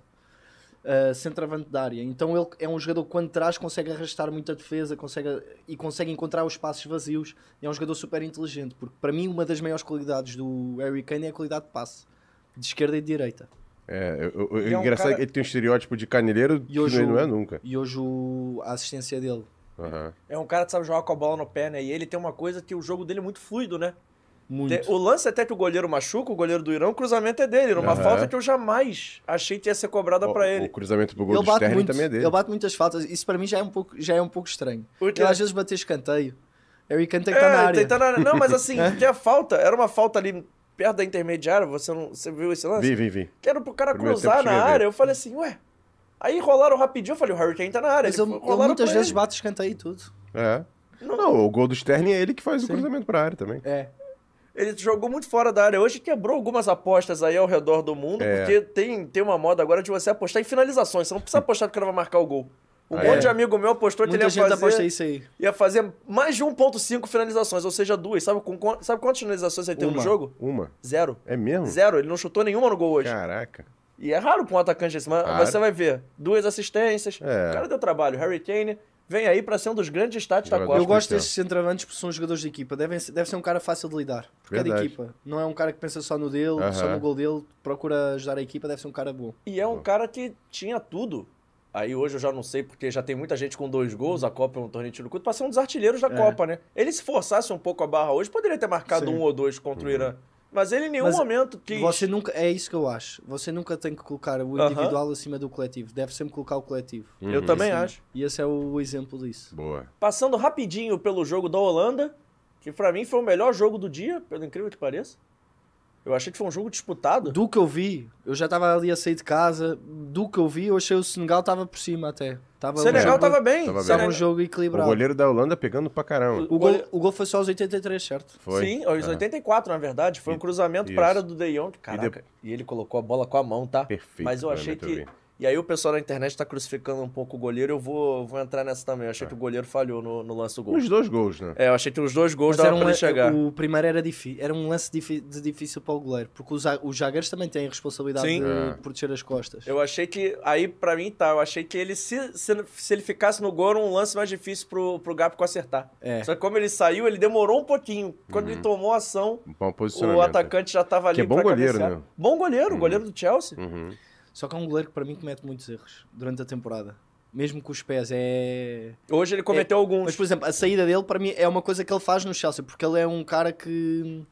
Uh, centroavante de área. Então ele é um jogador que quando traz consegue arrastar muita defesa consegue, e consegue encontrar os espaços vazios. É um jogador super inteligente. Porque para mim uma das maiores qualidades do Harry Kane é a qualidade de passe. De esquerda e de direita. É, eu, eu, E é um engraçado cara- que ele tem um estereótipo de caneleiro E que hoje não o- é nunca. E hoje o- a assistência dele. Aham. É um cara que sabe jogar com a bola no pé, né? E ele tem uma coisa que o jogo dele é muito fluido, né? Muito. Tem- O lance até que o goleiro machuca, o goleiro do Irã, o cruzamento é dele. Numa Aham. falta que eu jamais achei que ia ser cobrada O- pra O ele. cruzamento pro gol Ele do bate, Sterling muito, também é dele. ele bate muitas faltas. Isso para mim já é um pouco, já é um pouco estranho. Porque- Ele às vezes bater escanteio. Harry Kane tem que estar na É, área. tentando... Não, mas assim, que a falta, era uma falta ali perto da intermediária, você não você viu esse lance? Vi, vi, vi. Que era pro cara Primeiro cruzar tempo na cheguei a ver. área, eu falei assim, ué... Aí rolaram rapidinho, eu falei, o Harry Kane tá na área. Mas Ele ele, foi- ele rolaram muitas pra vezes ele. bate escanteio e tudo. É. Não, o gol do Sterling é ele que faz o cruzamento pra área também. É. Ele jogou muito fora da área hoje, quebrou algumas apostas aí ao redor do mundo, É. porque tem, tem uma moda agora de você apostar em finalizações. Você não precisa apostar que o cara vai marcar o gol. Um Ah, monte é? de amigo meu apostou que Muita ele gente ia aposta fazer, isso aí. ia fazer mais de um ponto cinco finalizações, ou seja, duas. Sabe, com, quan- sabe quantas finalizações ele teve no Uma. jogo? Uma. Zero. É mesmo? Zero. Ele não chutou nenhuma no gol hoje. Caraca. E é raro pra um atacante esse, mas Raro. você vai ver. Duas assistências. É. O cara deu trabalho. Harry Kane vem aí pra ser um dos grandes destaques da Jogador. Copa. Eu gosto Cristiano. desses centroavantes porque são jogadores de equipa. Devem ser, deve ser um cara fácil de lidar. Porque é de Verdade. equipa. Não é um cara que pensa só no dele, Aham. só no gol dele. Procura ajudar a equipa. Deve ser um cara bom. E é um cara que tinha tudo. Aí hoje eu já não sei, porque já tem muita gente com dois gols, a Copa é um torneio de tiro curto, pra ser um dos artilheiros da É. Copa, né? Ele se forçasse um pouco a barra hoje, poderia ter marcado Sim. um ou dois contra o Irã. Mas ele em nenhum Mas momento quis. Você nunca, é isso que eu acho. Você nunca tem que colocar o Aham. individual acima do coletivo. Deve sempre colocar o coletivo. Eu também Sim. acho. E esse é o exemplo disso. Boa. Passando rapidinho pelo jogo da Holanda, que pra mim foi o melhor jogo do dia, pelo incrível que pareça. Eu achei que foi um jogo disputado. Do que eu vi, eu já estava ali a sair de casa. Do que eu vi, eu achei o Senegal estava por cima até. Tava O Senegal um jogo, tava bem. Tava Estava bem. um jogo O equilibrado. goleiro da Holanda pegando pra caramba. O gol, o gol foi só aos oitenta e três, certo? Foi. Sim, aos Ah, oitenta e quatro, na verdade. Foi um E- cruzamento isso. pra área do De Jong. Caraca, de- e ele colocou a bola com a mão, tá? Perfeito. Mas eu achei cruzamento, que... eu vi. E aí o pessoal na internet tá crucificando um pouco o goleiro, eu vou, vou entrar nessa também. Eu achei que o goleiro falhou no, no lance do gol. Os dois gols, né? É, eu achei que os dois gols Mas era davam um, pra ele lan- chegar. o primeiro era, difí- era um lance difi- de difícil para o goleiro, porque os, za- os zagueiros também têm a responsabilidade Sim. de É. proteger as costas. Eu achei que, aí pra mim tá, eu achei que ele, se, se, se ele ficasse no gol, era um lance mais difícil pro, pro Gapco acertar. É. Só que como ele saiu, ele demorou um pouquinho. Quando ele tomou a ação, Um bom posicionamento. o atacante já tava ali Que é bom pra goleiro, cabecear. né? Bom goleiro, goleiro do Chelsea. Uhum. Só que é um goleiro que para mim comete muitos erros durante a temporada. Mesmo com os pés, é... Hoje ele cometeu alguns. Mas, por exemplo, a saída dele para mim é uma coisa que ele faz no Chelsea, porque ele é um cara que...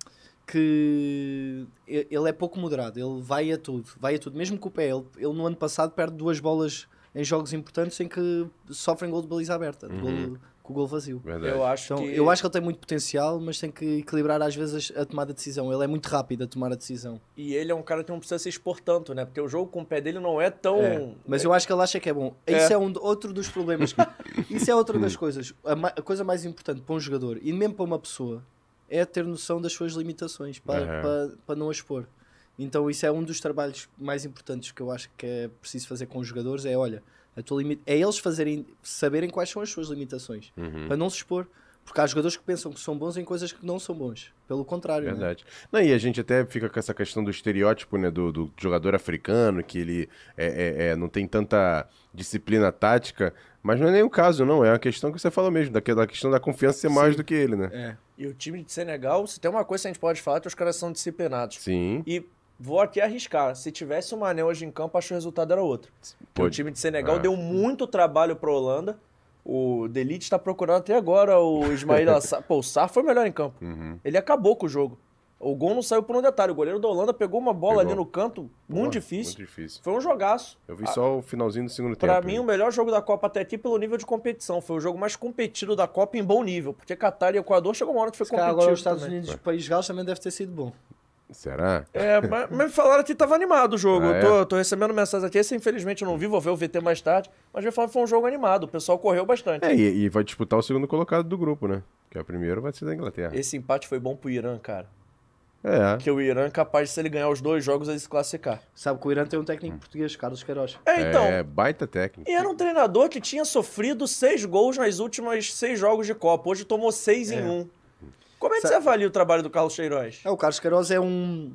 que ele é pouco moderado, ele vai a tudo, vai a tudo, mesmo com o pé. Ele, ele no ano passado perde duas bolas em jogos importantes em que sofrem gol de baliza aberta, de gol, com o gol vazio. Verdade. Eu acho Então, que... eu acho que ele tem muito potencial, mas tem que equilibrar às vezes a tomada de decisão. Ele é muito rápido a tomar a decisão. E ele é um cara que não precisa se expor tanto, né? Porque o jogo com o pé dele não é tão... É, mas eu acho que ele acha que é bom. É. Isso é um, outro dos problemas. Isso é outra das coisas. A, ma- a coisa mais importante para um jogador, e mesmo para uma pessoa, é ter noção das suas limitações, para, Uhum. para, para não as expor. Então isso é um dos trabalhos mais importantes que eu acho que é preciso fazer com os jogadores, é, olha, a tua limite, é eles fazerem, saberem quais são as suas limitações, Uhum. para não se expor. Porque há jogadores que pensam que são bons em coisas que não são bons. Pelo contrário, né? Verdade. Não, e a gente até fica com essa questão do estereótipo, né, do, do jogador africano, que ele é, é- é, não tem tanta disciplina tática, mas não é nem o caso, não. É uma questão que você falou mesmo, daquela questão da confiança ser mais do que ele, né? É. E o time de Senegal, se tem uma coisa que a gente pode falar, é que os caras são disciplinados. Sim. E vou aqui arriscar. Se tivesse o Mané hoje em campo, acho que o resultado era outro. Porque o Pode. time de Senegal Ah. deu muito trabalho pra Holanda. O Delite está procurando até agora o Ismail Assar. Pô, o Sarr foi o melhor em campo. Uhum. Ele acabou com o jogo. O gol não saiu por um detalhe. O goleiro da Holanda pegou uma bola Pegou. ali no canto, muito Boa, difícil. Muito difícil. Foi um jogaço. Eu vi Ah, só o finalzinho do segundo Pra tempo. mim, né? o melhor jogo da Copa até aqui pelo nível de competição. Foi o jogo mais competido da Copa em bom nível. Porque Catar e Equador chegou uma hora que foi Se calhar competitivo agora os Estados também. Unidos e País de Gales também deve ter sido bom. Será? É, mas, mas me falaram que tava animado o jogo. Ah, eu tô, tô recebendo mensagens aqui. Esse, infelizmente, eu não vi, vou ver o V T mais tarde. Mas me falaram que foi um jogo animado. O pessoal correu bastante. É, e, e vai disputar o segundo colocado do grupo, né? Que é o primeiro vai ser da Inglaterra. Esse empate foi bom pro Irã, cara. É. Porque o Irã é capaz, se ele ganhar os dois jogos, ele se classificar. Sabe que o Irã tem um técnico português, Carlos Queiroz. É, então. É, baita técnico. E era um treinador que tinha sofrido seis gols nas últimas seis jogos de Copa. Hoje tomou seis em um. Como é que Sabe- você avalia o trabalho do Carlos Queiroz? É, o Carlos Queiroz é um,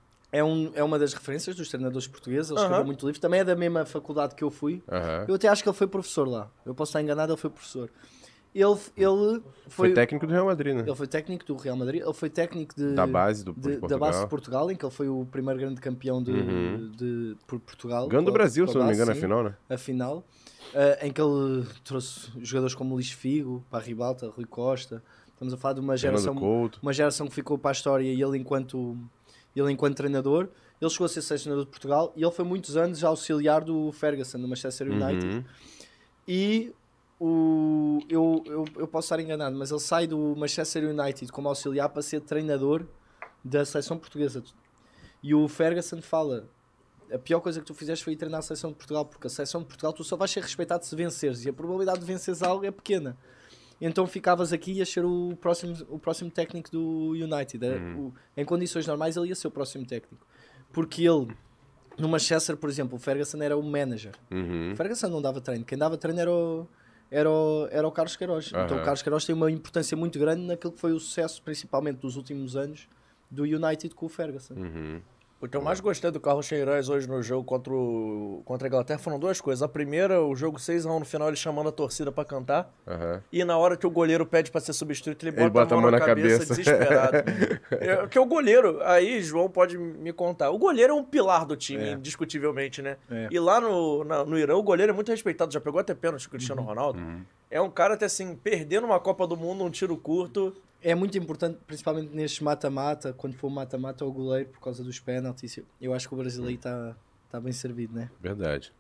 é um é uma das referências dos treinadores portugueses. Ele escreveu Aham. muito livro. Também é da mesma faculdade que eu fui. Aham. Eu até acho que ele foi professor lá. Eu posso estar enganado, ele foi professor. Ele, ele Foi, foi, técnico do Real Madrid, né? ele foi técnico do Real Madrid. Ele foi técnico de, Da base do de- de da Portugal. base de Portugal, em que ele foi o primeiro grande campeão de, Uhum. de, por Portugal. Ganhando do com a- Brasil, com a se não me base, engano, sim. afinal, né? A final, eh, em que ele trouxe jogadores como Luís Figo, para a Ribalta, Rui Costa. Estamos a falar de uma Fernando geração, Couto. uma geração que ficou para a história e ele enquanto, ele enquanto treinador. Ele chegou a ser selecionador de Portugal e ele foi muitos anos auxiliar do Ferguson, do Manchester United. Uhum. E o, eu, eu, eu posso estar enganado, mas ele sai do Manchester United como auxiliar para ser treinador da seleção portuguesa. E o Ferguson fala: a pior coisa que tu fizeste foi ir treinar a seleção de Portugal, porque a seleção de Portugal tu só vais ser respeitado se venceres, e a probabilidade de venceres algo é pequena. Então ficavas aqui e ias ser o próximo, o próximo técnico do United. Uhum. O- em condições normais ele ia ser o próximo técnico. Porque ele, no Manchester, por exemplo, o Ferguson era o manager. Uhum. O Ferguson não dava treino. Quem dava treino era o, era o, era o Carlos Queiroz. Então Aham. o Carlos Queiroz tem uma importância muito grande naquilo que foi o sucesso, principalmente dos últimos anos, do United com o Ferguson. Uhum. O que eu mais gostei do Carlos Queiroz hoje no jogo contra, o, contra a Inglaterra foram duas coisas. A primeira, o jogo seis a um no final, ele chamando a torcida pra cantar. Aham. E na hora que o goleiro pede pra ser substituído, ele bota, Ele bota a mão na cabeça, cabeça. desesperado. É, Porque o goleiro, aí João pode me contar, o goleiro é um pilar do time, É. indiscutivelmente, né? É. E lá no, na- no Irã, o goleiro é muito respeitado, já pegou até pênalti com o Cristiano Ronaldo. É um cara que, assim, perdendo uma Copa do Mundo, um tiro curto... É muito importante, principalmente nestes mata-mata, quando for mata-mata ao goleiro por causa dos pênaltis. Eu acho que o brasileiro está tá bem servido, né? Verdade.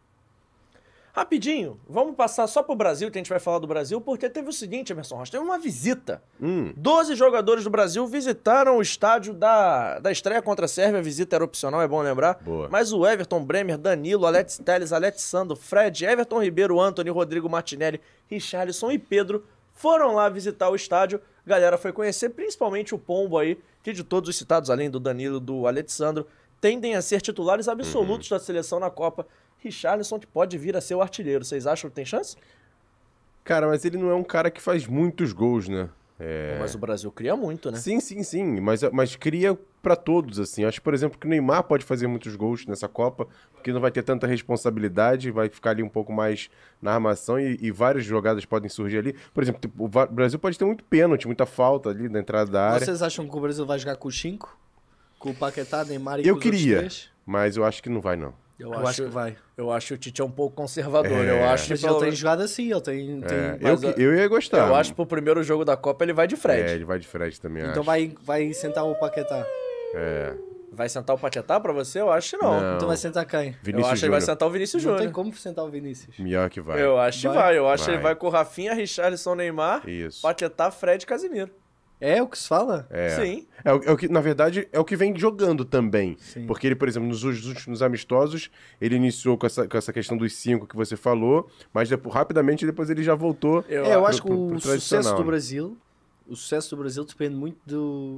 Rapidinho, vamos passar só pro Brasil, que a gente vai falar do Brasil, porque teve o seguinte, Emerson Rocha, teve uma visita. Hum. doze jogadores do Brasil visitaram o estádio da, da estreia contra a Sérvia. A visita era opcional, é bom lembrar. Boa. Mas o Everton, Bremer, Danilo, Alex Telles, Alex Sando, Fred, Everton Ribeiro, Anthony, Rodrigo Martinelli, Richarlison e Pedro foram lá visitar o estádio. A galera foi conhecer principalmente o Pombo aí, que de todos os citados, além do Danilo, do Alexandro, tendem a ser titulares absolutos da seleção na Copa. Richarlison que pode vir a ser o artilheiro. Vocês acham que tem chance? Cara, mas ele não é um cara que faz muitos gols, né? É... Mas o Brasil cria muito, né? Sim, sim, sim, mas, mas cria pra todos, assim. Acho, por exemplo, que o Neymar pode fazer muitos gols nessa Copa, porque não vai ter tanta responsabilidade, vai ficar ali um pouco mais na armação e, e várias jogadas podem surgir ali. Por exemplo, o Va- o Brasil pode ter muito pênalti, muita falta ali na entrada da área. Vocês acham que o Brasil vai jogar com os cinco? Com o Paquetá, Neymar e Eu com os outros queria, três? mas eu acho que não vai, não. Eu, Eu acho que vai. Eu acho que o Tite é um pouco conservador. É. Eu acho que Mas pelo- ele tem jogado assim, ele tem... tem- É, eu, mas que- a- eu ia gostar. eu acho que pro primeiro jogo da Copa ele vai de Fred. É, ele vai de Fred também, Então acho. vai, vai sentar o Paquetá. É. Vai sentar o Paquetá pra você? Eu acho que não. Não. Então vai sentar quem? Eu Vinícius acho que ele vai Júnior. sentar o Vinícius Não tem Júnior. como sentar o Vinícius. Melhor que vai. Eu acho que Vai? vai. Eu acho que Vai. ele vai com Rafinha, Richarlison, Neymar, Isso. Paquetá, Fred e Casemiro. É o que se fala? É. Sim. É o, é o que, na verdade, é o que vem jogando também. Sim. Porque ele, por exemplo, nos últimos amistosos, ele iniciou com essa, com essa questão dos cinco que você falou, mas depois, rapidamente depois ele já voltou. Eu, É, eu pro- acho que pro- o pro sucesso tradicional, do né? Brasil, o sucesso do Brasil depende muito do,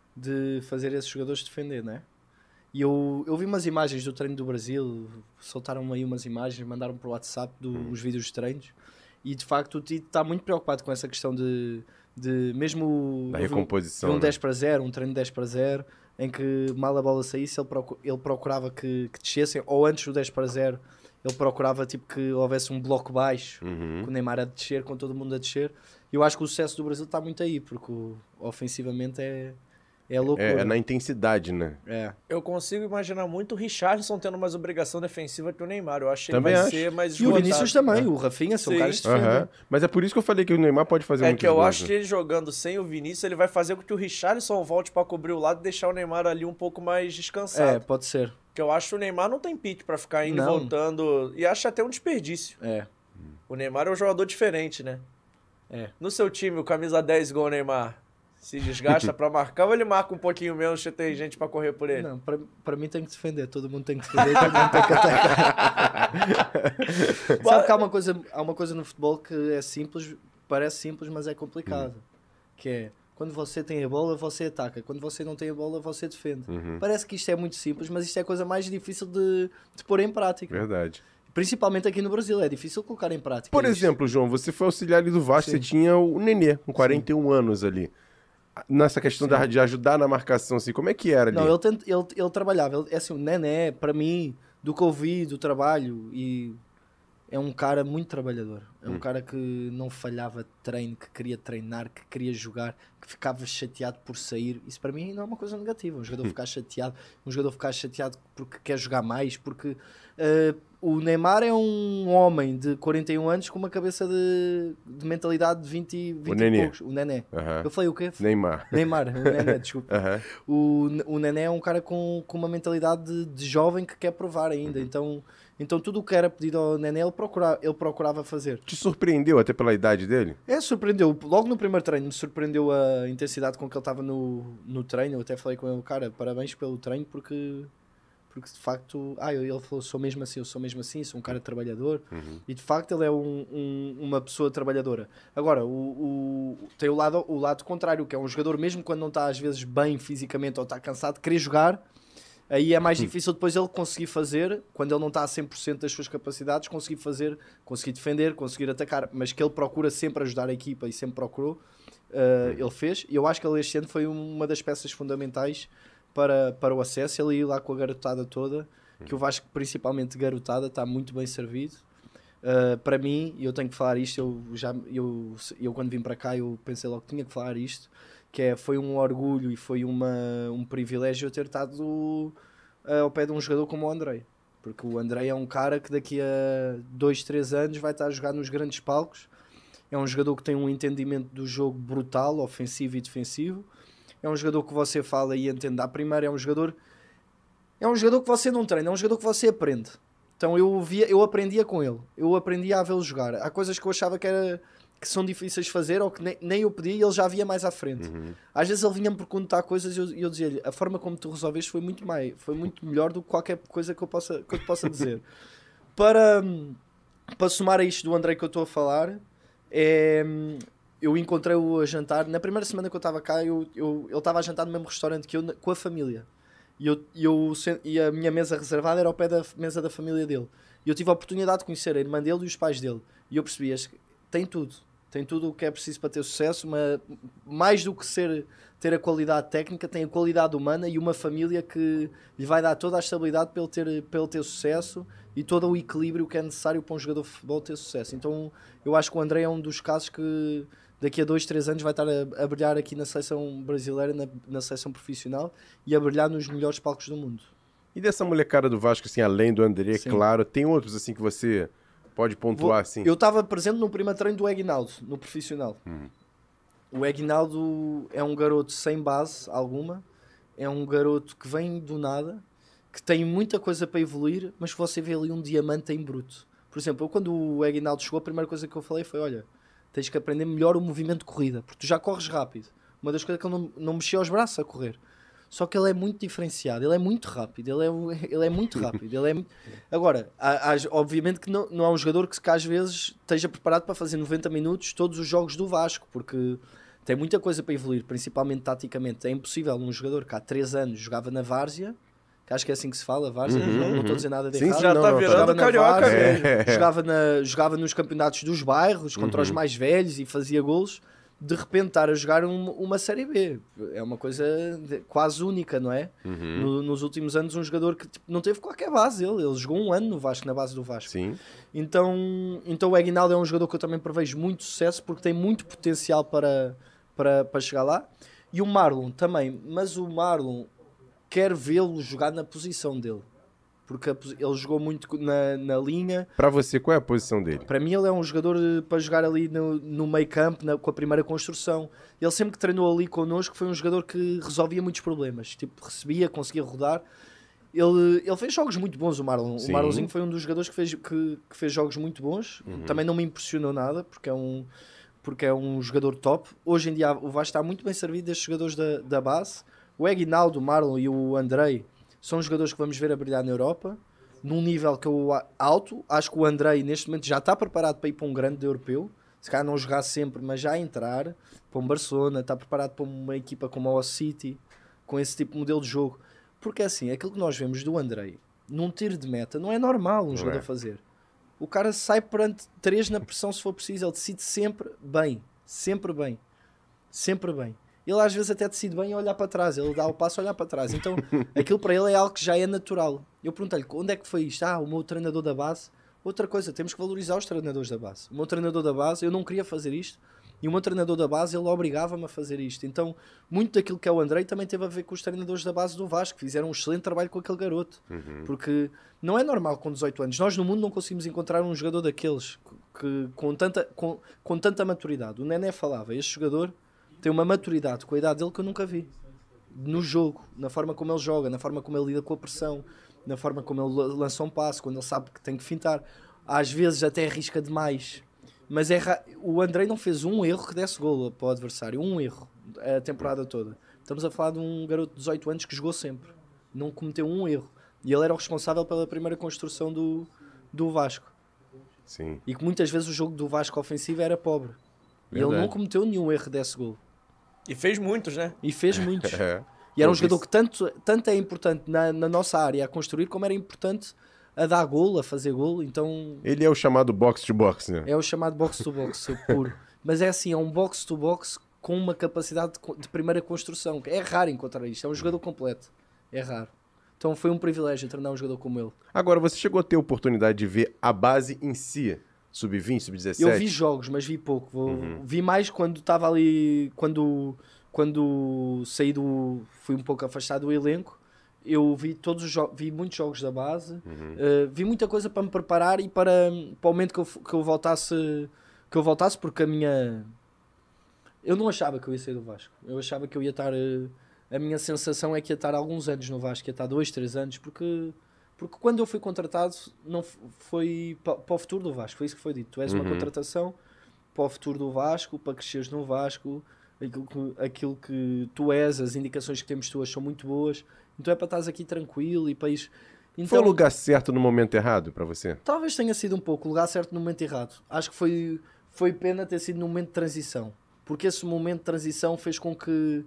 de fazer esses jogadores defender, né? E eu, eu vi umas imagens do treino do Brasil, soltaram aí umas imagens, mandaram para o WhatsApp dos Hum. vídeos de treinos, e de facto o Tite está muito preocupado com essa questão de, de mesmo Da eu vi um- recomposição, vi um né? dez para zero, um treino dez para zero, em que mal a bola saísse, ele, procu- ele procurava que, que descessem, ou antes do dez para zero, ele procurava tipo, que houvesse um bloco baixo, Uhum. com o Neymar a descer, com todo mundo a descer. E eu acho que o sucesso do Brasil está muito aí, porque o- ofensivamente é, é loucura. É, é na intensidade, né? É. eu consigo imaginar muito o Richarlison tendo mais obrigação defensiva que o Neymar. Eu acho que Também ele vai acho. ser mais E o esgotado. Vinícius também, o Rafinha, são Sim. caras que defendem. Aham. Mas é por isso que eu falei que o Neymar pode fazer É muitos que eu gols, acho né? que ele jogando sem o Vinícius, ele vai fazer com que o Richarlison volte pra cobrir o lado e deixar o Neymar ali um pouco mais É, descansado. pode ser. Porque eu acho que o Neymar não tem pique pra ficar indo e Não. voltando. E acho até um desperdício. É. O Neymar é um jogador diferente, né? É. No seu time, o camisa dez igual o Neymar se desgasta pra marcar ou ele marca um pouquinho menos que tem gente pra correr por ele? Não, pra, pra mim tem que defender. Todo mundo tem que defender, todo mundo tem que atacar. Sabe que há uma, coisa, há uma coisa no futebol que é simples, parece simples, mas é complicado. Que é, quando você tem a bola, você ataca. Quando você não tem a bola, você defende. Uhum. Parece que isto é muito simples, mas isto é a coisa mais difícil de, de pôr em prática. Verdade. Principalmente aqui no Brasil, é difícil colocar em prática. Por isto. exemplo, João, você foi auxiliar ali do Vasco, Sim. você tinha o Nenê, com quarenta e um anos ali. Nessa questão da, de ajudar na marcação, assim, como é que era ali? Não, ele, tent, ele, ele trabalhava. Ele, é assim, o Nené, para mim, do que eu vi, do trabalho, e é um cara muito trabalhador. É um Hum. cara que não falhava de treino, que queria treinar, que queria jogar, que ficava chateado por sair. Isso para mim não é uma coisa negativa. Um jogador ficar chateado, um jogador ficar chateado porque quer jogar mais, porque eh, o Neymar é um homem de quarenta e um anos com uma cabeça de, de mentalidade de vinte, vinte e Nenê. poucos. O Nené. Aham. Eu falei o quê? Neymar. Neymar, o Nené, desculpa. Aham. O, o Nené é um cara com, com uma mentalidade de, de jovem que quer provar ainda. Uhum. Então, então tudo o que era pedido ao Nené ele, procura, ele procurava fazer. Te surpreendeu até pela idade dele? É, surpreendeu. Logo no primeiro treino me surpreendeu a intensidade com que ele estava no, no treino. Eu até falei com ele, cara, parabéns pelo treino porque, porque de facto... Ah, ele falou, sou mesmo assim, eu sou mesmo assim, sou um cara trabalhador. Uhum. E de facto ele é um, um- uma pessoa trabalhadora. Agora, o, o- tem o lado, o lado contrário, que é um jogador mesmo quando não está às vezes bem fisicamente ou está cansado, querer jogar, aí é mais difícil depois ele conseguir fazer, quando ele não está a cem por cento das suas capacidades, conseguir fazer, conseguir defender, conseguir atacar, mas que ele procura sempre ajudar a equipa e sempre procurou, uh, ele fez. E eu acho que ele este ano foi uma das peças fundamentais para, para o acesso, ele ir lá com a garotada toda, que o Vasco, principalmente garotada, está muito bem servido. Uh, para mim, e eu tenho que falar isto, eu, já, eu, eu quando vim para cá eu pensei logo que tinha que falar isto, que é, foi um orgulho e foi uma, um privilégio eu ter estado uh, ao pé de um jogador como o André, porque o André é um cara que daqui a dois, três anos vai estar a jogar nos grandes palcos, é um jogador que tem um entendimento do jogo brutal, ofensivo e defensivo, é um jogador que você fala e entende à primeira, é um jogador é um jogador que você não treina, é um jogador que você aprende. Então eu, via, eu aprendia com ele, eu aprendia a vê-lo jogar. Há coisas que eu achava que, era, que são difíceis de fazer ou que nem, nem eu pedia e ele já via mais à frente. Uhum. Às vezes ele vinha-me perguntar coisas e eu, eu dizia-lhe, a forma como tu resolveste foi muito, mais, foi muito melhor do que qualquer coisa que eu, possa, que eu te possa dizer. Para, para somar a isto do André que eu estou a falar, é, eu encontrei-o a jantar, na primeira semana que eu estava cá, eu, eu, ele estava a jantar no mesmo restaurante que eu, com a família. E, eu, eu, e a minha mesa reservada era ao pé da mesa da família dele. E eu tive a oportunidade de conhecer a irmã dele e os pais dele. E eu percebi, que tem tudo. Tem tudo o que é preciso para ter sucesso, mas mais do que ser, ter a qualidade técnica, tem a qualidade humana e uma família que lhe vai dar toda a estabilidade para ele ter, para ele ter sucesso e todo o equilíbrio que é necessário para um jogador de futebol ter sucesso. Então eu acho que o André é um dos casos que daqui a dois, três anos vai estar a, a brilhar aqui na seleção brasileira, na, na seleção profissional e a brilhar nos melhores palcos do mundo. E dessa molecada do Vasco, assim, além do André, Sim. claro, tem outros, assim, que você pode pontuar, Vou- assim? Eu estava presente no primeiro treino do Aguinaldo, no profissional. Uhum. O Aguinaldo é um garoto sem base alguma, é um garoto que vem do nada, que tem muita coisa para evoluir, mas que você vê ali um diamante em bruto. Por exemplo, eu, quando o Aguinaldo chegou, a primeira coisa que eu falei foi, olha, tens que aprender melhor o movimento de corrida, porque tu já corres rápido. Uma das coisas é que ele não, não mexia os braços a correr. Só que ele é muito diferenciado, ele é muito rápido, ele é, ele é muito rápido. Ele é muito... Agora, há, há, obviamente que não, não há um jogador que, que às vezes esteja preparado para fazer noventa minutos todos os jogos do Vasco, porque tem muita coisa para evoluir, principalmente taticamente. É impossível um jogador que há três anos jogava na Várzea, que acho que é assim que se fala, Várzea, Uhum, não, não uhum. estou a dizer nada de Sim, errado. sim, Já não, tá não, virando jogava na carioca Várzea, mesmo. É. jogava, na, jogava nos campeonatos dos bairros, contra os mais velhos e fazia golos. De repente estar a jogar um, uma Série B é uma coisa de- quase única, não é? Uhum. No- nos últimos anos, um jogador que tipo, não teve qualquer base. Ele, ele jogou um ano no Vasco, na base do Vasco. Sim. Então, então o Aguinaldo é um jogador que eu também prevejo muito sucesso porque tem muito potencial para, para, para chegar lá. E o Marlon também, mas o Marlon quer vê-lo jogar na posição dele, porque a posi- ele jogou muito na, na linha. Pra você, qual é a posição dele? Para mim ele é um jogador eh, para jogar ali no, no meio campo, na- com a primeira construção. Ele sempre que treinou ali connosco foi um jogador que resolvia muitos problemas, tipo, recebia, conseguia rodar. Ele, ele fez jogos muito bons, o Marlon. Sim. O Marlonzinho foi um dos jogadores que fez, que, que fez jogos muito bons. Também não me impressionou nada, porque é um, porque é um jogador top. Hoje em dia o Vasco está muito bem servido destes jogadores da, da base. O Aguinaldo, o Marlon e o Andrei são jogadores que vamos ver a brilhar na Europa, num nível que eu a- alto. Acho que o Andrei neste momento já está preparado para ir para um grande europeu. Se calhar não jogar sempre, mas já entrar para um Barcelona, está preparado para uma equipa como a City, com esse tipo de modelo de jogo. Porque assim, aquilo que nós vemos do Andrei num tiro de meta não é normal um jogador é. fazer. O cara sai perante três na pressão se for preciso, ele decide sempre bem, sempre bem, sempre bem. Ele às vezes até decide bem a olhar para trás, ele dá o passo a olhar para trás. Então aquilo para ele é algo que já é natural. Eu perguntei-lhe, onde é que foi isto? Ah, o meu treinador da base. Outra coisa, temos que valorizar os treinadores da base. O meu treinador da base, eu não queria fazer isto, e o meu treinador da base, ele obrigava-me a fazer isto. Então, muito daquilo que é o Andrei também teve a ver com os treinadores da base do Vasco, que fizeram um excelente trabalho com aquele garoto. Porque não é normal com dezoito anos. Nós no mundo não conseguimos encontrar um jogador daqueles que, com, tanta, com, com tanta maturidade. O Nené falava, este jogador tem uma maturidade com a idade dele que eu nunca vi. No jogo, na forma como ele joga, na forma como ele lida com a pressão, na forma como ele la- lança um passo, quando ele sabe que tem que fintar. Às vezes até arrisca demais. Mas é ra- o Andrei não fez um erro que desse golo para o adversário. Um erro a temporada toda. Estamos a falar de um garoto de dezoito anos que jogou sempre. Não cometeu um erro. E ele era o responsável pela primeira construção do, do Vasco. Sim. E que muitas vezes o jogo do Vasco ofensivo era pobre. E ele Verdade. não cometeu nenhum erro desse golo. E fez muitos, né? E fez muitos. É. E era um Eu vi jogador isso. que tanto, tanto é importante na, na nossa área a construir, como era importante a dar golo, a fazer golo. Então Ele é o chamado box to box, né? é o chamado box-to-box puro. Mas é assim, é um box-to-box com uma capacidade de, co- de primeira construção. É raro encontrar isto. É um jogador completo. É raro. Então foi um privilégio treinar um jogador como ele. Agora, você chegou a ter oportunidade de ver a base em si? sub vinte, sub dezessete? Eu vi jogos, mas vi pouco. Vou- Vi mais quando estava ali, quando, quando saí do... Fui um pouco afastado do elenco. Eu vi todos os jogos, vi muitos jogos da base. Uh, vi muita coisa para me preparar e para, para o momento que eu, f- que eu voltasse, que eu voltasse, porque a minha... Eu não achava que eu ia sair do Vasco. Eu achava que eu ia estar... uh, a minha sensação é que ia estar alguns anos no Vasco, ia estar dois, três anos, porque... Porque quando eu fui contratado, não f- foi pa- para o futuro do Vasco, foi isso que foi dito. Tu és uma contratação para o futuro do Vasco, para cresceres no Vasco, aquilo que, aquilo que tu és, as indicações que temos tuas são muito boas, então é para estares aqui tranquilo e para isso. Então, Foi o lugar certo no momento errado pra você? talvez tenha sido um pouco o lugar certo no momento errado. Acho que foi, foi pena ter sido no momento de transição, porque esse momento de transição fez com que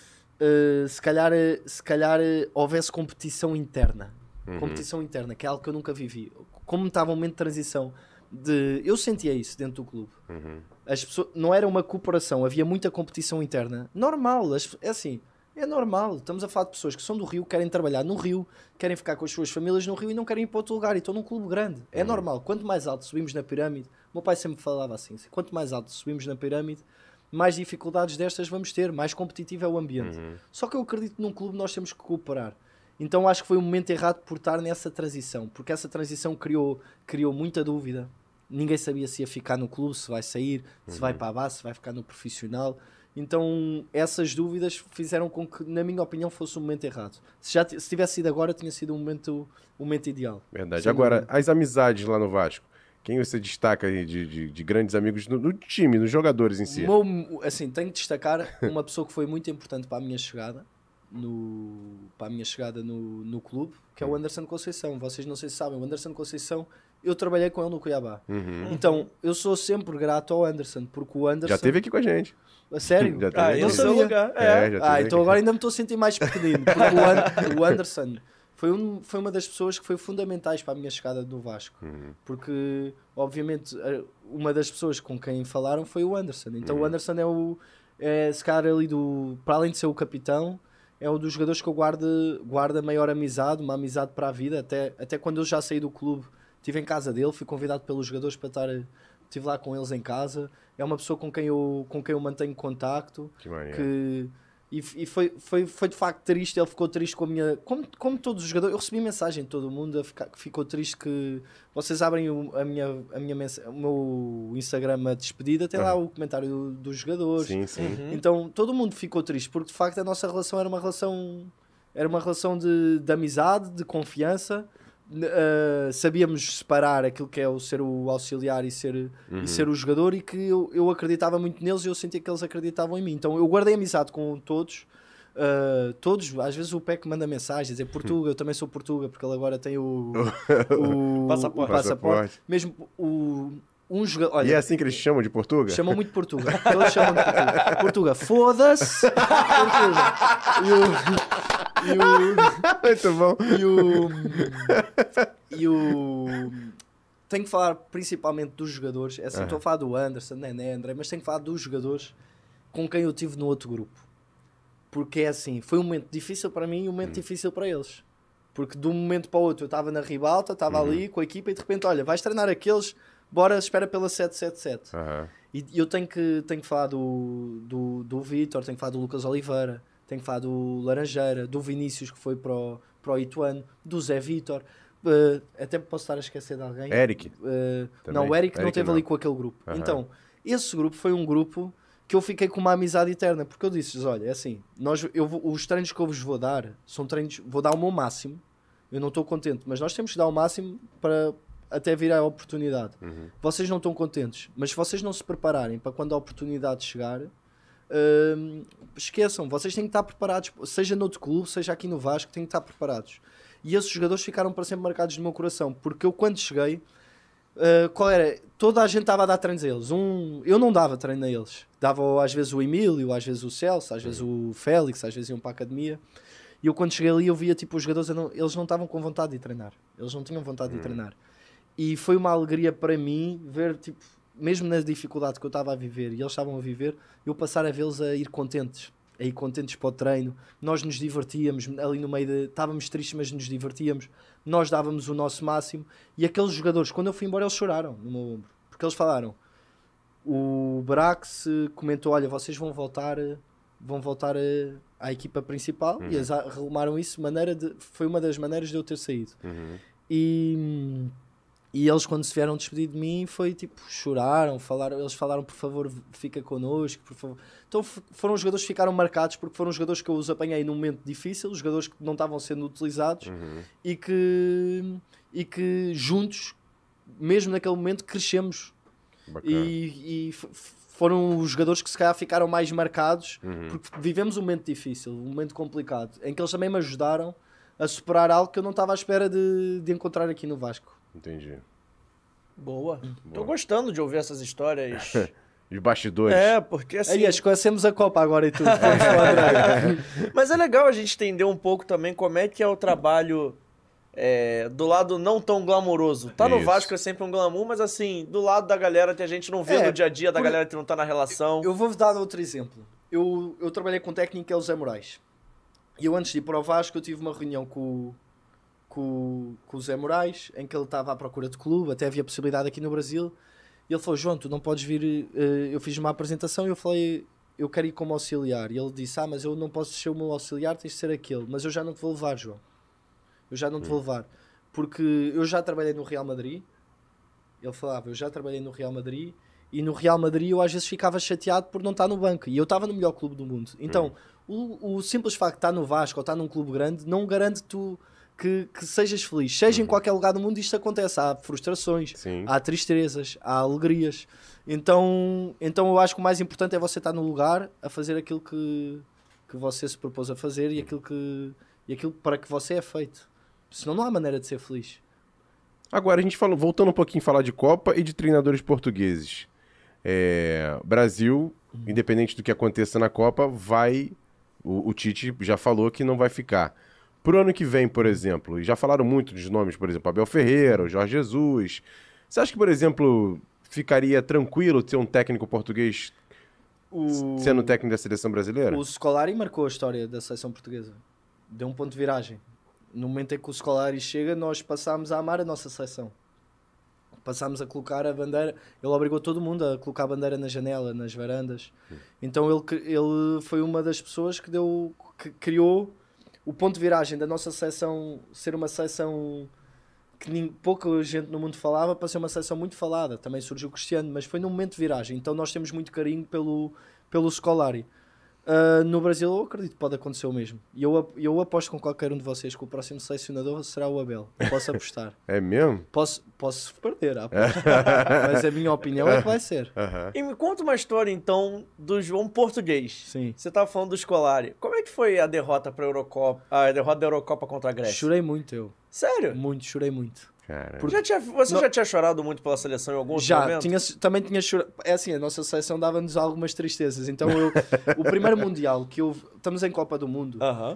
eh, se calhar, eh, se calhar eh, houvesse competição interna. Competição interna, que é algo que eu nunca vivi. Como estava um momento de transição, de, eu sentia isso dentro do clube. As pessoas, não era uma cooperação, havia muita competição interna. Normal, as- é assim, é normal. Estamos a falar de pessoas que são do Rio, querem trabalhar no Rio, querem ficar com as suas famílias no Rio e não querem ir para outro lugar e estão num clube grande. É normal. Quanto mais alto subimos na pirâmide, o meu pai sempre falava assim, quanto mais alto subimos na pirâmide, mais dificuldades destas vamos ter, mais competitivo é o ambiente. Só que eu acredito que num clube nós temos que cooperar. Então acho que foi o momento errado por estar nessa transição, porque essa transição criou, criou muita dúvida. Ninguém sabia se ia ficar no clube, se vai sair, se vai para a base, se vai ficar no profissional. Então essas dúvidas fizeram com que, na minha opinião, fosse o momento errado. Se, já, se tivesse sido agora, tinha sido o momento, o momento ideal. Verdade. Sem Agora, dúvida. as amizades lá no Vasco. Quem você destaca aí de, de, de grandes amigos no, no time, nos jogadores em si? O meu- assim, tenho que destacar uma pessoa que foi muito importante para a minha chegada no, para a minha chegada no, no clube, que é o Anderson Conceição. Vocês não sei se sabem, o Anderson Conceição, eu trabalhei com ele no Cuiabá. Uhum. Então, eu sou sempre grato ao Anderson, porque o Anderson... Já esteve aqui com a gente. A sério? Já teve Ah, aqui. no não seu sabia. lugar. É, É. já Ah, teve então aqui. agora ainda me estou a sentir mais pequenino, porque o, An- o Anderson foi, um, foi uma das pessoas que foi fundamentais para a minha chegada no Vasco. Uhum. Porque, obviamente, a- uma das pessoas com quem falaram foi o Anderson. Então o Anderson é o, é, se calhar ali do, para além de ser o capitão, é um dos jogadores que eu guardo, guardo a maior amizade, uma amizade para a vida. Até, até quando eu já saí do clube, estive em casa dele, fui convidado pelos jogadores para estar, estive lá com eles em casa. É uma pessoa com quem eu, com quem eu mantenho contacto. Que maneiro. Que, e e foi, foi, foi de facto triste, ele ficou triste com a minha... Como, como todos os jogadores, eu recebi mensagem de todo mundo a ficar, que ficou triste que... Vocês abrem o, a minha, a minha mensa, o meu Instagram a despedida, tem lá o comentário do- dos jogadores. Sim, sim. Uhum. Então todo mundo ficou triste, porque de facto a nossa relação era uma relação... Era uma relação de, de amizade, de confiança. Uh, sabíamos separar aquilo que é o ser o auxiliar e ser, Uhum. e ser o jogador, e que eu, eu acreditava muito neles e eu sentia que eles acreditavam em mim. Então eu guardei amizade com todos. Uh, todos, às vezes o P E C manda mensagens, dizer Portuga, eu também sou Portuga, porque ele agora tem o, o, Passaporte. o passaporte. Passaporte. Mesmo o, um jogador. Olha, E é assim que eles chamam de Portuga? chamam muito Portuga. Todos chamam de Portuga. Portuga, foda-se! Portuga. E o. E o Muito bom. e o. E o. Tenho que falar principalmente dos jogadores. É assim, estou a falar do Anderson, Nené, André, mas tenho que falar dos jogadores com quem eu tive no outro grupo. Porque é assim, foi um momento difícil para mim e um momento difícil para eles. Porque de um momento para o outro eu estava na ribalta, estava ali com a equipa e de repente, olha, vais treinar aqueles, bora, espera pela sete sete sete. Aham. E eu tenho que, tenho que falar do, do, do Vítor, tenho que falar do Lucas Oliveira, tenho que falar do Laranjeira, do Vinícius que foi para o, para o Ituano, do Zé Vítor. Uh, até posso estar a esquecer de alguém. Eric. Uh, Também. não, o Eric, não Eric esteve não. ali com aquele grupo. Aham. Então, esse grupo foi um grupo que eu fiquei com uma amizade eterna, porque eu disse, olha, é assim, nós, eu vou- os treinos que eu vos vou dar são treinos, vou dar o meu máximo, eu não estou contente, mas nós temos que dar o máximo para até vir a oportunidade. Uhum. Vocês não estão contentes, mas se vocês não se prepararem para quando a oportunidade chegar, hum, esqueçam, vocês têm que estar preparados, seja no outro clube, seja aqui no Vasco, têm que estar preparados. E esses jogadores ficaram para sempre marcados no meu coração, porque eu quando cheguei, uh, qual era? Toda a gente estava a dar treinos a eles. Um, eu não dava treino a eles. Dava às vezes o Emílio, às vezes o Celso, às vezes o Félix, às vezes iam para a academia. E eu quando cheguei ali eu via tipo os jogadores, eu não- eles não estavam com vontade de treinar. Eles não tinham vontade de treinar. E foi uma alegria para mim ver, tipo, mesmo na dificuldade que eu estava a viver e eles estavam a viver, eu passar a vê-los a ir contentes. A ir contentes para o treino. Nós nos divertíamos ali no meio de... Estávamos tristes, mas nos divertíamos. Nós dávamos o nosso máximo. E aqueles jogadores, quando eu fui embora, eles choraram no meu ombro. Porque eles falaram... O Brax eh, comentou, olha, vocês vão voltar... eh, Vão voltar eh, à equipa principal. E eles a- arrumaram isso. Maneira de, foi uma das maneiras de eu ter saído. Uhum. E... E eles, quando se vieram despedir de mim, foi tipo, choraram, falaram, eles falaram, por favor, fica connosco, por favor. Então f- foram os jogadores que ficaram marcados, porque foram os jogadores que eu os apanhei num momento difícil, os jogadores que não estavam sendo utilizados Uhum. e, que, e que juntos, mesmo naquele momento, crescemos. Bacana. E, e f- f- foram os jogadores que se calhar ficaram mais marcados, Uhum. porque vivemos um momento difícil, um momento complicado, em que eles também me ajudaram a superar algo que eu não estava à espera de, de encontrar aqui no Vasco. Entendi. Boa. Tô gostando de ouvir essas histórias. Os bastidores. É, porque assim. Aliás, conhecemos a Copa agora e tudo. Vamos falar. Mas é legal a gente entender um pouco também como é que é o trabalho é, do lado não tão glamouroso. Tá no Isso. Vasco é sempre um glamour, mas assim, do lado da galera que a gente não vê É, no dia a dia, da por- galera que não tá na relação. Eu vou-vos dar outro exemplo. Eu, eu trabalhei com um técnico que é o Zé Moraes. E eu, antes de ir para o Vasco, eu tive uma reunião com, o- com, o- com o Zé Moraes, em que ele estava à procura de clube, até havia possibilidade aqui no Brasil. E ele falou, João, tu não podes vir... eh, eu fiz uma apresentação e eu falei, eu quero ir como auxiliar. E ele disse, ah, mas eu não posso ser o meu auxiliar, tens de ser aquele. Mas eu já não te vou levar, João. Eu já não te vou levar. Porque eu já trabalhei no Real Madrid. Ele falava, eu já trabalhei no Real Madrid E no Real Madrid eu às vezes ficava chateado por não estar no banco. E eu estava no melhor clube do mundo. Então, Uhum. o, o simples facto de estar no Vasco ou estar num clube grande não garante tu que, que sejas feliz. Seja Uhum. em qualquer lugar do mundo isto acontece. Há frustrações, Sim. há tristezas, há alegrias. Então, então eu acho que o mais importante é você estar no lugar a fazer aquilo que, que você se propôs a fazer e aquilo, que, e aquilo para que você é feito. Senão não há maneira de ser feliz. Agora, a gente falou, voltando um pouquinho a falar de Copa e de treinadores portugueses. É, Brasil, Uhum. independente do que aconteça na Copa, vai. O, o Tite já falou que não vai ficar. Pro ano que vem, por exemplo, e já falaram muito dos nomes, por exemplo, Abel Ferreira, o Jorge Jesus. Você acha que, por exemplo, ficaria tranquilo ter um técnico português O... sendo técnico da seleção brasileira? O Scolari marcou a história da seleção portuguesa. Deu um ponto de viragem. No momento em que o Scolari chega, nós passámos a amar a nossa seleção. Passámos a colocar a bandeira. Ele obrigou todo mundo a colocar a bandeira na janela, nas varandas. Então ele, ele foi uma das pessoas que deu, que criou o ponto de viragem da nossa seleção ser uma seleção que nem, pouca gente no mundo falava para ser uma seleção muito falada. Também surgiu o Cristiano, mas foi num momento de viragem. Então nós temos muito carinho pelo, pelo Scolari. Uh, no Brasil eu acredito que pode acontecer o mesmo. E eu, eu aposto com qualquer um de vocês que o próximo selecionador será o Abel. Posso apostar. É mesmo? Posso, posso perder, a aposta. Mas a minha opinião é que vai ser. Aham. E me conta uma história, então, do João português. Sim. Você tava falando do Scolari. Como é que foi a derrota pra Eurocopa, a derrota da Eurocopa contra a Grécia? Chorei muito eu. Sério? Muito, chorei muito. Cara. Porque- Já tinha, você Não- já tinha chorado muito pela seleção em algum outro Já, momento? tinha, também tinha chorado. É assim, a nossa seleção dava-nos algumas tristezas. Então eu, o primeiro Mundial que eu. Estamos em Copa do Mundo. Aham.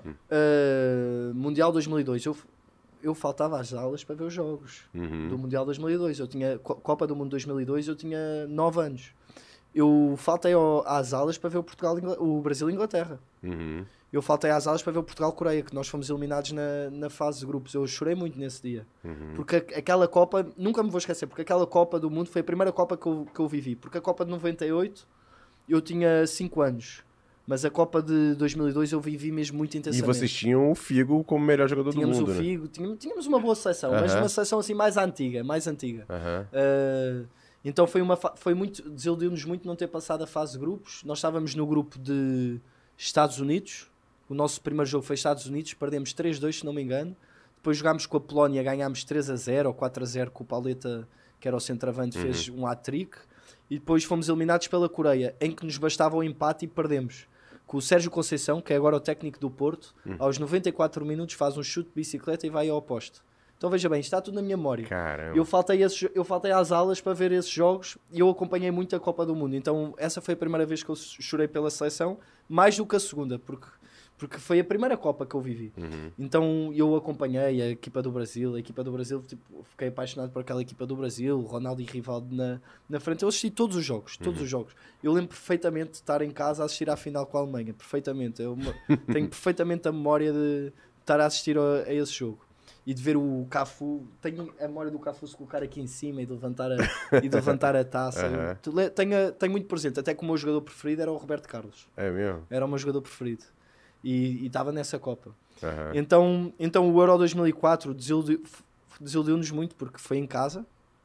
Uh, Mundial dois mil e dois. Eu, eu faltava às aulas para ver os jogos Uhum. do Mundial dois mil e dois. Eu tinha Co- Copa do Mundo dois mil e dois, eu tinha nove anos. Eu faltei ao- às aulas para ver o, Portugal, Ingl- o Brasil e Inglaterra. Uhum. Eu faltei às aulas para ver o Portugal-Coreia, que nós fomos eliminados na, na fase de grupos. Eu chorei muito nesse dia. Uhum. Porque a- aquela Copa, nunca me vou esquecer, porque aquela Copa do Mundo foi a primeira Copa que eu, que eu vivi. Porque a Copa de noventa e oito eu tinha cinco anos. Mas a Copa de dois mil e dois eu vivi mesmo muito E intensamente. vocês tinham o Figo como melhor jogador Tínhamos do mundo, o né? Figo, tínhamos, tínhamos uma boa seleção, mas Aham. uma seleção assim mais antiga, mais antiga. Aham. Uh, então foi uma fa- foi muito, desiludiu-nos muito não ter passado a fase de grupos. Nós estávamos no grupo de Estados Unidos. O nosso primeiro jogo foi Estados Unidos, perdemos três a dois, se não me engano. Depois jogámos com a Polónia, ganhámos três a zero ou quatro a zero, com o Pauleta, que era o centroavante, fez um hat-trick. E depois fomos eliminados pela Coreia, em que nos bastava o empate e perdemos. Com o Sérgio Conceição, que é agora o técnico do Porto, aos noventa e quatro minutos faz um chute de bicicleta e vai ao poste. Então veja bem, está tudo na minha memória. Caramba. Eu faltei, esses, eu faltei às aulas para ver esses jogos e eu acompanhei muito a Copa do Mundo. Então essa foi a primeira vez que eu chorei pela seleção, mais do que a segunda, porque, porque foi a primeira Copa que eu vivi. Uhum. Então eu acompanhei a equipa do Brasil, a equipa do Brasil, tipo, fiquei apaixonado por aquela equipa do Brasil, Ronaldo e Rivaldo na, na frente. Eu assisti todos os jogos, todos os jogos. Eu lembro perfeitamente de estar em casa a assistir à final com a Alemanha, perfeitamente. Eu me- tenho perfeitamente a memória de estar a assistir a, a esse jogo. E de ver o Cafu, tenho a memória do Cafu se colocar aqui em cima e de levantar a, e de levantar a taça. Aham. Eu te- le- tenho, tenho muito presente, até que o meu jogador preferido era o Roberto Carlos. É mesmo? Era o meu jogador preferido. E e estava nessa Copa. Aham. Então, então o Euro dois mil e quatro desiludiu- f- desiludiu-nos muito porque foi em casa.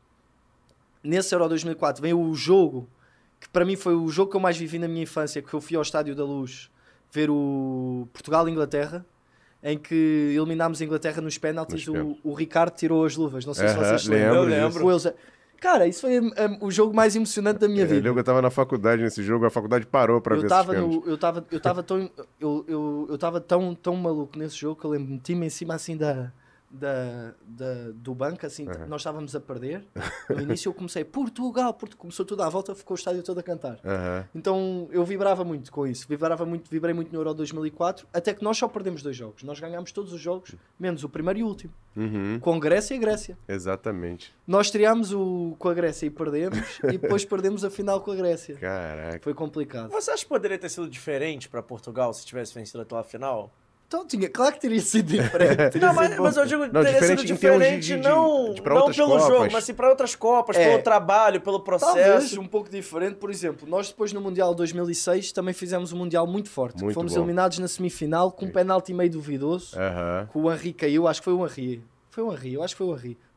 Nesse Euro dois mil e quatro veio o jogo que para mim foi o jogo que eu mais vivi na minha infância, que eu fui ao Estádio da Luz ver o Portugal-Inglaterra, em que eliminámos a Inglaterra nos penaltis. Nos penaltis. O, o Ricardo tirou as luvas, não sei se Aham, vocês se lembram. lembro Eu disso. lembro. O Elza- Cara, isso foi um, o jogo mais emocionante da minha Eu vida. lembro que eu tava na faculdade nesse jogo, a faculdade parou pra Eu ver estava esses no, eu estava, eu estava tão, eu, eu, eu estava tão, tão maluco nesse jogo que eu lembro, meti-me em cima assim da, da, da do banco, assim, Uhum. nós estávamos a perder. No início eu comecei Portugal, Portugal, começou tudo à volta, ficou o estádio todo a cantar. Aham. Então eu vibrava muito com isso, vibrava muito, vibrei muito no Euro dois mil e quatro, até que nós só perdemos dois jogos. Nós ganhámos todos os jogos, menos o primeiro e o último, Uhum. com Grécia e Grécia. Exatamente. Nós estreámos o, com a Grécia e perdemos, e depois perdemos a final com a Grécia. Caraca. Foi complicado. Você acha que poderia ter sido diferente pra Portugal se tivesse vencido aquela final? Então tinha, claro que teria sido diferente. teria Não, mas, sido mas bom. eu digo, Não, teria diferente sido em termos de- diferente de- de- não, de pra não outras pelo Copas. jogo, mas sim pra outras Copas, É. pelo trabalho, pelo processo. Talvez um pouco diferente, por exemplo, nós depois no Mundial dois mil e seis também fizemos um Mundial muito forte. Muito Fomos bom. eliminados na semifinal com um penalti meio duvidoso, Aham. que o Henry caiu, acho que foi o Henry. Foi o Henry, eu acho que foi o Henry.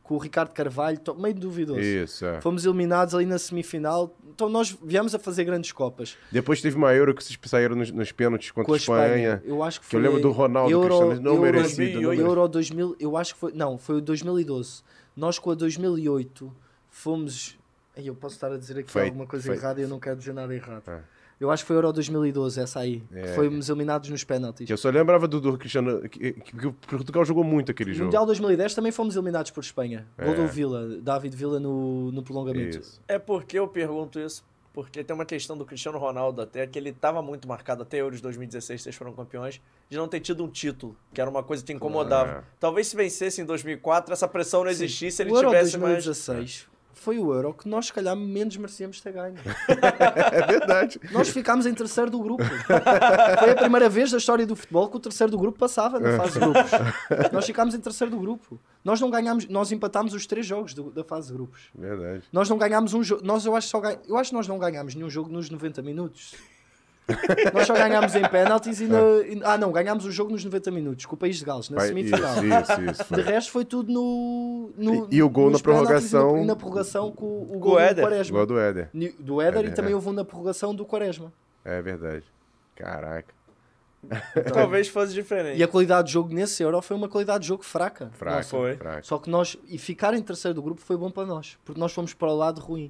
com o Ricardo Carvalho, to- meio duvidoso. Isso, é. Fomos eliminados ali na semifinal, então nós viemos a fazer grandes Copas. Depois teve uma Euro que vocês saíram nos, nos pênaltis contra Com a a Espanha. Espanha. Eu acho que Que eu foi lembro do Ronaldo, Euro, Cristiano, não Euro, merecido. Não merecido. Euro dois mil, eu acho que foi, não, foi o dois mil e doze. Nós com a dois mil e oito fomos, Ei, eu posso estar a dizer aqui Foi- alguma coisa foi- errada e eu não quero dizer nada errado. É. Eu acho que foi Euro dois mil e doze, essa aí, É. que fomos eliminados nos penaltis. Que eu só lembrava do, do Cristiano, que, que, que o Portugal jogou muito aquele No jogo. Mundial dois mil e dez também fomos eliminados por Espanha. Gol É. do Villa, David Villa no, no prolongamento. Isso. É porque eu pergunto isso, porque tem uma questão do Cristiano Ronaldo até, que ele estava muito marcado até Euros dois mil e dezesseis, vocês foram campeões, de não ter tido um título, que era uma coisa que te incomodava. É. Talvez se vencesse em dois mil e quatro, essa pressão não existisse, ele O Euro tivesse mais... dois mil e dezesseis foi o Euro que nós, se calhar, menos merecíamos ter ganho. É verdade. Nós ficámos em terceiro do grupo. Foi a primeira vez da história do futebol que o terceiro do grupo passava na fase de grupos. Nós ficámos em terceiro do grupo. Nós não ganhámos, nós empatámos os três jogos do- da fase de grupos. Verdade. Nós não ganhámos um jogo. Nós eu acho só ganha- eu acho que nós não ganhámos nenhum jogo nos noventa minutos. Nós só ganhámos em penaltis e, na, e ah não, ganhámos o jogo nos noventa minutos com o País de Gales na Vai- semifinal. Isso, isso, isso. De Foi. resto foi tudo no, no E- e o gol nos na penaltis e prorrogação- E na prorrogação com o Com gol o do Éder. Quaresma. Igual do Éder. Ni- Do Éder É, e também é. houve um na prorrogação do Quaresma. É verdade. Caraca. Talvez fosse diferente. E a qualidade de jogo nesse Euro foi uma qualidade de jogo fraca. Fraca. Nossa. foi. fraca. Só que nós, e ficar em terceiro do grupo foi bom para nós, porque nós fomos para o lado ruim.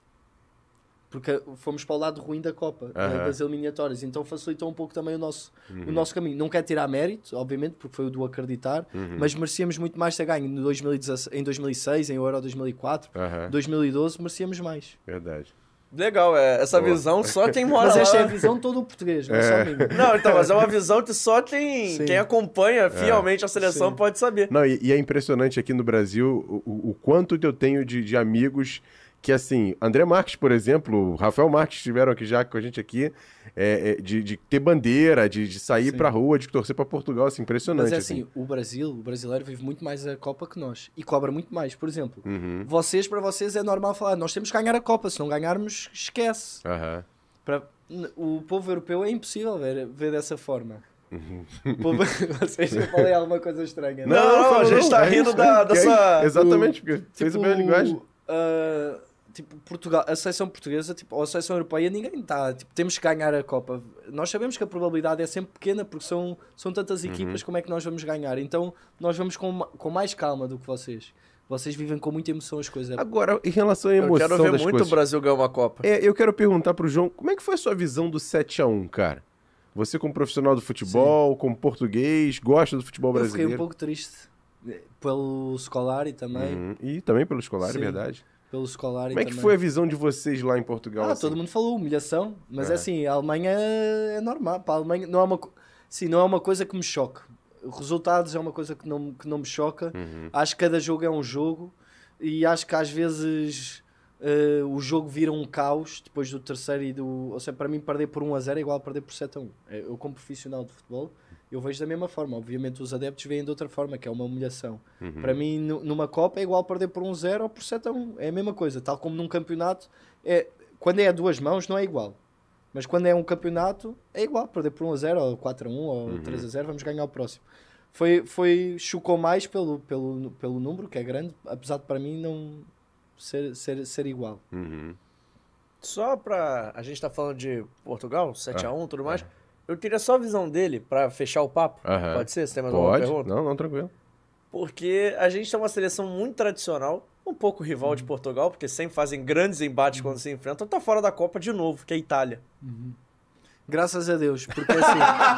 Porque fomos para o lado ruim da Copa, Aham. né, das eliminatórias. Então facilitou um pouco também o nosso, Uhum. o nosso caminho. Não quer tirar mérito, obviamente, porque foi o do acreditar, Uhum. mas merecíamos muito mais ter ganho no dois mil e dezesseis, em dois mil e seis, em Euro dois mil e quatro, Aham. dois mil e doze, merecíamos mais. Verdade. Legal, é, essa Boa. visão só quem mora Mas lá... esta é a visão de todo o português, não é só minha. Não, então, mas é uma visão que só quem, Sim. quem acompanha fielmente a seleção Sim. pode saber. Não, e, e é impressionante aqui no Brasil o, o- o quanto que eu tenho de, de amigos que, assim, André Marques, por exemplo, Rafael Marques estiveram aqui já com a gente aqui, é, é, de, de ter bandeira, de, de sair Sim. pra rua, de torcer pra Portugal, assim, impressionante. Mas é assim, o Brasil, o brasileiro vive muito mais a Copa que nós. E cobra muito mais. Por exemplo, Uhum. vocês, para vocês é normal falar, nós temos que ganhar a Copa, se não ganharmos, esquece. Aham. Para... n- O povo europeu é impossível ver, ver dessa forma. Uhum. O povo... Vocês eu falei alguma coisa estranha. Não, não, a gente tá é rindo isso, da- é, da que é- sua- Exatamente, porque fez a Tipo, mesma linguagem. ah, tipo, Portugal, a seleção portuguesa, tipo, ou a seleção europeia, ninguém está. Tipo, temos que ganhar a Copa. Nós sabemos que a probabilidade é sempre pequena porque são, são tantas equipas, Uhum. como é que nós vamos ganhar? Então nós vamos com, ma- com mais calma do que vocês. Vocês vivem com muita emoção as coisas. Agora, em relação à Eu emoção quero ver das muito coisas... o Brasil ganhar uma Copa. É, eu quero perguntar pro João, como é que foi a sua visão do sete a um, cara? Você como profissional do futebol, como português, gosta do futebol Eu fiquei brasileiro? um pouco triste eh, pelo Scolari também. Uhum. E também pelo escolar, é Sim. verdade. Pelo Scolari Como é que também. foi a visão de vocês lá em Portugal? Ah, assim? todo mundo falou humilhação, mas É. é assim, a Alemanha é normal. Para a Alemanha não é uma, co- sim, não é uma coisa que me choque. Resultados é uma coisa que não, que não me choca. Uhum. Acho que cada jogo é um jogo e acho que às vezes eh, o jogo vira um caos depois do terceiro e do. Ou seja, para mim, perder por um a zero é igual a perder por sete a um. Eh, Eu, como profissional de futebol, eu vejo da mesma forma. Obviamente, os adeptos veem de outra forma, que é uma humilhação. Uhum. Para mim, nu- numa Copa é igual perder por um zero ou por sete a um. É a mesma coisa. Tal como num campeonato, é, quando é a duas mãos, não é igual. Mas quando é um campeonato, é igual. Perder por um a zero, ou quatro a um, ou Uhum. três a zero, vamos ganhar o próximo. Foi, foi, chocou mais pelo, pelo, pelo número, que é grande, apesar de para mim não ser, ser, ser igual. Uhum. Só pra... A gente tá falando de Portugal, sete a um e Ah, tudo mais. Eu queria só a visão dele pra fechar o papo. Aham. Pode ser? Você tem mais alguma Pode? pergunta? Não, não, tranquilo. Porque a gente tem uma seleção muito tradicional, um pouco rival Uhum. de Portugal, porque sempre fazem grandes embates quando se enfrentam. Tá fora da Copa de novo, que é a Itália. Graças a Deus, porque assim.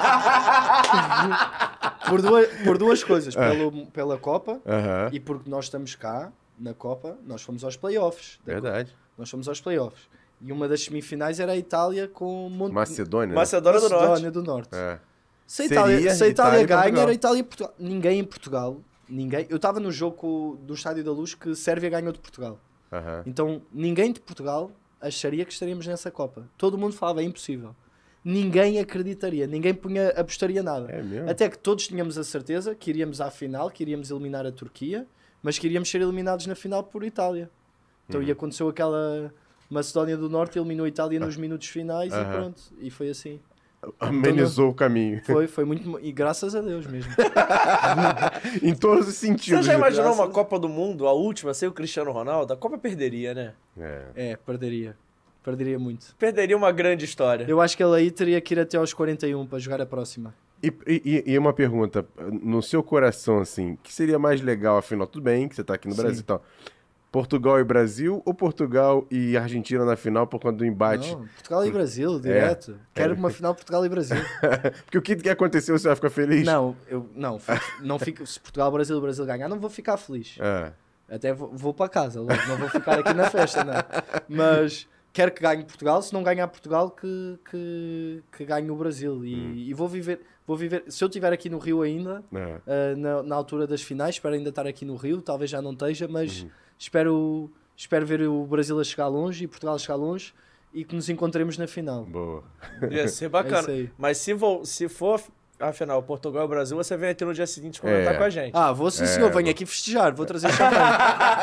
por, duas, por duas coisas. Pelo, pela Copa Aham. e porque nós estamos cá na Copa, nós fomos aos playoffs. da Verdade. Copa. Nós fomos aos playoffs. E uma das semifinais era a Itália com Monte... Macedônia, né? Macedônia do Norte. Macedónia do Norte. É. Se a Seria Itália, se a Itália Itália e ganha, Portugal. era Itália e Portugal. Ninguém em Portugal, ninguém. Eu estava no jogo com- do Estádio da Luz que Sérvia ganhou de Portugal. Aham. Então ninguém de Portugal acharia que estaríamos nessa Copa. Todo mundo falava, é impossível. Ninguém acreditaria, ninguém punha, apostaria nada. É mesmo? Até que todos tínhamos a certeza que iríamos à final, que iríamos eliminar a Turquia, mas que iríamos ser eliminados na final por Itália. Então Uhum. e aconteceu aquela Macedónia do Norte, eliminou a Itália nos minutos finais Aham. e pronto. E foi assim. amenizou o caminho. Foi, foi muito... E graças a Deus mesmo. Em todos os Você sentidos. já imaginou Graças- uma Copa do Mundo, a última, sem o Cristiano Ronaldo? A Copa perderia, né? É. É, perderia. Perderia muito. Perderia uma grande história. Eu acho que ele aí teria que ir até aos quarenta e um para jogar a próxima. E, e, e uma pergunta, no seu coração, assim, que seria mais legal, afinal, tudo bem que você tá aqui no Sim. Brasil e tal, Portugal e Brasil ou Portugal e Argentina na final por conta do embate? Não, Portugal e Brasil, direto. Quero É. uma final Portugal e Brasil. Porque o que, que aconteceu, você vai ficar feliz? Não, eu não, fico- não fico, se Portugal, Brasil, Brasil ganhar, não vou ficar feliz. É. Até vou, vou para casa, logo, não vou ficar aqui na festa, não. Mas quero que ganhe Portugal, se não ganhar Portugal, que, que, que ganhe o Brasil. E, Hum. e vou viver, vou viver, se eu estiver aqui no Rio ainda, É. ah, na, na altura das finais, espero ainda estar aqui no Rio, talvez já não esteja, mas Uhum. espero, espero ver o Brasil a chegar longe e Portugal a chegar longe e que nos encontremos na final. Boa. Ia ser É bacana. isso aí. Mas se, vo- se for, afinal, Portugal e Brasil, você vem aqui no dia seguinte comentar É. com a gente. Ah, vou sim É, senhor, venho vou- aqui festejar, vou trazer champanhe.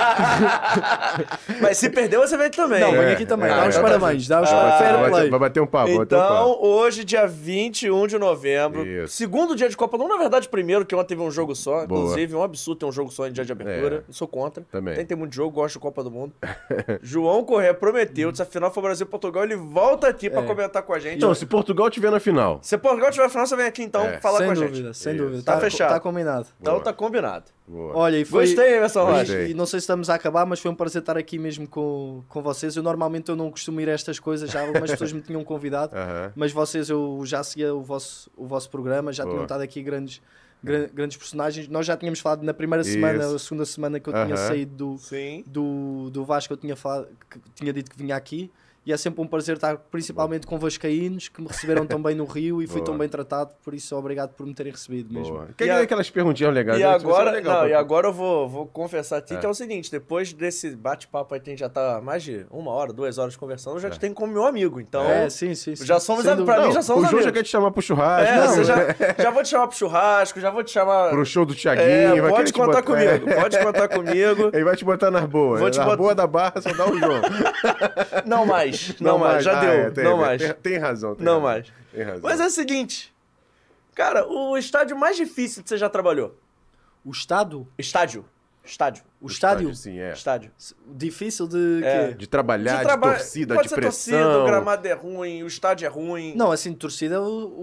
Mas se perder, você vem também. Não, venho É, aqui também, é, dá os é. parabéns, dá os Ah, fair vai, play. bater, vai bater um papo, vai bater um Então, papo. hoje, dia vinte e um de novembro, Isso. segundo dia de Copa, não na verdade primeiro, que ontem teve um jogo só, Boa. inclusive, é um absurdo ter um jogo só em dia de abertura, É. eu sou contra. Também. Tem que ter muito jogo, gosto de Copa do Mundo. João Corrêa prometeu, se a final for Brasil e Portugal, ele volta aqui pra É. comentar com a gente. Então, se Portugal tiver na final, Se Portugal tiver final, você vem aqui então É. falar Sem com a dúvida, gente. sem Isso. dúvida. Tá Tá, fechado. Tá combinado. Então Boa. tá combinado. boa. Olha, e foi... Gostei, Emerson Rocha. Gostei. E não sei se estamos a acabar, mas foi um prazer estar aqui mesmo com, com vocês. Eu normalmente eu não costumo ir a estas coisas, já algumas pessoas me tinham convidado, Aham. mas vocês eu já seguia o vosso, o vosso programa, já Boa. tinham estado aqui grandes, gran- grandes personagens. Nós já tínhamos falado na primeira semana, Isso. a segunda semana que eu tinha Aham. saído do, Sim. do, do Vasco, eu tinha, falado, que tinha dito que vinha aqui. E é sempre um prazer estar principalmente com vascaínos que me receberam tão bem no Rio e fui Boa. tão bem tratado, por isso obrigado por me terem recebido mesmo. Boa. Quer E dizer a- aquelas perguntinhas legais? E né? Isso vai ser agora, legal não, pra- e agora eu vou, vou confessar aqui É. que é o seguinte, depois desse bate-papo aí que a gente já tá há mais de uma hora, duas horas conversando, eu já É. te tenho como meu amigo, então... É, sim, sim, sim. Já somos Sem am- pra dúvida. mim já Não, somos o João já amigos. quer te chamar pro churrasco. É, não, você já, né? já vou te chamar pro churrasco, já vou te chamar... Pro show do Thiaguinho. É, vai pode querer te contar botar- comigo, pode contar comigo. Ele vai te botar nas boas. Vou te Na botar- boa da barra só dá o João. Não mais, não, mais, já Ah, deu, é, tem, não tem- mais, Tem, tem razão. Tem não razão. mais. Tem razão. Mas é o seguinte, cara, o estádio mais difícil que você já trabalhou? O Estado, Estádio, estádio, o estádio, Sim, é. estádio. difícil de É. quê? De trabalhar, de, traba- torcida, pode de ser pressão. torcida, o gramado é ruim, o estádio é ruim. Não, assim, de torcida,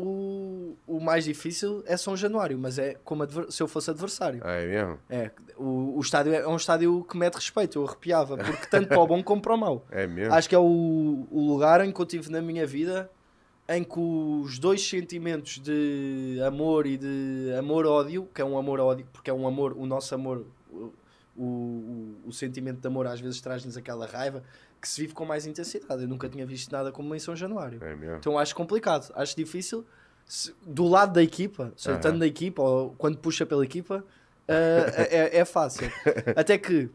o, o, o mais difícil é São Januário, mas é como adver- se eu fosse adversário. Ah, é mesmo? É, o, o estádio é um estádio que mete respeito, eu arrepiava, porque tanto para o bom como para o mau. É mesmo? Acho que é o, o lugar em que eu tive na minha vida em que os dois sentimentos de amor e de amor-ódio, que é um amor-ódio, porque é um amor, o nosso amor, o, o, o sentimento de amor às vezes traz-nos aquela raiva que se vive com mais intensidade. Eu nunca tinha visto nada como em São Januário. É mesmo? Então acho complicado, acho difícil. Se- do lado da equipa, ou seja, Aham. estando na equipa ou quando puxa pela equipa, eh, é, é fácil. Até que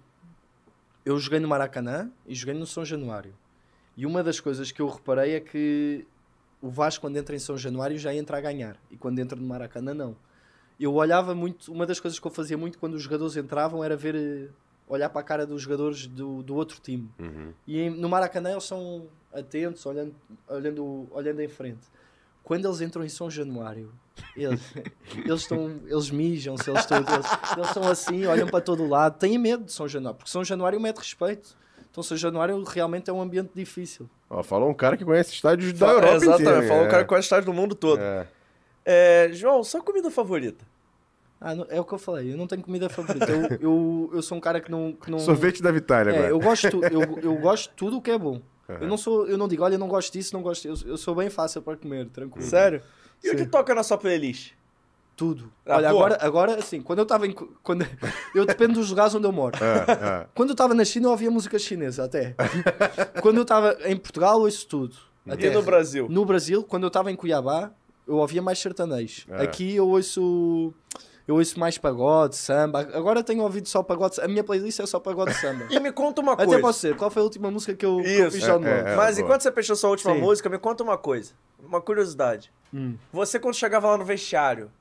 eu joguei no Maracanã e joguei no São Januário. E uma das coisas que eu reparei é que o Vasco, quando entra em São Januário, já entra a ganhar. E quando entra no Maracanã, não. Eu olhava muito, uma das coisas que eu fazia muito quando os jogadores entravam era ver, eh, olhar para a cara dos jogadores do, do outro time. Uhum. E em- no Maracanã eles são atentos, olhando, olhando, olhando em frente. Quando eles entram em São Januário, eles, eles, estão, eles mijam-se, eles, estão- eles, eles são assim, olham para todo lado, têm medo de São Januário, porque São Januário mete respeito. Então São Januário realmente é um ambiente difícil. Ó, falou um cara que conhece estádios da Fala- Europa exatamente, inteira. falou o é. cara que conhece o estádio do mundo todo. É. É, João, sua comida favorita? Ah, não- é o que eu falei, eu não tenho comida favorita. Eu, eu, eu sou um cara que não... Que não Sorvete da Vitória é, agora. eu, gosto, eu, eu gosto de tudo o que é bom. Aham. Eu não sou, eu não digo, olha, eu não gosto disso, não gosto disso. Eu, eu sou bem fácil para comer, tranquilo. Sério? E o Sim. que toca na sua playlist? Tudo. Ah, Olha, pô. agora, agora, assim, quando eu estava em... Quando, eu dependo dos lugares onde eu moro. É, é. Quando eu estava na China, eu ouvia música chinesa, até. Quando eu estava em Portugal, eu ouço tudo. E no Brasil? No Brasil, quando eu estava em Cuiabá, eu ouvia mais sertanejo. É. Aqui eu ouço... Eu ouço mais pagode, samba. Agora tenho ouvido só pagode. A minha playlist é só pagode e samba. E me conta uma Até coisa. pode ser. Qual foi a última música que eu, que eu Isso. fiz download? É, é. Mas boa. enquanto você fechou sua última Sim. música, me conta uma coisa. Uma curiosidade. Hum. Você, quando chegava lá no vestiário,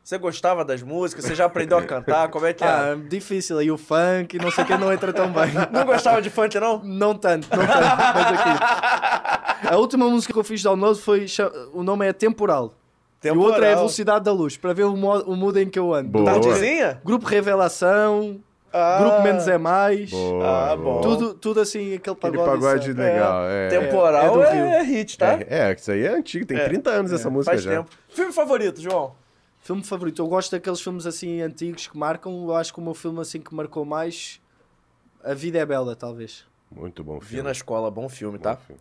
Você gostava das músicas? Você já aprendeu a cantar? Como é que é? Ah, difícil. Aí o funk, não sei o que, não entra tão bem. Não gostava de funk, não? Não tanto, não tanto. Mas aqui. A última música que eu fiz de download foi... O nome é Temporal. Temporal. E o outro é a Velocidade da Luz, para ver o modo, o mood em que eu ando. Boa. Tardezinha? Grupo Revelação, Ah. Grupo Menos é Mais. Boa, Ah, bom. boa. Tudo, tudo assim, aquele Aquele pagode. pagode sabe? legal. É, Temporal é do é, Rio. hit, tá? É, é, isso aí é antigo, tem É. trinta anos essa música Faz já. tempo. Filme favorito, João? Filme favorito. Eu gosto daqueles filmes assim antigos que marcam. Eu acho que o meu filme assim que marcou mais, A Vida é Bela, talvez. Muito bom Vi filme. na escola, bom filme, Bom tá? filme.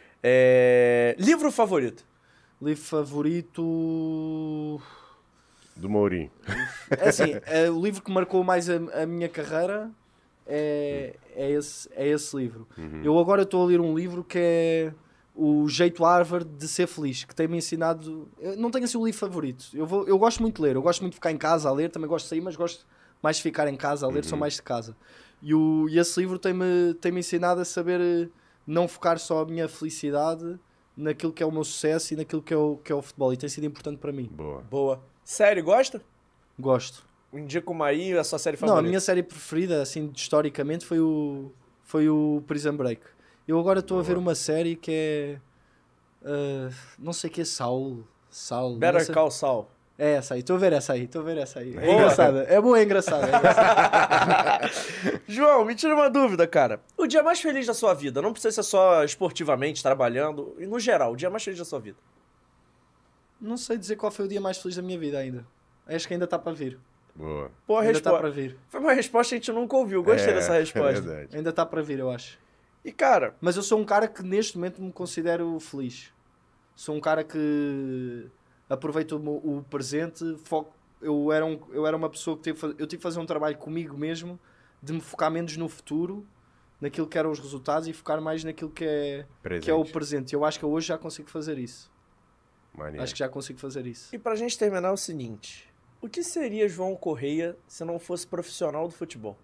É... Livro favorito? Livro favorito... Do Mourinho. É assim, é, o livro que marcou mais a, a minha carreira é, é, esse, é esse livro. Uhum. Eu agora estou a ler um livro que é O Jeito Harvard de Ser Feliz, que tem-me ensinado... Eu não tenho assim o livro favorito. Eu, vou, eu gosto muito de ler, eu gosto muito de ficar em casa a ler, também gosto de sair, mas gosto mais de ficar em casa a ler, Uhum. sou mais de casa. E, o, e esse livro tem-me tem-me ensinado a saber eh, não focar só a minha felicidade naquilo que é o meu sucesso e naquilo que é o, que é o futebol. E tem sido importante para mim. Boa. Boa. Série, gosta? Gosto. Indica uma aí, a sua série Não, favorita. a minha série preferida, assim, historicamente, foi o, foi o Prison Break. Eu agora estou a ver uma série que é... ah, não sei o que é Saul. Saul. não Better sei- Call Saul. É essa aí, estou a ver essa aí, estou a ver essa aí. É Boa. engraçada, é boa, é engraçada. É engraçada. João, me tira uma dúvida, cara. O dia mais feliz da sua vida, não precisa ser só esportivamente, trabalhando, e no geral, o dia mais feliz da sua vida. Não sei dizer qual foi o dia mais feliz da minha vida ainda. Acho que ainda está para vir. Boa. Pô, a Ainda está resposta. para vir. Foi uma resposta que a gente nunca ouviu. Gostei É, dessa resposta. É verdade. Ainda está para vir, eu acho. E, cara, Mas eu sou um cara que neste momento me considero feliz. Sou um cara que aproveito o, meu- o presente. Foco. Eu, era um, eu era uma pessoa que tive, fa- eu tive que fazer um trabalho comigo mesmo de me focar menos no futuro, naquilo que eram os resultados e focar mais naquilo que é, Presente. que é o presente. Eu acho que eu hoje já consigo fazer isso. Maneiro. Acho que já consigo fazer isso. e pra gente terminar é o seguinte. O que seria João Correia se não fosse profissional do futebol?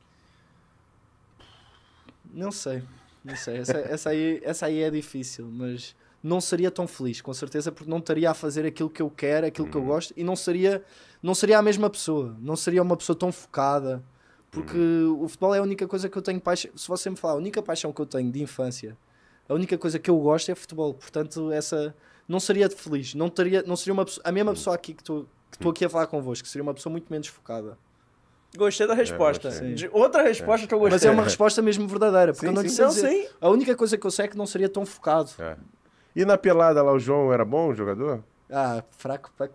Não sei. Não sei. Essa, essa, aí, essa aí é difícil, mas não seria tão feliz, com certeza, porque não estaria a fazer aquilo que eu quero, aquilo que eu gosto, e não seria, não seria a mesma pessoa. Não seria uma pessoa tão focada, porque o futebol é a única coisa que eu tenho paixão. Se você me falar, a única paixão que eu tenho de infância, a única coisa que eu gosto é futebol. Portanto, essa não seria feliz. Não, teria, não seria uma pessoa, a mesma pessoa aqui que estou que estou aqui a falar convosco, seria uma pessoa muito menos focada. Gostei da resposta. gostei. De outra resposta que eu gostei. Mas é uma resposta mesmo verdadeira, porque Sim, eu não sim. lhe sei Não, dizer. sim. A única coisa que eu sei é que não seria tão focado. É. E na pelada lá, o João era bom jogador? Ah, fraco para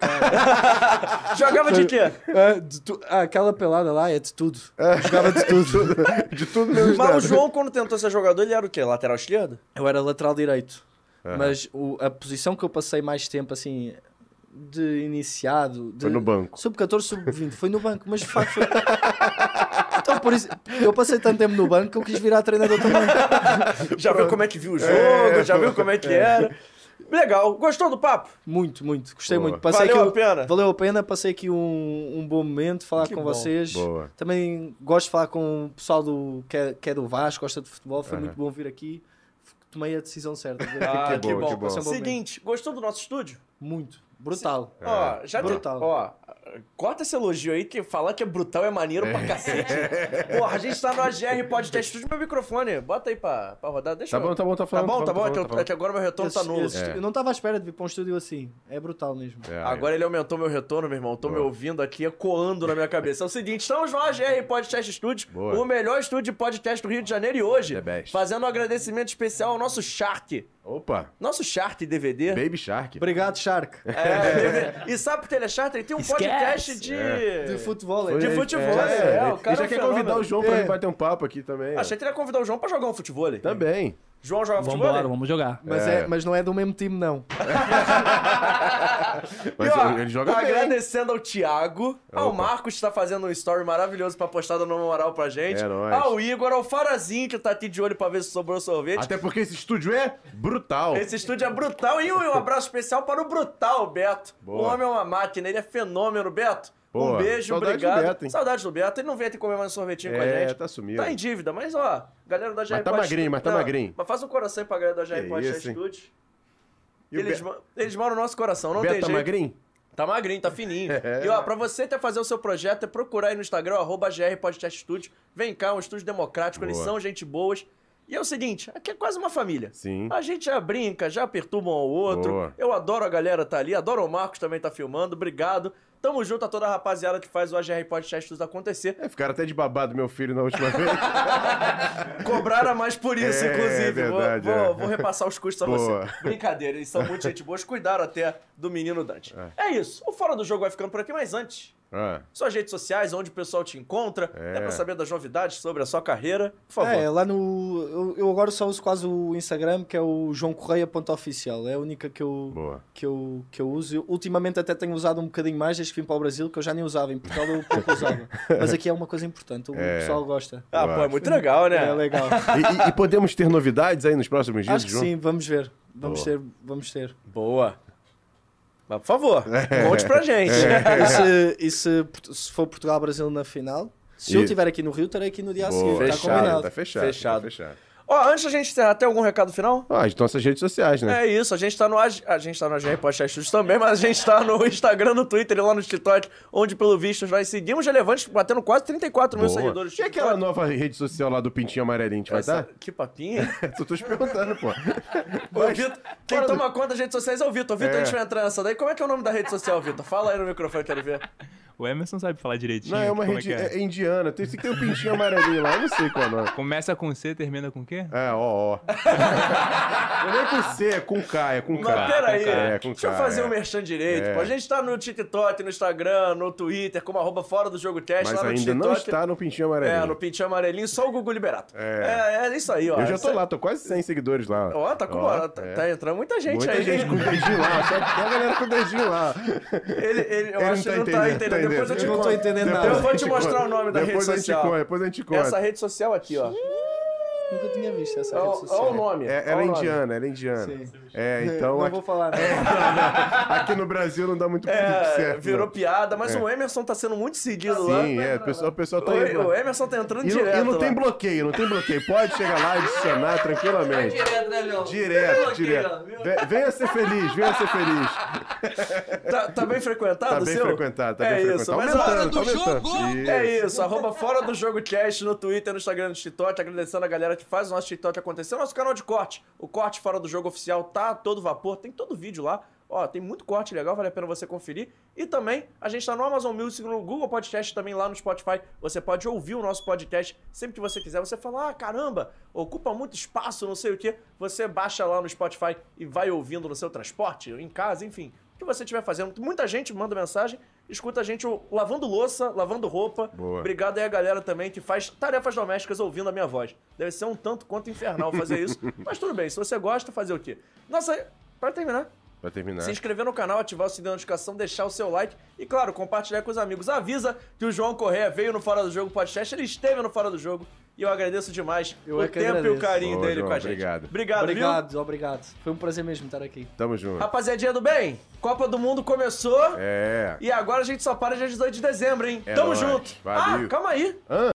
cá. Jogava de quê? Ah, de tu- ah, aquela pelada lá é de tudo. Jogava de tudo. De tudo menos Mas nada. o João, quando tentou ser jogador, ele era o quê? Lateral esquerdo? Eu era lateral direito. Aham. Mas o- a posição que eu passei mais tempo assim de iniciado. De... Foi no banco. sub catorze, sub vinte, foi no banco, mas de facto foi. Então, por isso, eu passei tanto tempo no banco que eu quis virar treinador também. Já viu como é que viu o jogo? Já viu como é que era? Legal. Gostou do papo? Muito, muito. Gostei Boa. muito. Passei Valeu aqui, a pena? Valeu a pena. Passei aqui um, um bom momento, falar Que com bom. vocês. Boa. Também gosto de falar com o pessoal do, que, é, que é do Vasco, gosta de futebol. Foi Aham. muito bom vir aqui. Tomei a decisão certa. Ah, Que que bom, bom. que bom. Passei um bom momento. Seguinte, gostou do nosso estúdio? Muito. Brutal. Ó, já tem, Brutal. ó, corta esse elogio aí, que falar que é brutal é maneiro pra cacete. Porra, a gente tá no A G R Podcast Studio, meu microfone. Bota aí pra, pra rodar, deixa Tá eu... bom, tá bom, tá falando. Tá bom, tá bom, falando, é que, eu- falando. é que agora meu retorno tá Esse- nulo. esse É. estu- Eu não estava à espera de vir para um estúdio assim. É brutal mesmo. É, Agora ele aumentou meu retorno, meu irmão. Tô me Boa. ouvindo aqui, ecoando na minha cabeça. É o seguinte, estamos no A G R Podcast Studio, Boa. o melhor estúdio de podcast do Rio de Janeiro, e hoje, The best. fazendo um agradecimento especial ao nosso Shark. Opa, Nosso Shark D V D. Baby Shark. Obrigado, Shark. É, D V D. E sabe por que ele é Shark? Ele tem um podcast de... De futebol. De é. futebol, É, é, é, o cara e já é um quer fenômeno. convidar o João pra É. vir bater um papo aqui também. ó. Achei que ele ia convidar o João pra jogar um futebol. Também. João joga futebol? Vambora, vamos jogar. Mas, É. é, mas não é do mesmo time, não. Mas E, ó, ele joga bem. agradecendo ao Thiago, ao Opa. Marcos que tá fazendo um story maravilhoso pra postar dando uma moral pra gente, É nóis. ao Igor, ao Farazinho que tá aqui de olho pra ver se sobrou sorvete. Até porque esse estúdio é brutal. Esse estúdio é brutal. E um abraço especial para o brutal Beto. Boa. O homem é uma máquina, ele é fenômeno, Beto. Um Boa. beijo, Saudade do obrigado. Beto, hein? Saudade do Beto. Ele não veio aqui comer mais um sorvetinho com a É, gente. tá sumido. Tá em dívida, mas ó, galera da G R Mas tá Pod magrinho, mas tá Não, magrinho. Mas faz um coração aí pra galera da G R Que Podcast isso, hein? Studio. E o Eles, Be- ma- eles moram no nosso coração, não Beto tem tá jeito. magrinho? Tá magrinho, tá fininho. E ó, pra você até fazer o seu projeto, é procurar aí no Instagram, arroba G R Podcast Studio. Vem cá, um estúdio democrático, Boa. eles são gente boas. E é o seguinte, aqui é quase uma família. Sim. A gente já brinca, já perturba um ao outro. Boa. Eu adoro a galera tá ali, adoro o Marcos também tá filmando. Obrigado. Tamo junto a toda a rapaziada que faz o A G R Podcast Studios acontecer. É, ficaram até de babado meu filho na última vez. Cobraram mais por isso, É, inclusive. verdade, vou, é. vou, vou repassar os custos a Boa. você. Brincadeira, eles são muito gente boa. Cuidaram até do menino Dante. É. é isso. O Fora do Jogo vai ficando por aqui, mas antes... Ah, Suas redes sociais, onde o pessoal te encontra, É. até pra saber das novidades sobre a sua carreira, por favor. É, lá no. Eu, eu agora só uso quase o Instagram, que é o joão correia ponto oficial. É a única que eu, boa. que eu, que eu uso. Eu, ultimamente até tenho usado um bocadinho mais desde que vim para o Brasil, que eu já nem usava. Em Portugal eu pouco usava. Mas aqui é uma coisa importante, o É. pessoal gosta. Ah, Eu pô, é acho. muito legal, né? É legal. E, e- e podemos ter novidades aí nos próximos dias, Acho que João? sim, vamos ver. Vamos Boa. ter, vamos ter. Boa. Mas, por favor, conte pra gente. E, se, e se, se for Portugal-Brasil na final, se eu E- estiver aqui no Rio, estarei aqui no dia a seguir. Boa. Está Fechado, combinado. Tá fechado. Fechado. Tá fechado. Ó, antes da gente encerrar, tem algum recado final? Ah, as nossas redes sociais, né? É isso, a gente tá no A G- a gente tá no A G R Podcast Studios também, mas a gente tá no Instagram, no Twitter e lá no TikTok, onde pelo visto nós seguimos relevantes, batendo quase trinta e quatro mil Boa. seguidores. E aquela nova rede social lá do Pintinho Amarelinho, a gente vai Essa- dar? Que papinho. Só tô te perguntando, pô. Ô, Vitor, quem fora do- toma conta das redes sociais é o Vitor. Vitor, É. a gente vai entrar nessa daí. Como é que é o nome da rede social, Vitor? Fala aí no microfone, quero ver. O Emerson sabe falar direitinho. Não, é uma como rede é que é. é indiana. Tem, tem um pintinho amarelinho lá, eu não sei qual é o nome. Começa com C, termina com o quê? É, ó, ó. Não é com C, é com K, é com K. Mas peraí, É, com deixa eu K, fazer é. o merchan direito. É. Pô. A gente tá no TikTok, no Instagram, no Twitter, como arroba Fora do Jogo Teste, Mas lá no ainda TikTok. não está no pintinho amarelinho. É, no pintinho amarelinho, só o Gugu Liberato. É. É, é isso aí, ó. Eu já tô Essa- lá, tô quase cem seguidores lá. Ó, tá com Ó, tá, é. tá entrando muita gente Muita aí. gente com o dedinho lá, só tem a galera com o dedinho lá. Ele, ele, eu Ele acho que ele não tá entendendo. Depois eu te Eu não conto. tô entendendo Depois nada. eu vou te a gente mostrar conta. o nome da Depois rede a gente social. conta, depois a gente conta. Essa rede social aqui, ó. Nunca tinha visto essa Olha rede o- social. olha o nome. É, olha ela é o nome. indiana, ela é indiana. Sim. É, então não aqui, vou falar nada. aqui no Brasil não dá muito É, certo. virou não. piada, mas É. o Emerson tá sendo muito seguido lá. Sim, é, o pessoal, o pessoal tá O, indo o lá. Emerson tá entrando E não, direto e não lá. tem bloqueio, não tem bloqueio. Pode chegar lá e adicionar tranquilamente. Direto, né, meu? Direto, Bloqueio, direto. viu? Ve- Venha ser feliz, venha ser feliz. Tá, tá bem frequentado Tá o bem seu? frequentado, tá é bem isso, frequentado. mas Tá ó, aumentando, tá aumentando. É isso, arroba Fora do Jogo Cast no Twitter, no Instagram, no TikTok, agradecendo a galera que faz o nosso TikTok acontecer, nosso canal de corte, o Corte Fora do Jogo Oficial tá a todo vapor, tem todo vídeo lá, ó, tem muito corte legal, vale a pena você conferir, e também a gente tá no Amazon Music, no Google Podcast, também lá no Spotify, você pode ouvir o nosso podcast sempre que você quiser, você fala, ah, caramba, ocupa muito espaço, não sei o que, você baixa lá no Spotify e vai ouvindo no seu transporte, em casa, enfim, o que você estiver fazendo, muita gente manda mensagem, escuta a gente lavando louça, lavando roupa. Boa. Obrigado aí a galera também que faz tarefas domésticas ouvindo a minha voz. Deve ser um tanto quanto infernal fazer isso, mas tudo bem, se você gosta, fazer o quê? Nossa, para terminar, Pra terminar. se inscrever no canal, ativar o sininho da notificação, deixar o seu like e, claro, compartilhar com os amigos. Avisa que o João Correia veio no Fora do Jogo Podcast, ele esteve no Fora do Jogo e eu agradeço demais Eu o é que tempo e o agradeço. carinho Boa, dele João, com a gente. obrigado. Obrigado, viu? Obrigado, obrigado. Foi um prazer mesmo estar aqui. Tamo junto. Rapaziadinha do bem, Copa do Mundo começou É. e agora a gente só para dia dezoito de dezembro, hein? É Tamo nóis. junto. Valeu. Ah, calma aí. Hã?